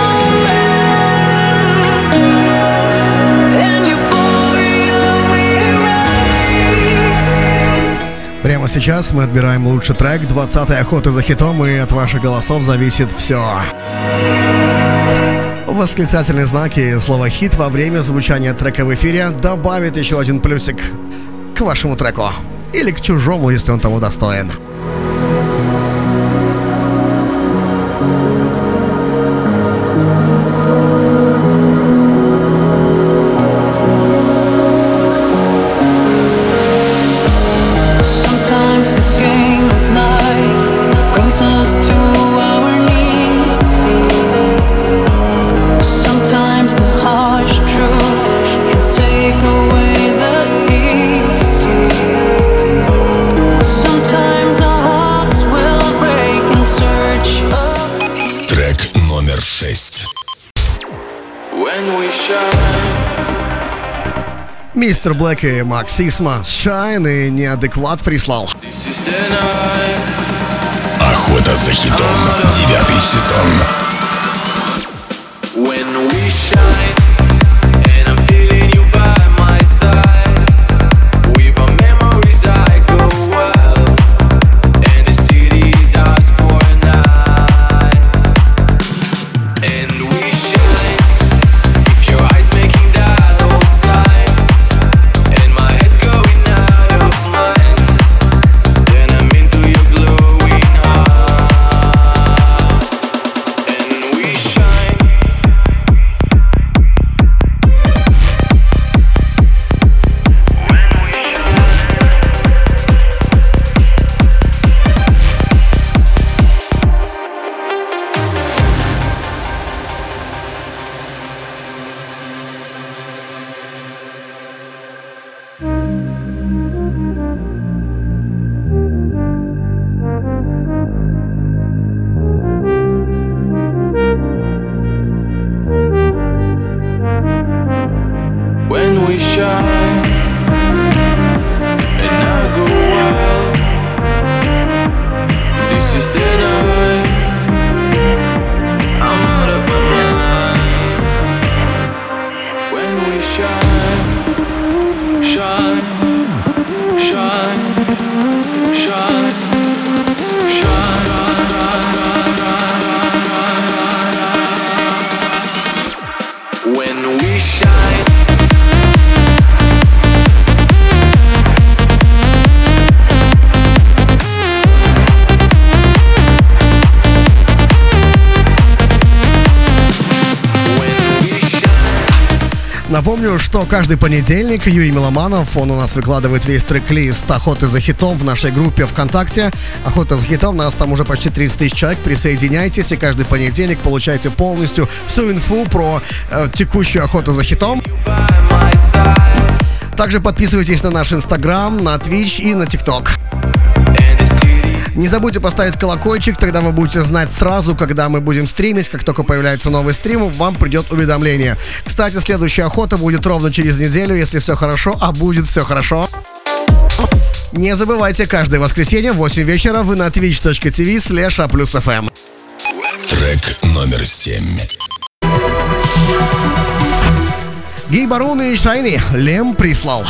moment. In euphoria we rise. Прямо сейчас мы отбираем лучший трек двадцатой охоты за хитом, и от ваших голосов зависит все. Восклицательные знаки и слово «хит» во время звучания трека в эфире добавит еще один плюсик к вашему треку. Или к чужому, если он того достоин. Sometimes the game of life brings us to our knees. Sometimes the harsh truth can take away the ease. Sometimes our hearts will break in search of Трек номер шесть. When we shine. Мистер Блэк и Максисма, Shine и Неадекват прислал. This is the night. Охота за хитом. Девятый сезон. When we shine, and I'm feeling you by my side. With our memories I go wild, and the city is ours for a night. And we shine, if your eyes making that old sign, and my head going out of mind, then I'm into your glowing heart. And we shine. When we shine, and I go wild. This is the night. I'm out of my mind. When we shine, shine, shine, shine, shine. When we shine. Напомню, что каждый понедельник Юрий Меломанов, он у нас выкладывает весь трек-лист «Охоты за хитом» в нашей группе ВКонтакте. «Охота за хитом», нас там уже почти тридцать тысяч человек. Присоединяйтесь, и каждый понедельник получаете полностью всю инфу про э, текущую охоту за хитом. Также подписывайтесь на наш Инстаграм, на Twitch и на ТикТок. Не забудьте поставить колокольчик, тогда вы будете знать сразу, когда мы будем стримить. Как только появляется новый стрим, вам придет уведомление. Кстати, следующая охота будет ровно через неделю, если все хорошо, а будет все хорошо. Не забывайте, каждое воскресенье в восемь вечера вы на twitch точка tv слэш а плюс эф эм. Трек номер семь. Гей Барон и Шайни. Лем прислал.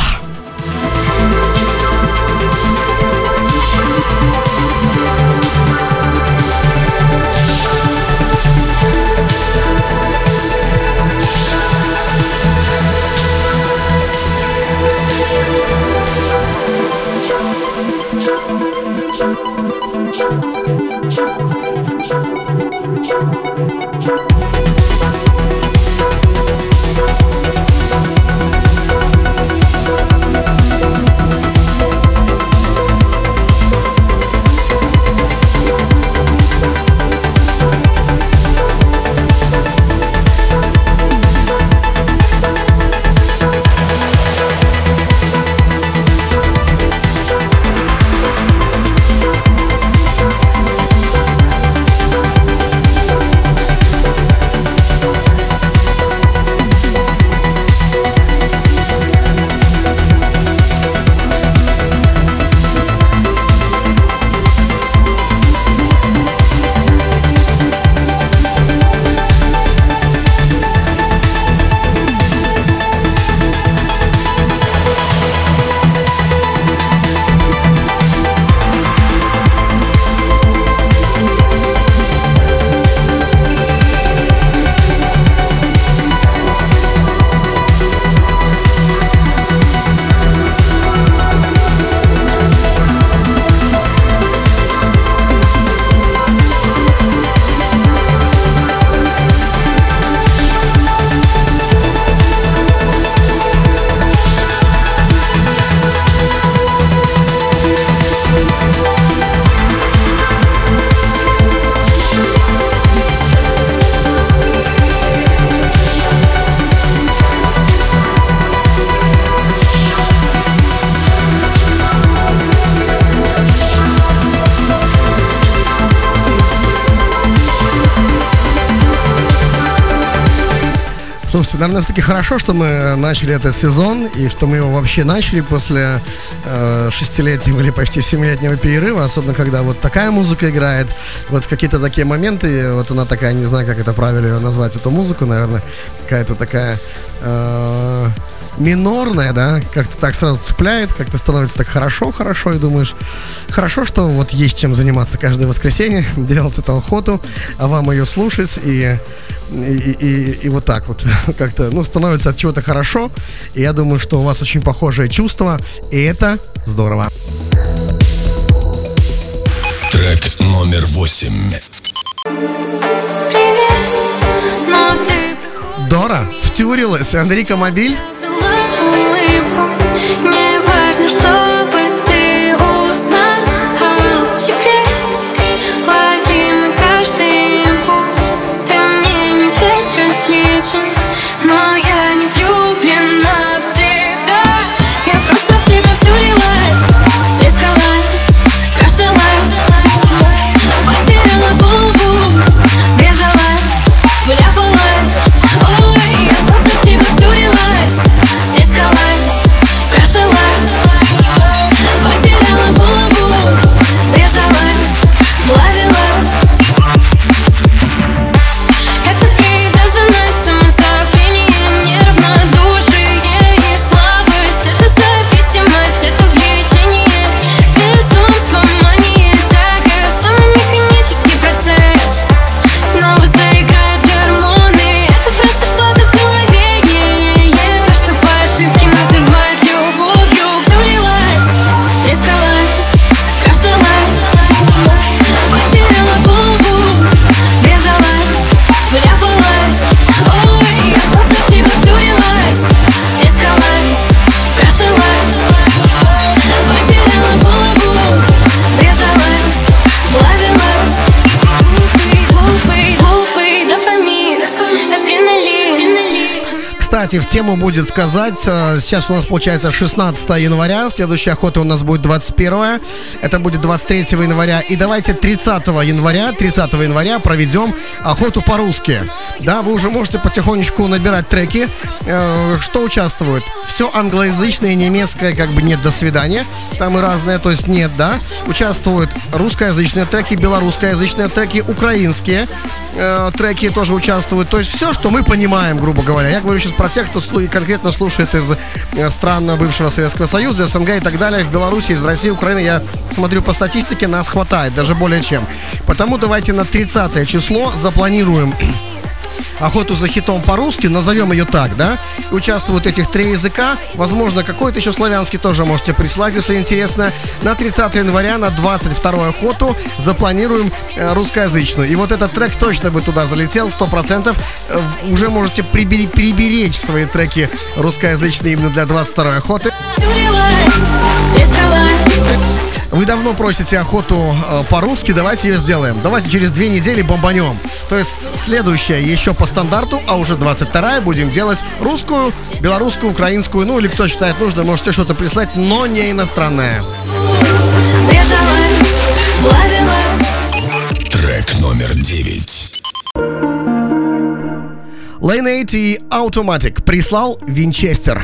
Слушайте, наверное, все-таки хорошо, что мы начали этот сезон, и что мы его вообще начали после э, шестилетнего или почти семилетнего перерыва, особенно когда вот такая музыка играет, вот какие-то такие моменты, вот она такая, не знаю, как это правильно ее назвать, эту музыку, наверное, какая-то такая... Э, минорная, да, как-то так сразу цепляет, как-то становится так хорошо-хорошо, и думаешь, хорошо, что вот есть чем заниматься каждое воскресенье, делать эту охоту, а вам ее слушать, и, и, и, и вот так вот как-то, ну, становится от чего-то хорошо, и я думаю, что у вас очень похожее чувство, и это здорово. Трек номер восемь. Дора втюрилась, Энрико Мобиль. Улыбку. Не важно, чтобы ты узнал секрет. Ловим каждый импульс. Ты мне не безразличен, но я не влюблена в тебя. Я просто в тебя втюрилась, рисковалась, крашилась, потеряла голову, врезалась, вляпалась. Ой, я просто в тебя втюрилась, рисковалась, крашилась, потеряла голову, врезалась, плавилась. Это привязанность само собой. кстати, в тему будет сказать. Сейчас у нас получается шестнадцатое января. Следующая охота у нас будет двадцать первое. Это будет двадцать третьего января. И давайте тридцатого января, тридцатого января проведем охоту по-русски. Да, вы уже можете потихонечку набирать треки. Что участвует? Все англоязычное, немецкое, как бы нет, до свидания. Там и разное, то есть нет, да. Участвуют русскоязычные треки, белорусскоязычные треки, украинские э, треки тоже участвуют. То есть все, что мы понимаем, грубо говоря. Я говорю сейчас про тех, кто слу- конкретно слушает из э, стран бывшего Советского Союза, СНГ и так далее. В Беларуси, из России, Украины, я смотрю по статистике, нас хватает, даже более чем. Потому давайте на тридцатое число запланируем охоту за хитом по-русски, назовем ее так, да? Участвуют этих три языка. Возможно, какой-то еще славянский тоже можете прислать, если интересно. На тридцатого января, на двадцать вторую охоту запланируем э, русскоязычную. И вот этот трек точно бы туда залетел, сто процентов. Э, уже можете прибери- приберечь свои треки русскоязычные именно для двадцать второй охоты. Вы давно просите охоту э, по-русски, давайте ее сделаем. Давайте через две недели бомбанем. То есть следующая еще по стандарту, а уже двадцать вторая будем делать русскую, белорусскую, украинскую. Ну или кто считает нужно, можете что-то прислать, но не иностранное. Трек номер девять. Lane eight и Automatic прислал Винчестер.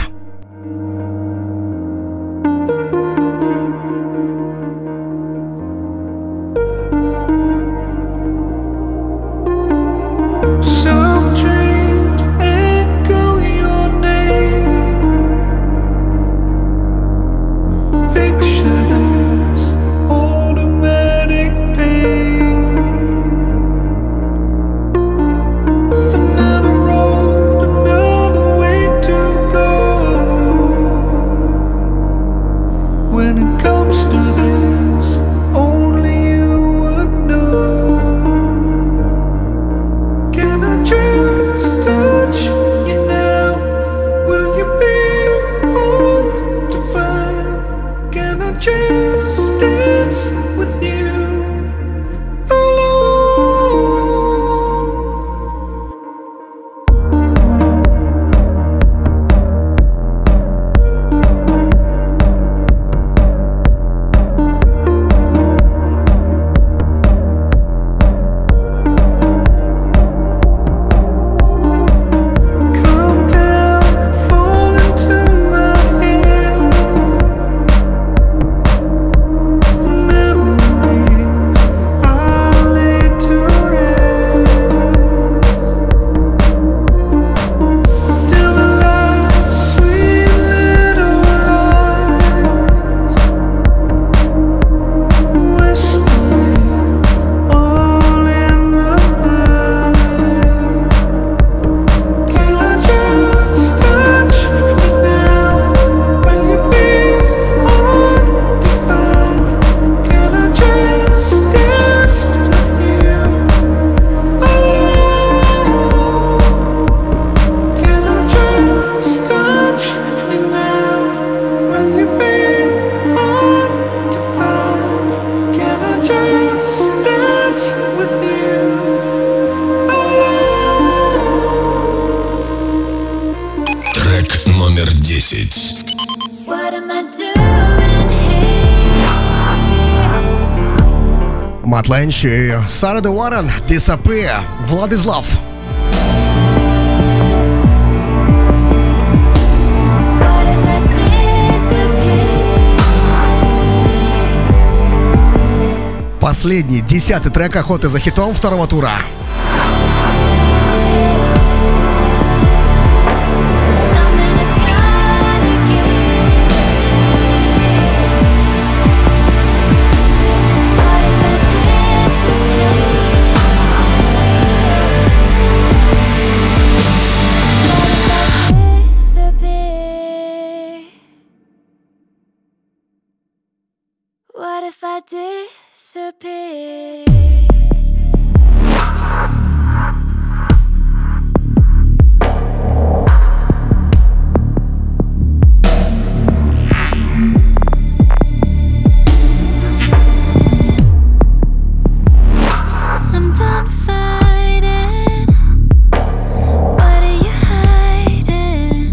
Matt Lynch и Сара Де Уоррен, Disappear, Владислав. Последний, десятый трек охоты за хитом второго тура. What if I disappear? I'm done fighting. What are you hiding?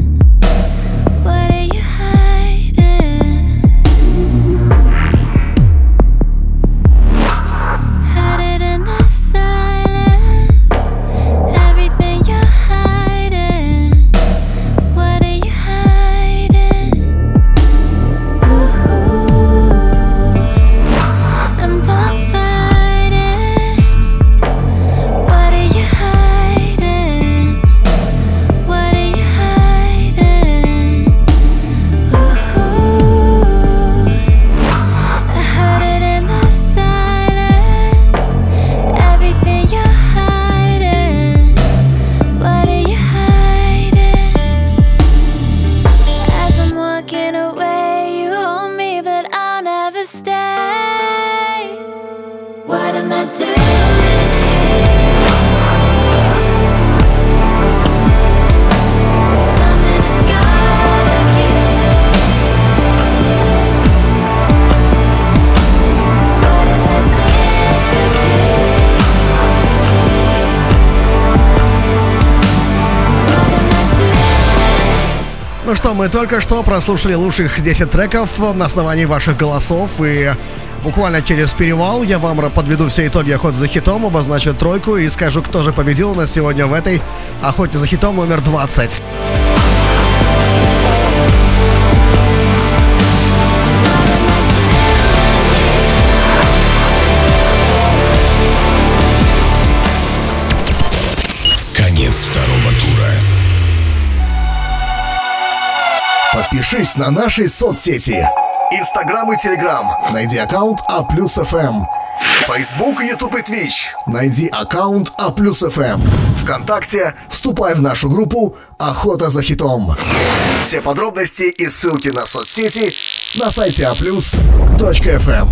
Ну что, мы только что прослушали лучших десять треков на основании ваших голосов, и буквально через перевал я вам подведу все итоги охоты за хитом, обозначу тройку и скажу, кто же победил у нас сегодня в этой охоте за хитом номер двадцать. Конец второго тура. Подпишись на наши соцсети. Инстаграм и Телеграм. Найди аккаунт А плюс эф эм. Фейсбук, Ютуб и Твич. Найди аккаунт А плюс эф эм. ВКонтакте вступай в нашу группу «Охота за хитом». Все подробности и ссылки на соцсети на сайте а плюс точка эф эм.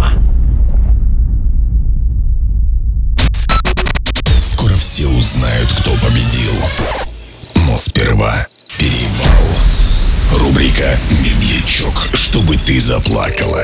Скоро все узнают, кто победил. Но сперва перевал. Рубрика «Медлячок, чтобы ты заплакала».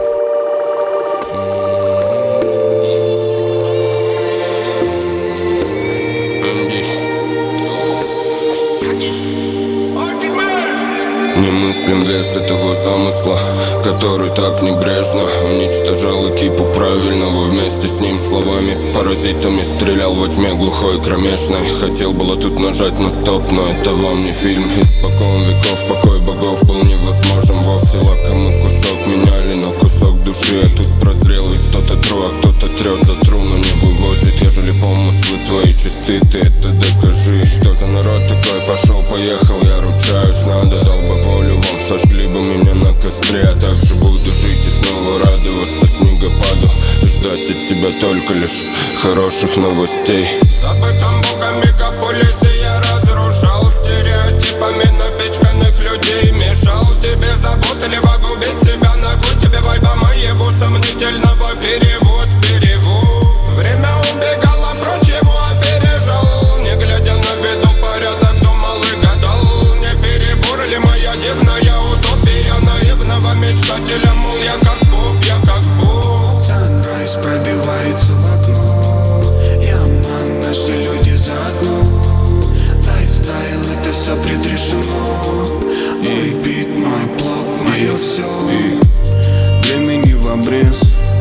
Немыслим вес этого замысла, который так небрежно уничтожал экипу правильного вместе с ним словами. Паразитами стрелял во тьме глухой кромешной. Хотел было тут нажать на стоп, но это вам не фильм. Испокон веков покой богов был невозможен вовсе. Лакомый кусок меняли на кусок души, а тут прозрел ведь кто-то тру, а кто-то трет за тру, но не вывозит. Ежели помыслы твои чисты, ты это докажи. Что за народ такой? Пошел, поехал, я ручаюсь, надо. Дал бы волю вам, сожгли бы меня на костре. А также буду жить и снова радоваться снегопаду и ждать от тебя только лишь хороших новостей. Забытым богом мегаполисе я разрушал стереотипами напичканных людей. Мешал тебе заботливо губить себя, ногу тебе вайба моего сомнительного. Перевод, перевод. Время убегало прочь, его опережал. Не глядя на виду порядок, думал и гадал. Не перебор ли моя дивная утопия наивного мечтателя? Мол, я как Бог, я как Бог. Sunrise пробивается в окно. Я ман, наши люди заодно. Лайфстайл, это все предрешено. Мой бит, мой блог, мое все. И времени в обрез.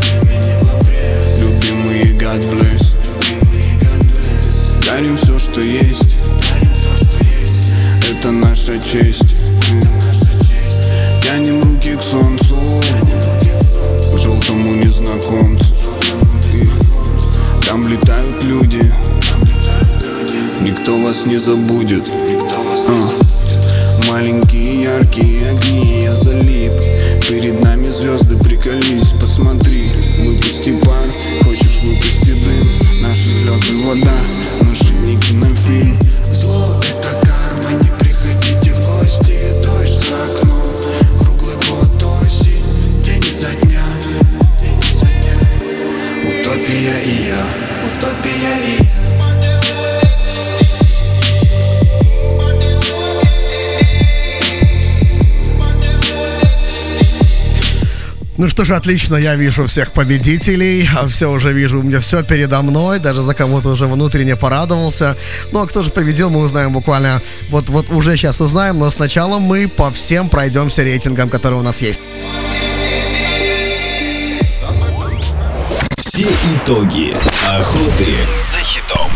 Любимые God bless. Дарим все, что есть. Это наша честь. Тянем руки к солнцу, к желтому незнакомцу. Там летают люди, никто вас не забудет. а. Маленькие яркие огни, я залип. Перед нами звезды, приколись, посмотри. Выпусти пар, хочешь выпусти дым. Наши слезы вода, наши не кинофильм. Зло это карма, не приходите в гости. Дождь за окном, круглый год осень. День изо дня, день изо дня. Утопия и я, утопия и я. Ну что ж, отлично, я вижу всех победителей, а все уже вижу, у меня все передо мной, даже за кого-то уже внутренне порадовался. Ну а кто же победил, мы узнаем буквально, вот, вот уже сейчас узнаем, но сначала мы по всем пройдемся рейтингам, которые у нас есть. Все итоги охоты за хитом.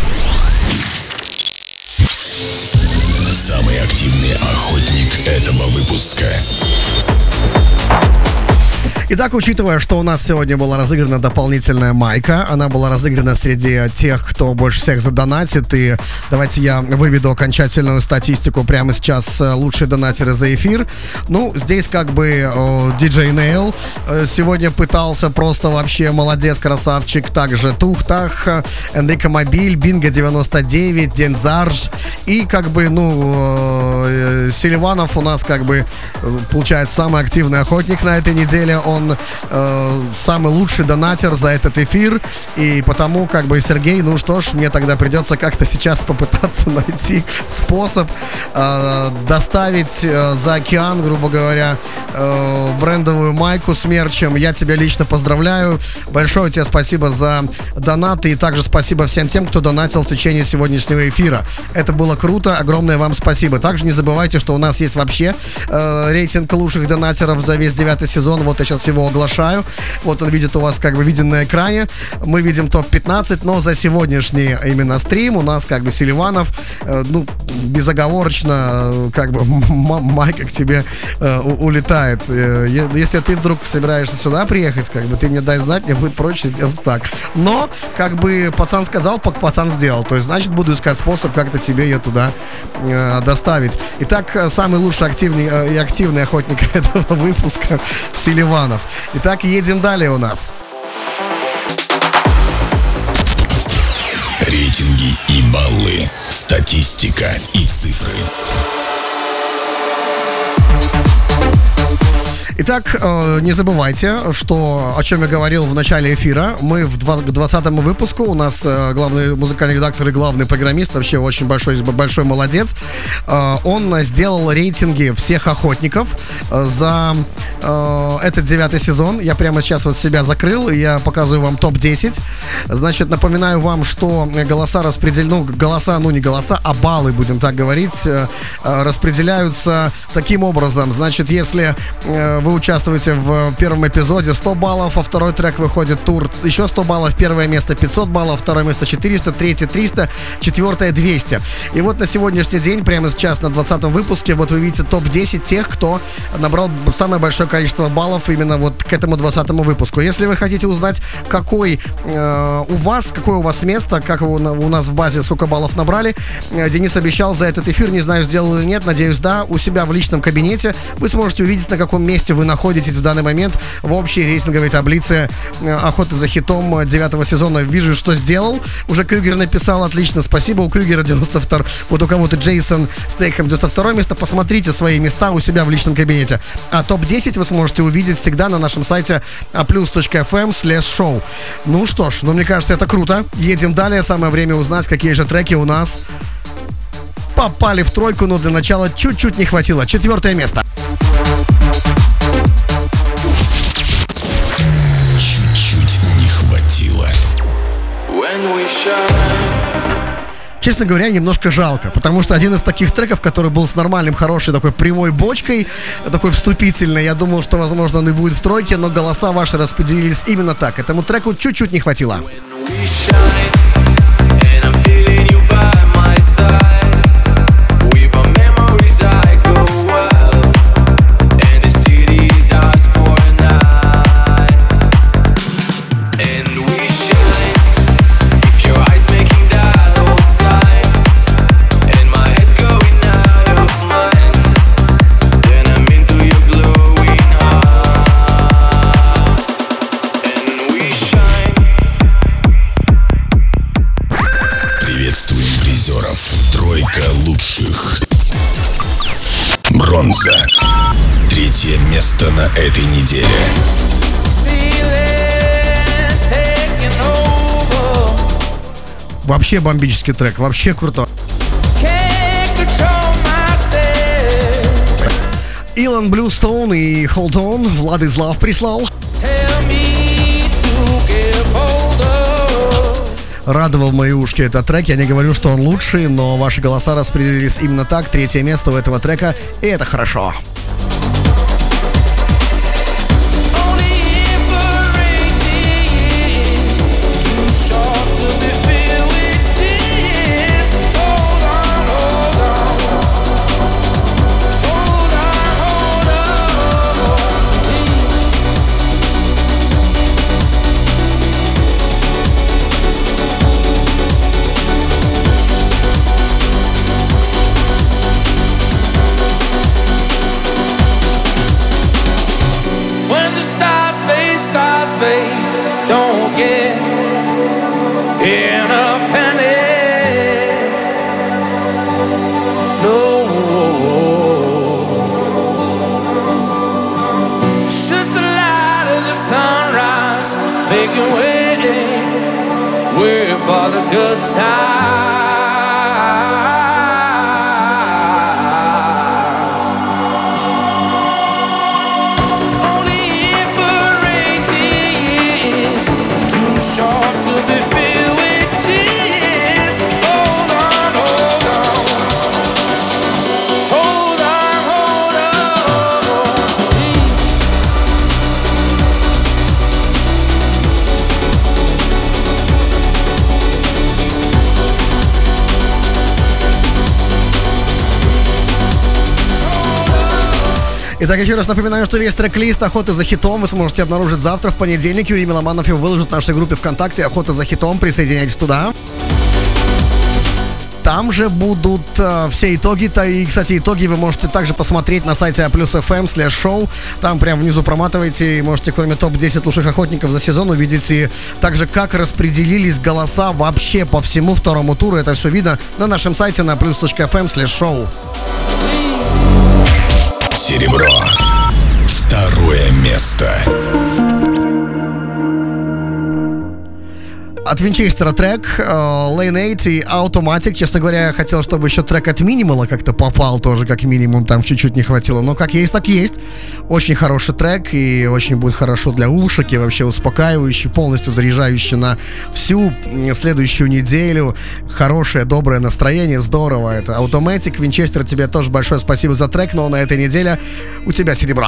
Самый активный охотник этого выпуска. Итак, учитывая, что у нас сегодня была разыграна дополнительная майка, она была разыграна среди тех, кто больше всех задонатит, и давайте я выведу окончательную статистику прямо сейчас, лучшие донатеры за эфир. Ну, здесь как бы о, диджей Нейл сегодня пытался, просто вообще молодец, красавчик, также Тухтах, Энрико Мобиль, Бинго девяносто девять, Дензарж, и как бы, ну, Селиванов у нас как бы, получается, самый активный охотник на этой неделе. Он он э, самый лучший донатер за этот эфир. И потому, как бы, Сергей, ну что ж, мне тогда придется как-то сейчас попытаться найти способ э, доставить э, за океан, грубо говоря, э, брендовую майку с мерчем. Я тебя лично поздравляю. Большое тебе спасибо за донаты. И также спасибо всем тем, кто донатил в течение сегодняшнего эфира. Это было круто. Огромное вам спасибо. Также не забывайте, что у нас есть вообще э, рейтинг лучших донатеров за весь девятый сезон. Вот я сейчас его оглашаю. Вот он видит у вас, как бы, виден на экране. Мы видим топ пятнадцать, но за сегодняшний именно стрим у нас, как бы, Селиванов, э, ну, безоговорочно, э, как бы, майка к тебе э, у- улетает. Э, если ты вдруг собираешься сюда приехать, как бы, ты мне дай знать, мне будет проще сделать так. Но, как бы, пацан сказал, пацан сделал. То есть, значит, буду искать способ как-то тебе ее туда э, доставить. Итак, самый лучший активный, э, и активный охотник этого выпуска — Селиванов. Итак, едем далее у нас. Рейтинги и баллы, статистика и цифры. Итак, э, не забывайте, что, о чем я говорил в начале эфира. Мы в два, к двадцатому выпуску. У нас э, главный музыкальный редактор и главный программист, вообще очень большой, большой молодец. Э, он сделал рейтинги всех охотников э, за э, этот девятый сезон. Я прямо сейчас вот себя закрыл, и я показываю вам топ десять. Значит, напоминаю вам, что голоса распределены, ну, голоса, ну не голоса, а баллы, будем так говорить, э, распределяются таким образом. Значит, если э, вы участвуете в первом эпизоде, сто баллов, а второй трек выходит тур, еще сто баллов, первое место пятьсот баллов, второе место четыреста, третье триста, четвертое двести. И вот на сегодняшний день, прямо сейчас на двадцатом выпуске, вот вы видите топ десять тех, кто набрал самое большое количество баллов именно вот к этому двадцатому выпуску. Если вы хотите узнать, какой э, у вас, какое у вас место, как у, у нас в базе, сколько баллов набрали, э, Денис обещал за этот эфир, не знаю, сделал или нет, надеюсь, да, у себя в личном кабинете вы сможете увидеть, на каком месте вы находитесь в данный момент в общей рейтинговой таблице охоты за хитом девятого сезона. Вижу, что сделал. Уже Крюгер написал, отлично, спасибо. У Крюгера девяносто два, вот у кого-то Джейсон Стейкхэм девяносто второе место. Посмотрите свои места у себя в личном кабинете. А топ десять вы сможете увидеть всегда на нашем сайте а плюс точка эф эм слэш шоу. Ну что ж, ну мне кажется, это круто. Едем далее. Самое время узнать, какие же треки у нас попали в тройку, но для начала чуть-чуть не хватило. Четвертое место. Чуть-чуть не хватило. Честно говоря, немножко жалко, потому что один из таких треков, который был с нормальным, хорошей такой прямой бочкой, такой вступительной, я думал, что, возможно, он и будет в тройке, но голоса ваши распределились именно так. Этому треку чуть-чуть не хватило. Лучших. Бронза. Третье место на этой неделе. Вообще бомбический трек, вообще круто. Илон Блюстоун и Hold On, Влад из Love прислал. Радовал мои ушки этот трек. Я не говорю, что он лучший, но ваши голоса распределились именно так. Третье место у этого трека, и это хорошо. Don't get in a panic. No, it's just a lie making way, way for the good times. Only here for eighteen years, too short to be filled with tears. Hold on, hold on, hold on, hold on to me. Итак, еще раз напоминаю, что весь трек-лист «Охоты за хитом» вы сможете обнаружить завтра в понедельник. Юрий Меломанов его выложит в нашей группе ВКонтакте «Охота за хитом». Присоединяйтесь туда. Там же будут э, все итоги-то. И, кстати, итоги вы можете также посмотреть на сайте а плюс эф эм слэш шоу. Там прям внизу проматываете и можете, кроме топ десять лучших охотников за сезон, увидеть и также, как распределились голоса вообще по всему второму туру. Это все видно на нашем сайте на плюс точка эф эм слэш шоу. Серебро. Второе место. От Винчестера трек Lane восемь и Automatic. Честно говоря, я хотел, чтобы еще трек от Минимала как-то попал тоже, как минимум, там чуть-чуть не хватило. Но как есть, так есть. Очень хороший трек и очень будет хорошо для ушек и вообще успокаивающий, полностью заряжающий на всю следующую неделю. Хорошее, доброе настроение, здорово это. Automatic, Винчестер, тебе тоже большое спасибо за трек, но на этой неделе у тебя серебро.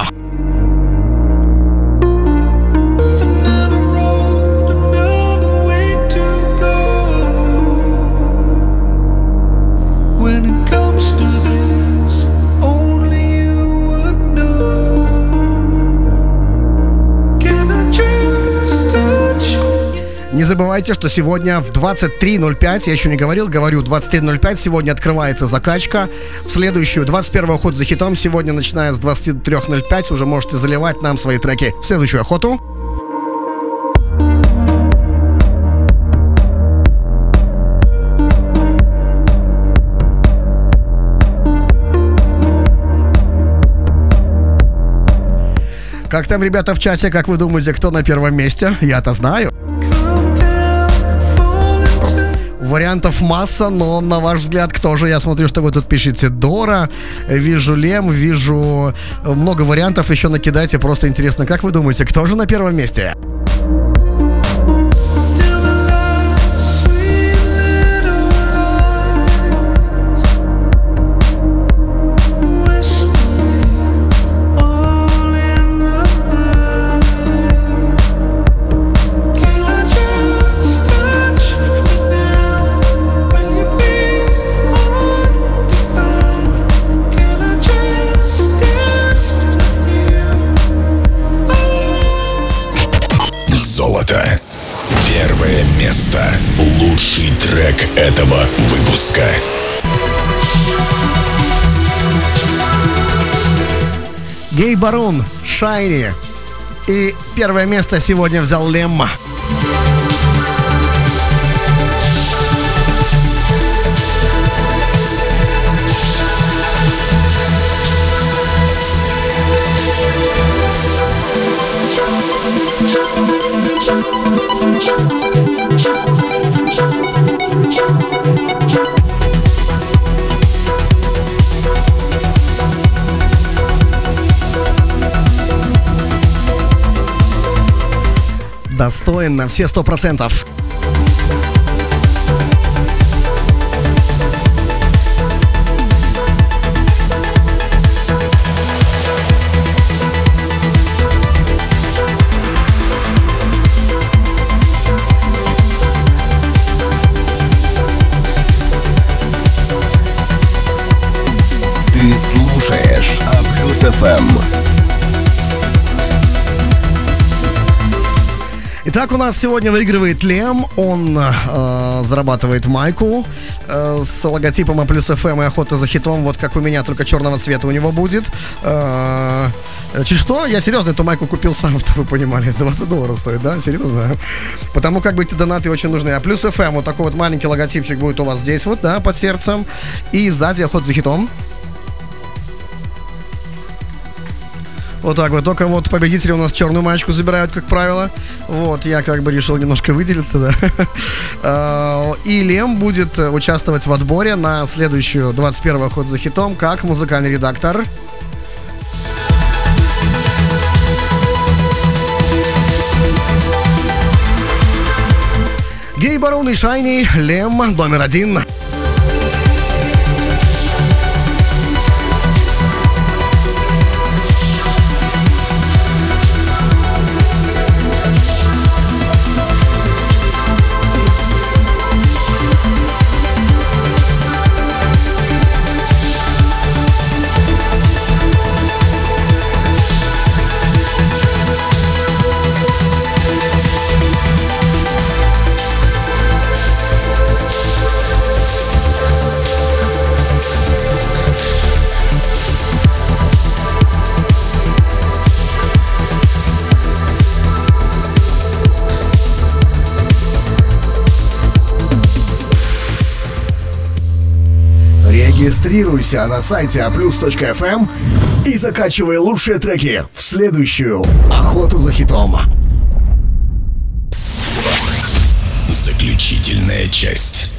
Не забывайте, что сегодня в двадцать три ноль пять, я еще не говорил, говорю, двадцать три ноль пять сегодня открывается закачка. В следующую, двадцать первую охоту за хитом сегодня, начиная с двадцати трёх ноль пять, уже можете заливать нам свои треки в следующую охоту. Как там, ребята, в чате, как вы думаете, кто на первом месте? Я-то знаю. Вариантов масса, но на ваш взгляд, кто же? Я смотрю, что вы тут пишете Дора, вижу Лем, вижу много вариантов, еще накидайте, просто интересно, как вы думаете, кто же на первом месте? Первое место. Лучший трек этого выпуска. Гей Барун, Шайни. И первое место сегодня взял Лемма. Достоин на все сто процентов. Ты слушаешь а плюс эф эм. Итак, у нас сегодня выигрывает Лем. Он э, зарабатывает майку э, с логотипом а плюс эф эм и охота за хитом. Вот как у меня, только черного цвета у него будет. Э, чуть что, я серьезно эту майку купил сам, чтобы вы понимали. двадцать долларов стоит, да? Серьезно? Потому как бы эти донаты очень нужны. а плюс эф эм, вот такой вот маленький логотипчик будет у вас здесь вот, да, под сердцем. И сзади охота за хитом. Вот так вот. Только вот победители у нас черную маечку забирают, как правило. Вот, я как бы решил немножко выделиться, да. И Лем будет участвовать в отборе на следующую двадцать первую охоту за хитом как музыкальный редактор. Гей Барон и Шайни, Лем, номер один. Регистрируйся на сайте а плюс точка эф эм и закачивай лучшие треки в следующую охоту за хитом. Заключительная часть.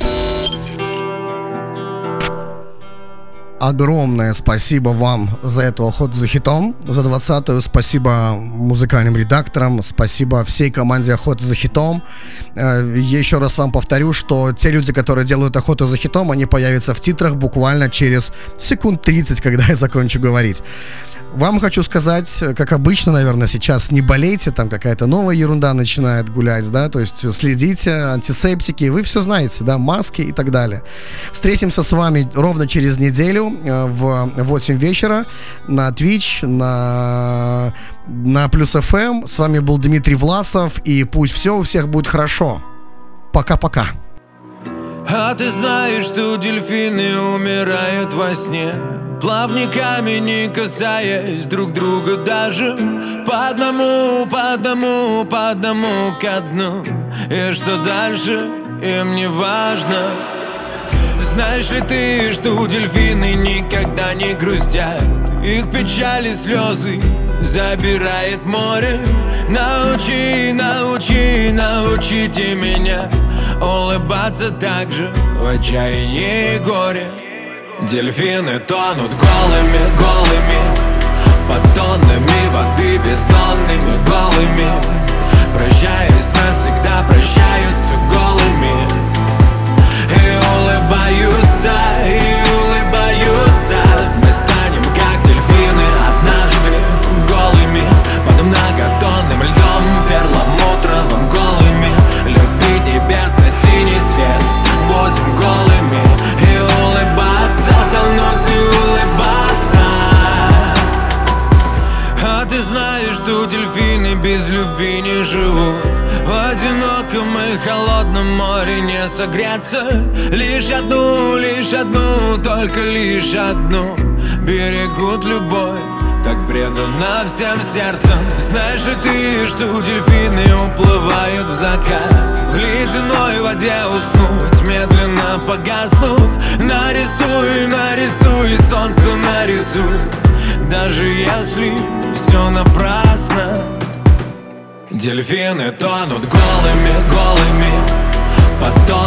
Огромное спасибо вам за эту охоту за хитом, за двадцатую. Спасибо музыкальным редакторам, спасибо всей команде охоты за хитом. Я еще раз вам повторю, что те люди, которые делают охоту за хитом, они появятся в титрах буквально через секунд тридцать, когда я закончу говорить. Вам хочу сказать, как обычно, наверное, сейчас не болейте, там какая-то новая ерунда начинает гулять, да, то есть следите, антисептики, вы все знаете, да, маски и так далее. Встретимся с вами ровно через неделю в восемь вечера на Twitch, на, на Плюс эф эм. С вами был Дмитрий Власов, и пусть все у всех будет хорошо. Пока-пока. А ты знаешь, что дельфины умирают во сне, плавниками не касаясь друг друга даже. По одному, по одному, по одному ко дну. И что дальше, им не важно. Знаешь ли ты, что дельфины никогда не грустят? Их печали, слезы забирает море. Научи, научи, научите меня улыбаться так же в отчаянии и горе. Дельфины тонут голыми, голыми, под тоннами воды бездонными, голыми. Прощаясь, навсегда прощаются голыми. И улыбаются, и улыбаются. Мы станем как дельфины однажды голыми, под многотонным льдом перламутровым, голыми. Любить небесно-синий цвет, будем голыми. И улыбаться, тонуть и улыбаться. А ты знаешь, что дельфины без любви не живут. В одиноком и холодном море не согреться. Лишь одну, лишь одну, только лишь одну берегут любовь, так преданно всем сердцем. Знаешь ли ты, что дельфины уплывают в закат, в ледяной воде уснуть, медленно погаснув. Нарисуй, нарисуй, солнце нарисуй, даже если все напрасно. Дельфины тонут голыми, голыми, под